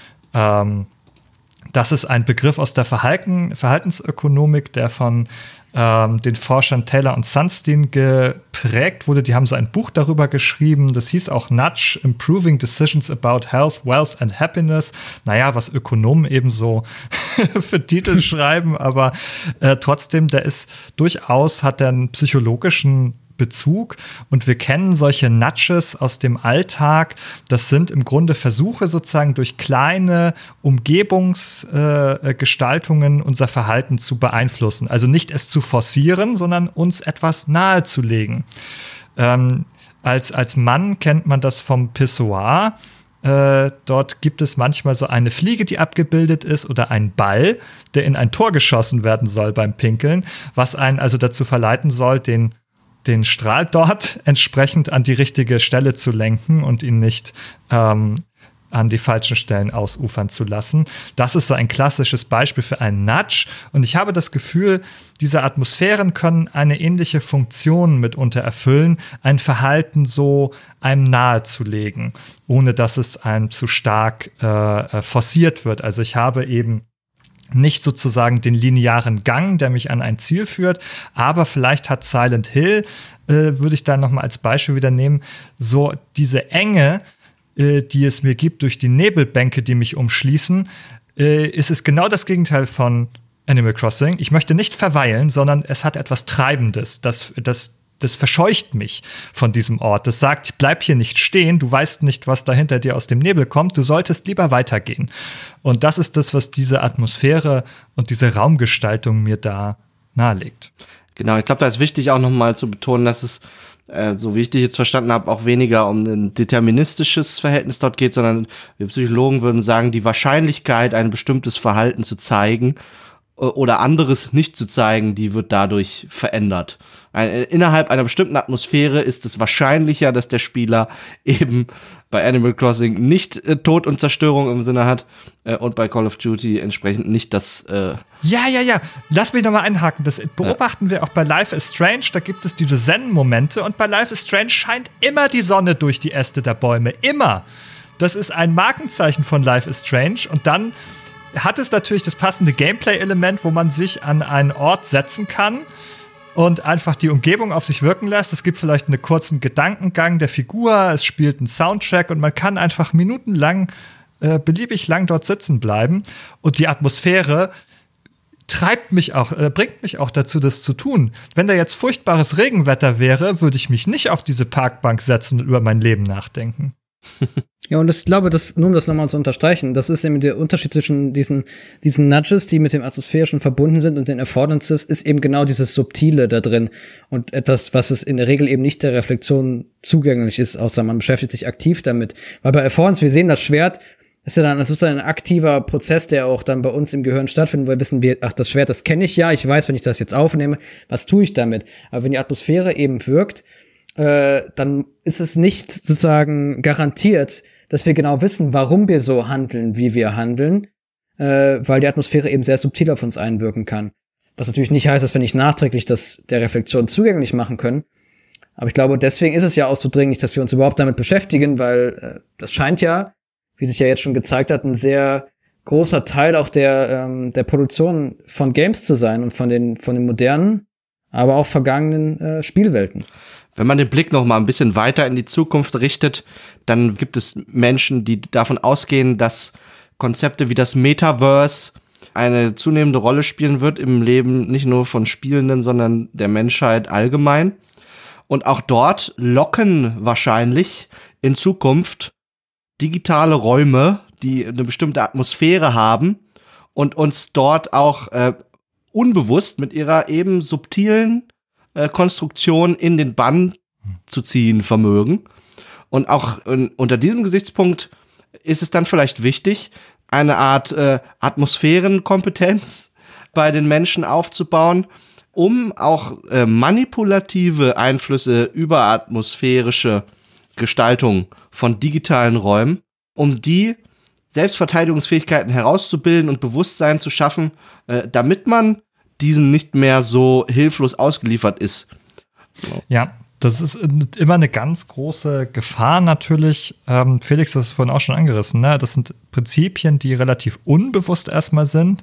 Ähm, das ist ein Begriff aus der Verhalten, Verhaltensökonomik, der von ähm, den Forschern Taylor und Sunstein geprägt wurde. Die haben so ein Buch darüber geschrieben. Das hieß auch Nudge, Improving Decisions About Health, Wealth and Happiness. Naja, was Ökonomen eben so für Titel schreiben, aber äh, trotzdem, der ist durchaus, hat er einen psychologischen Bezug und wir kennen solche Nudges aus dem Alltag. Das sind im Grunde Versuche sozusagen durch kleine Umgebungsgestaltungen äh, unser Verhalten zu beeinflussen. Also nicht es zu forcieren, sondern uns etwas nahezulegen. Ähm, als, als Mann kennt man das vom Pissoir. Äh, dort gibt es manchmal so eine Fliege, die abgebildet ist, oder einen Ball, der in ein Tor geschossen werden soll beim Pinkeln, was einen also dazu verleiten soll, den den Strahl dort entsprechend an die richtige Stelle zu lenken und ihn nicht ähm, an die falschen Stellen ausufern zu lassen. Das ist so ein klassisches Beispiel für einen Nudge. Und ich habe das Gefühl, diese Atmosphären können eine ähnliche Funktion mitunter erfüllen, ein Verhalten so einem nahezulegen, ohne dass es einem zu stark äh, forciert wird. Also ich habe eben nicht sozusagen den linearen Gang, der mich an ein Ziel führt, aber vielleicht hat Silent Hill, äh, würde ich da noch mal als Beispiel wieder nehmen, so diese Enge, äh, die es mir gibt durch die Nebelbänke, die mich umschließen, äh, ist es genau das Gegenteil von Animal Crossing. Ich möchte nicht verweilen, sondern es hat etwas Treibendes, das, das, das verscheucht mich von diesem Ort. Das sagt, bleib hier nicht stehen, du weißt nicht, was da hinter dir aus dem Nebel kommt, du solltest lieber weitergehen. Und das ist das, was diese Atmosphäre und diese Raumgestaltung mir da nahelegt. Genau, ich glaube, da ist wichtig auch nochmal zu betonen, dass es, äh, so wie ich dich jetzt verstanden habe, auch weniger um ein deterministisches Verhältnis dort geht, sondern wir Psychologen würden sagen, die Wahrscheinlichkeit, ein bestimmtes Verhalten zu zeigen oder anderes nicht zu zeigen, die wird dadurch verändert. Ein, innerhalb einer bestimmten Atmosphäre ist es wahrscheinlicher, dass der Spieler eben bei Animal Crossing nicht äh, Tod und Zerstörung im Sinne hat äh, und bei Call of Duty entsprechend nicht das äh Ja, ja, ja. Lass mich nochmal einhaken. Das beobachten ja. wir auch bei Life is Strange. Da gibt es diese Zen-Momente und bei Life is Strange scheint immer die Sonne durch die Äste der Bäume. Immer. Das ist ein Markenzeichen von Life is Strange. Und dann hat es natürlich das passende Gameplay-Element, wo man sich an einen Ort setzen kann und einfach die Umgebung auf sich wirken lässt. Es gibt vielleicht einen kurzen Gedankengang der Figur, es spielt einen Soundtrack und man kann einfach minutenlang, äh, beliebig lang dort sitzen bleiben. Und die Atmosphäre treibt mich auch, äh, bringt mich auch dazu, das zu tun. Wenn da jetzt furchtbares Regenwetter wäre, würde ich mich nicht auf diese Parkbank setzen und über mein Leben nachdenken. Ja, und ich glaube, das, nur um das nochmal zu unterstreichen, das ist eben der Unterschied zwischen diesen, diesen Nudges, die mit dem Atmosphärischen verbunden sind und den Affordances, ist eben genau dieses Subtile da drin und etwas, was es in der Regel eben nicht der Reflexion zugänglich ist, außer man beschäftigt sich aktiv damit. Weil bei Affordance, wir sehen das Schwert, ist ja dann sozusagen ein aktiver Prozess, der auch dann bei uns im Gehirn stattfindet, wo wir wissen, ach, das Schwert, das kenne ich ja, ich weiß, wenn ich das jetzt aufnehme, was tue ich damit? Aber wenn die Atmosphäre eben wirkt, äh, dann ist es nicht sozusagen garantiert, dass wir genau wissen, warum wir so handeln, wie wir handeln, äh, weil die Atmosphäre eben sehr subtil auf uns einwirken kann. Was natürlich nicht heißt, dass wir nicht nachträglich das der Reflexion zugänglich machen können. Aber ich glaube, deswegen ist es ja auch so dringlich, dass wir uns überhaupt damit beschäftigen, weil äh, das scheint ja, wie sich ja jetzt schon gezeigt hat, ein sehr großer Teil auch der ähm, der Produktion von Games zu sein und von den von den modernen, aber auch vergangenen äh, Spielwelten. Wenn man den Blick noch mal ein bisschen weiter in die Zukunft richtet, dann gibt es Menschen, die davon ausgehen, dass Konzepte wie das Metaverse eine zunehmende Rolle spielen wird im Leben nicht nur von Spielenden, sondern der Menschheit allgemein. Und auch dort locken wahrscheinlich in Zukunft digitale Räume, die eine bestimmte Atmosphäre haben und uns dort auch äh, unbewusst mit ihrer eben subtilen Konstruktion in den Bann zu ziehen vermögen. Und auch in, unter diesem Gesichtspunkt ist es dann vielleicht wichtig, eine Art äh, Atmosphärenkompetenz bei den Menschen aufzubauen, um auch äh, manipulative Einflüsse über atmosphärische Gestaltung von digitalen Räumen, um die Selbstverteidigungsfähigkeiten herauszubilden und Bewusstsein zu schaffen, äh, damit man diesen nicht mehr so hilflos ausgeliefert ist. Ja, das ist immer eine ganz große Gefahr natürlich. Ähm, Felix, das ist vorhin auch schon angerissen, ne? Das sind Prinzipien, die relativ unbewusst erstmal sind,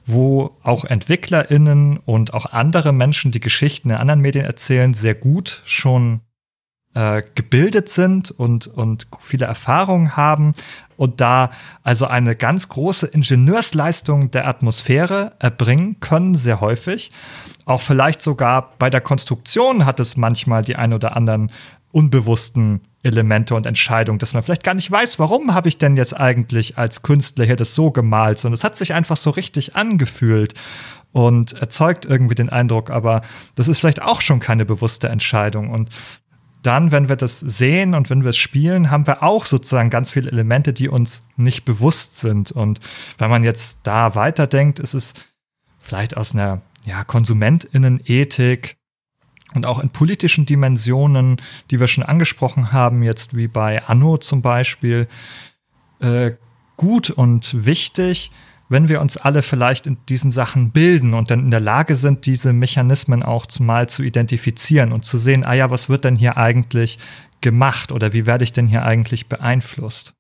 wo auch EntwicklerInnen und auch andere Menschen, die Geschichten in anderen Medien erzählen, sehr gut schon äh, gebildet sind und, und viele Erfahrungen haben und da also eine ganz große Ingenieursleistung der Atmosphäre erbringen können, sehr häufig. Auch vielleicht sogar bei der Konstruktion hat es manchmal die ein oder anderen unbewussten Elemente und Entscheidungen, dass man vielleicht gar nicht weiß, warum habe ich denn jetzt eigentlich als Künstler hier das so gemalt, sondern es hat sich einfach so richtig angefühlt und erzeugt irgendwie den Eindruck, aber das ist vielleicht auch schon keine bewusste Entscheidung. Und dann, wenn wir das sehen und wenn wir es spielen, haben wir auch sozusagen ganz viele Elemente, die uns nicht bewusst sind. Und wenn man jetzt da weiterdenkt, ist es vielleicht aus einer ja, KonsumentInnen-Ethik und auch in politischen Dimensionen, die wir schon angesprochen haben, jetzt wie bei Anno zum Beispiel, äh, gut und wichtig, wenn wir uns alle vielleicht in diesen Sachen bilden und dann in der Lage sind, diese Mechanismen auch mal zu identifizieren und zu sehen, ah ja, was wird denn hier eigentlich gemacht oder wie werde ich denn hier eigentlich beeinflusst?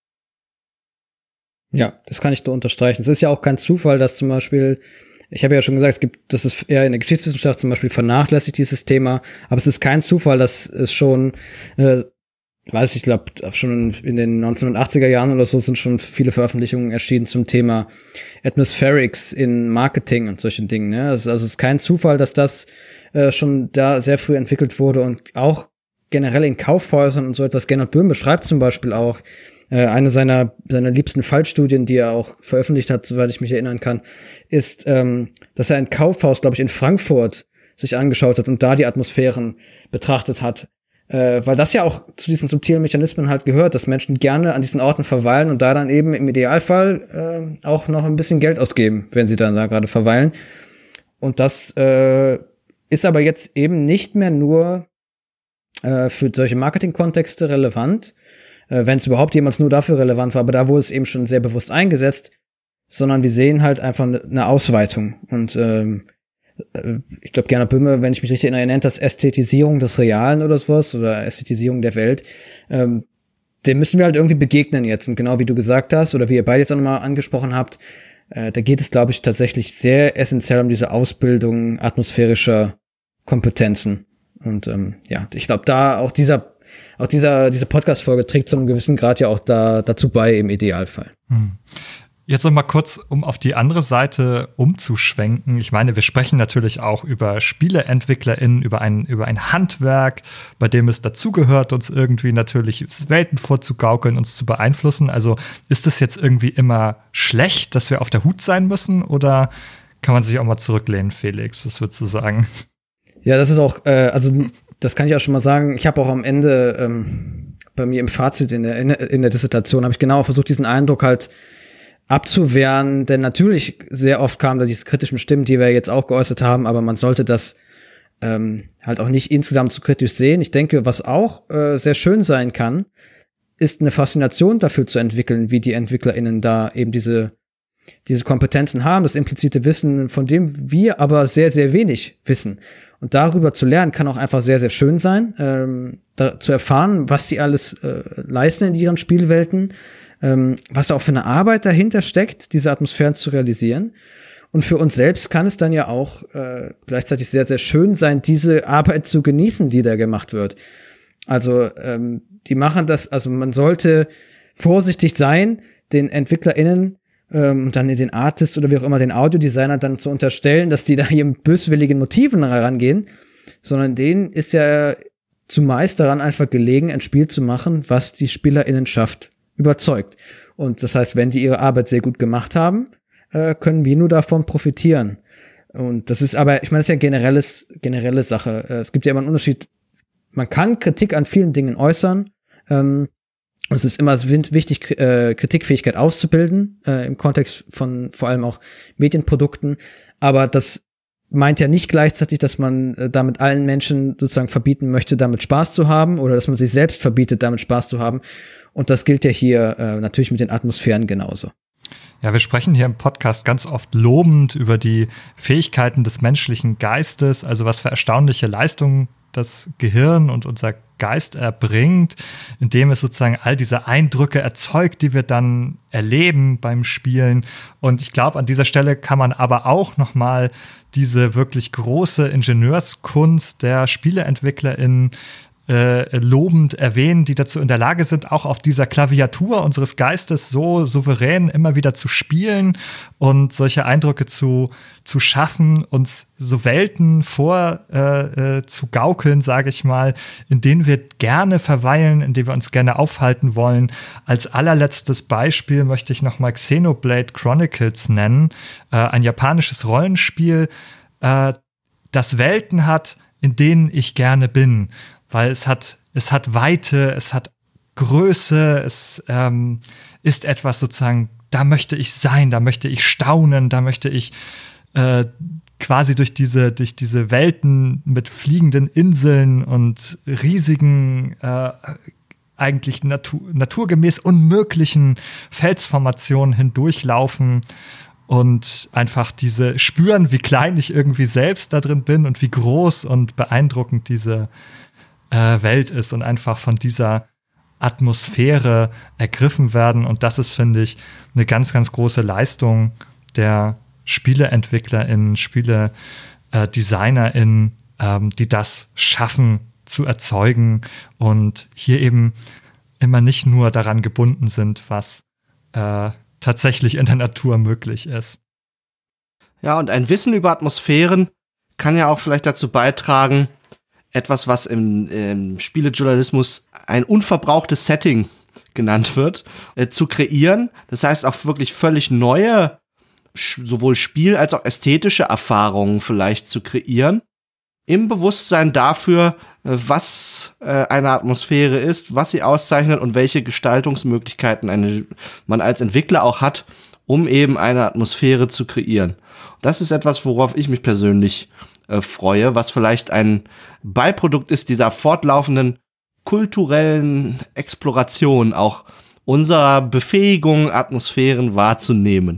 Ja, das kann ich nur unterstreichen. Es ist ja auch kein Zufall, dass zum Beispiel, ich habe ja schon gesagt, es gibt, das ist eher in der Geschichtswissenschaft zum Beispiel vernachlässigt, dieses Thema, aber es ist kein Zufall, dass es schon äh, weiß ich glaube, schon in den neunzehnhundertachtziger Jahren oder so sind schon viele Veröffentlichungen erschienen zum Thema Atmospherics in Marketing und solchen Dingen. Ne? Also, also es ist kein Zufall, dass das äh, schon da sehr früh entwickelt wurde und auch generell in Kaufhäusern und so etwas. Gernot Böhm beschreibt zum Beispiel auch äh, eine seiner seiner liebsten Fallstudien, die er auch veröffentlicht hat, soweit ich mich erinnern kann, ist, ähm, dass er ein Kaufhaus, glaube ich, in Frankfurt sich angeschaut hat und da die Atmosphären betrachtet hat. Äh, weil das ja auch zu diesen subtilen Mechanismen halt gehört, dass Menschen gerne an diesen Orten verweilen und da dann eben im Idealfall äh, auch noch ein bisschen Geld ausgeben, wenn sie dann da gerade verweilen. Und das äh, ist aber jetzt eben nicht mehr nur äh, für solche Marketing-Kontexte relevant, äh, wenn es überhaupt jemals nur dafür relevant war, aber da wurde es eben schon sehr bewusst eingesetzt, sondern wir sehen halt einfach eine ne Ausweitung. Und ähm, ich glaube, Gernot Böhme, wenn ich mich richtig erinnere, er nennt das Ästhetisierung des Realen oder sowas oder Ästhetisierung der Welt. Ähm, dem müssen wir halt irgendwie begegnen jetzt. Und genau wie du gesagt hast oder wie ihr beide jetzt auch nochmal angesprochen habt, äh, da geht es, glaube ich, tatsächlich sehr essentiell um diese Ausbildung atmosphärischer Kompetenzen. Und ähm, ja, ich glaube, da auch dieser auch dieser diese Podcast-Folge trägt zu einem gewissen Grad ja auch da dazu bei im Idealfall. Hm. Jetzt noch mal kurz, um auf die andere Seite umzuschwenken. Ich meine, wir sprechen natürlich auch über SpieleentwicklerInnen, über ein, über ein Handwerk, bei dem es dazugehört, uns irgendwie natürlich Welten vorzugaukeln, uns zu beeinflussen. Also ist es jetzt irgendwie immer schlecht, dass wir auf der Hut sein müssen? Oder kann man sich auch mal zurücklehnen, Felix? Was würdest du sagen? Ja, das ist auch, äh, also das kann ich auch schon mal sagen. Ich habe auch am Ende ähm, bei mir im Fazit in der, in der Dissertation habe ich genau versucht, diesen Eindruck halt abzuwehren, denn natürlich sehr oft kamen da diese kritischen Stimmen, die wir jetzt auch geäußert haben, aber man sollte das ähm, halt auch nicht insgesamt zu kritisch sehen. Ich denke, was auch äh, sehr schön sein kann, ist eine Faszination dafür zu entwickeln, wie die EntwicklerInnen da eben diese diese Kompetenzen haben, das implizite Wissen, von dem wir aber sehr, sehr wenig wissen. Und darüber zu lernen, kann auch einfach sehr, sehr schön sein, ähm, da, zu erfahren, was sie alles äh, leisten in ihren Spielwelten, ähm, was auch für eine Arbeit dahinter steckt, diese Atmosphären zu realisieren. Und für uns selbst kann es dann ja auch äh, gleichzeitig sehr, sehr schön sein, diese Arbeit zu genießen, die da gemacht wird. Also ähm, die machen das, also man sollte vorsichtig sein, den EntwicklerInnen ähm, und dann in den Artist oder wie auch immer, den Audiodesigner dann zu unterstellen, dass die da hier mit böswilligen Motiven herangehen, sondern denen ist ja zumeist daran einfach gelegen, ein Spiel zu machen, was die SpielerInnenschaft überzeugt. Und das heißt, wenn die ihre Arbeit sehr gut gemacht haben, äh, können wir nur davon profitieren. Und das ist aber, ich meine, das ist ja generelles, generelle Sache. Äh, es gibt ja immer einen Unterschied. Man kann Kritik an vielen Dingen äußern. Ähm, und es ist immer wichtig, äh, Kritikfähigkeit auszubilden, äh, im Kontext von vor allem auch Medienprodukten. Aber das meint ja nicht gleichzeitig, dass man äh, damit allen Menschen sozusagen verbieten möchte, damit Spaß zu haben, oder dass man sich selbst verbietet, damit Spaß zu haben. Und das gilt ja hier äh, natürlich mit den Atmosphären genauso. Ja, wir sprechen hier im Podcast ganz oft lobend über die Fähigkeiten des menschlichen Geistes, also was für erstaunliche Leistungen das Gehirn und unser Geist erbringt, indem es sozusagen all diese Eindrücke erzeugt, die wir dann erleben beim Spielen. Und ich glaube, an dieser Stelle kann man aber auch noch mal diese wirklich große Ingenieurskunst der SpieleentwicklerInnen Äh, lobend erwähnen, die dazu in der Lage sind, auch auf dieser Klaviatur unseres Geistes so souverän immer wieder zu spielen und solche Eindrücke zu zu schaffen, uns so Welten vor äh, äh, zu gaukeln, sage ich mal, in denen wir gerne verweilen, in denen wir uns gerne aufhalten wollen. Als allerletztes Beispiel möchte ich noch mal Xenoblade Chronicles nennen, äh, ein japanisches Rollenspiel, äh, das Welten hat, in denen ich gerne bin. Weil es hat, es hat Weite, es hat Größe, es ähm, ist etwas sozusagen, da möchte ich sein, da möchte ich staunen, da möchte ich äh, quasi durch diese, durch diese Welten mit fliegenden Inseln und riesigen, äh, eigentlich natur, naturgemäß unmöglichen Felsformationen hindurchlaufen und einfach diese spüren, wie klein ich irgendwie selbst da drin bin und wie groß und beeindruckend diese Welt ist und einfach von dieser Atmosphäre ergriffen werden. Und das ist, finde ich, eine ganz, ganz große Leistung der SpieleentwicklerInnen, SpieledesignerInnen, ähm, die das schaffen, zu erzeugen und hier eben immer nicht nur daran gebunden sind, was äh, tatsächlich in der Natur möglich ist. Ja, und ein Wissen über Atmosphären kann ja auch vielleicht dazu beitragen, etwas, was im, im Spielejournalismus ein unverbrauchtes Setting genannt wird, äh, zu kreieren. Das heißt auch wirklich völlig neue, sch- sowohl Spiel- als auch ästhetische Erfahrungen vielleicht zu kreieren. Im Bewusstsein dafür, äh, was äh, eine Atmosphäre ist, was sie auszeichnet und welche Gestaltungsmöglichkeiten eine, man als Entwickler auch hat, um eben eine Atmosphäre zu kreieren. Das ist etwas, worauf ich mich persönlich äh, freue, was vielleicht ein Beiprodukt ist dieser fortlaufenden kulturellen Exploration, auch unserer Befähigung, Atmosphären wahrzunehmen.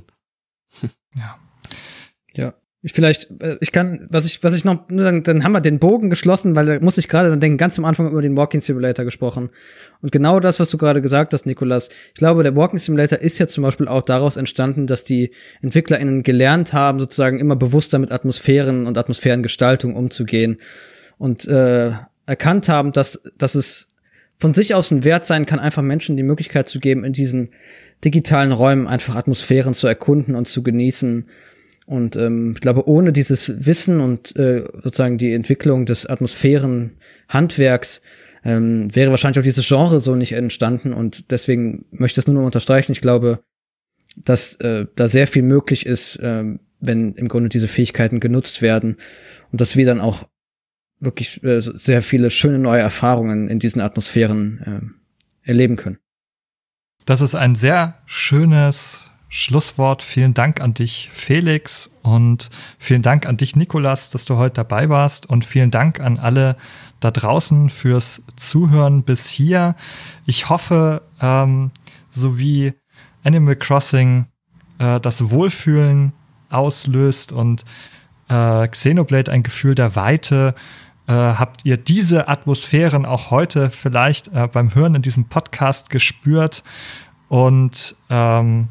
Ja. Ja. Ich vielleicht, ich kann, was ich, was ich noch, nur sagen, dann haben wir den Bogen geschlossen, weil da muss ich gerade dann denken, ganz am Anfang über den Walking Simulator gesprochen. Und genau das, was du gerade gesagt hast, Nikolas, ich glaube, der Walking Simulator ist ja zum Beispiel auch daraus entstanden, dass die EntwicklerInnen gelernt haben, sozusagen immer bewusster mit Atmosphären und Atmosphärengestaltung umzugehen und äh, erkannt haben, dass, dass es von sich aus ein Wert sein kann, einfach Menschen die Möglichkeit zu geben, in diesen digitalen Räumen einfach Atmosphären zu erkunden und zu genießen. Und ähm, ich glaube, ohne dieses Wissen und äh, sozusagen die Entwicklung des Atmosphärenhandwerks ähm, wäre wahrscheinlich auch dieses Genre so nicht entstanden. Und deswegen möchte ich das nur noch unterstreichen. Ich glaube, dass äh, da sehr viel möglich ist, äh, wenn im Grunde diese Fähigkeiten genutzt werden und dass wir dann auch wirklich äh, sehr viele schöne neue Erfahrungen in diesen Atmosphären äh, erleben können. Das ist ein sehr schönes Schlusswort. Vielen Dank an dich, Felix, und vielen Dank an dich, Nikolas, dass du heute dabei warst, und vielen Dank an alle da draußen fürs Zuhören bis hier. Ich hoffe, ähm, so wie Animal Crossing äh, das Wohlfühlen auslöst und äh, Xenoblade ein Gefühl der Weite, äh, habt ihr diese Atmosphären auch heute vielleicht äh, beim Hören in diesem Podcast gespürt und ähm,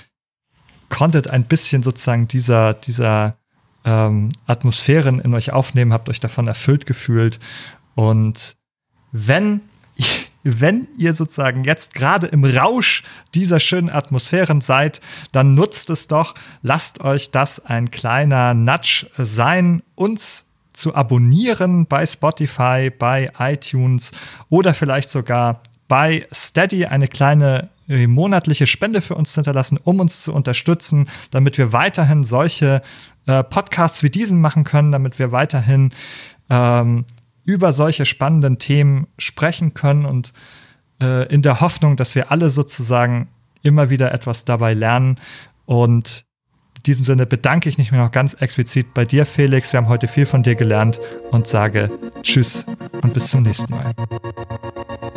konntet ein bisschen sozusagen dieser, dieser ähm, Atmosphären in euch aufnehmen, habt euch davon erfüllt gefühlt. Und wenn, wenn ihr sozusagen jetzt gerade im Rausch dieser schönen Atmosphären seid, dann nutzt es doch, lasst euch das ein kleiner Nudge sein, uns zu abonnieren bei Spotify, bei iTunes oder vielleicht sogar bei Steady, eine kleine monatliche Spende für uns zu hinterlassen, um uns zu unterstützen, damit wir weiterhin solche äh, Podcasts wie diesen machen können, damit wir weiterhin ähm, über solche spannenden Themen sprechen können und äh, in der Hoffnung, dass wir alle sozusagen immer wieder etwas dabei lernen. Und in diesem Sinne bedanke ich mich noch ganz explizit bei dir, Felix. Wir haben heute viel von dir gelernt und sage Tschüss und bis zum nächsten Mal.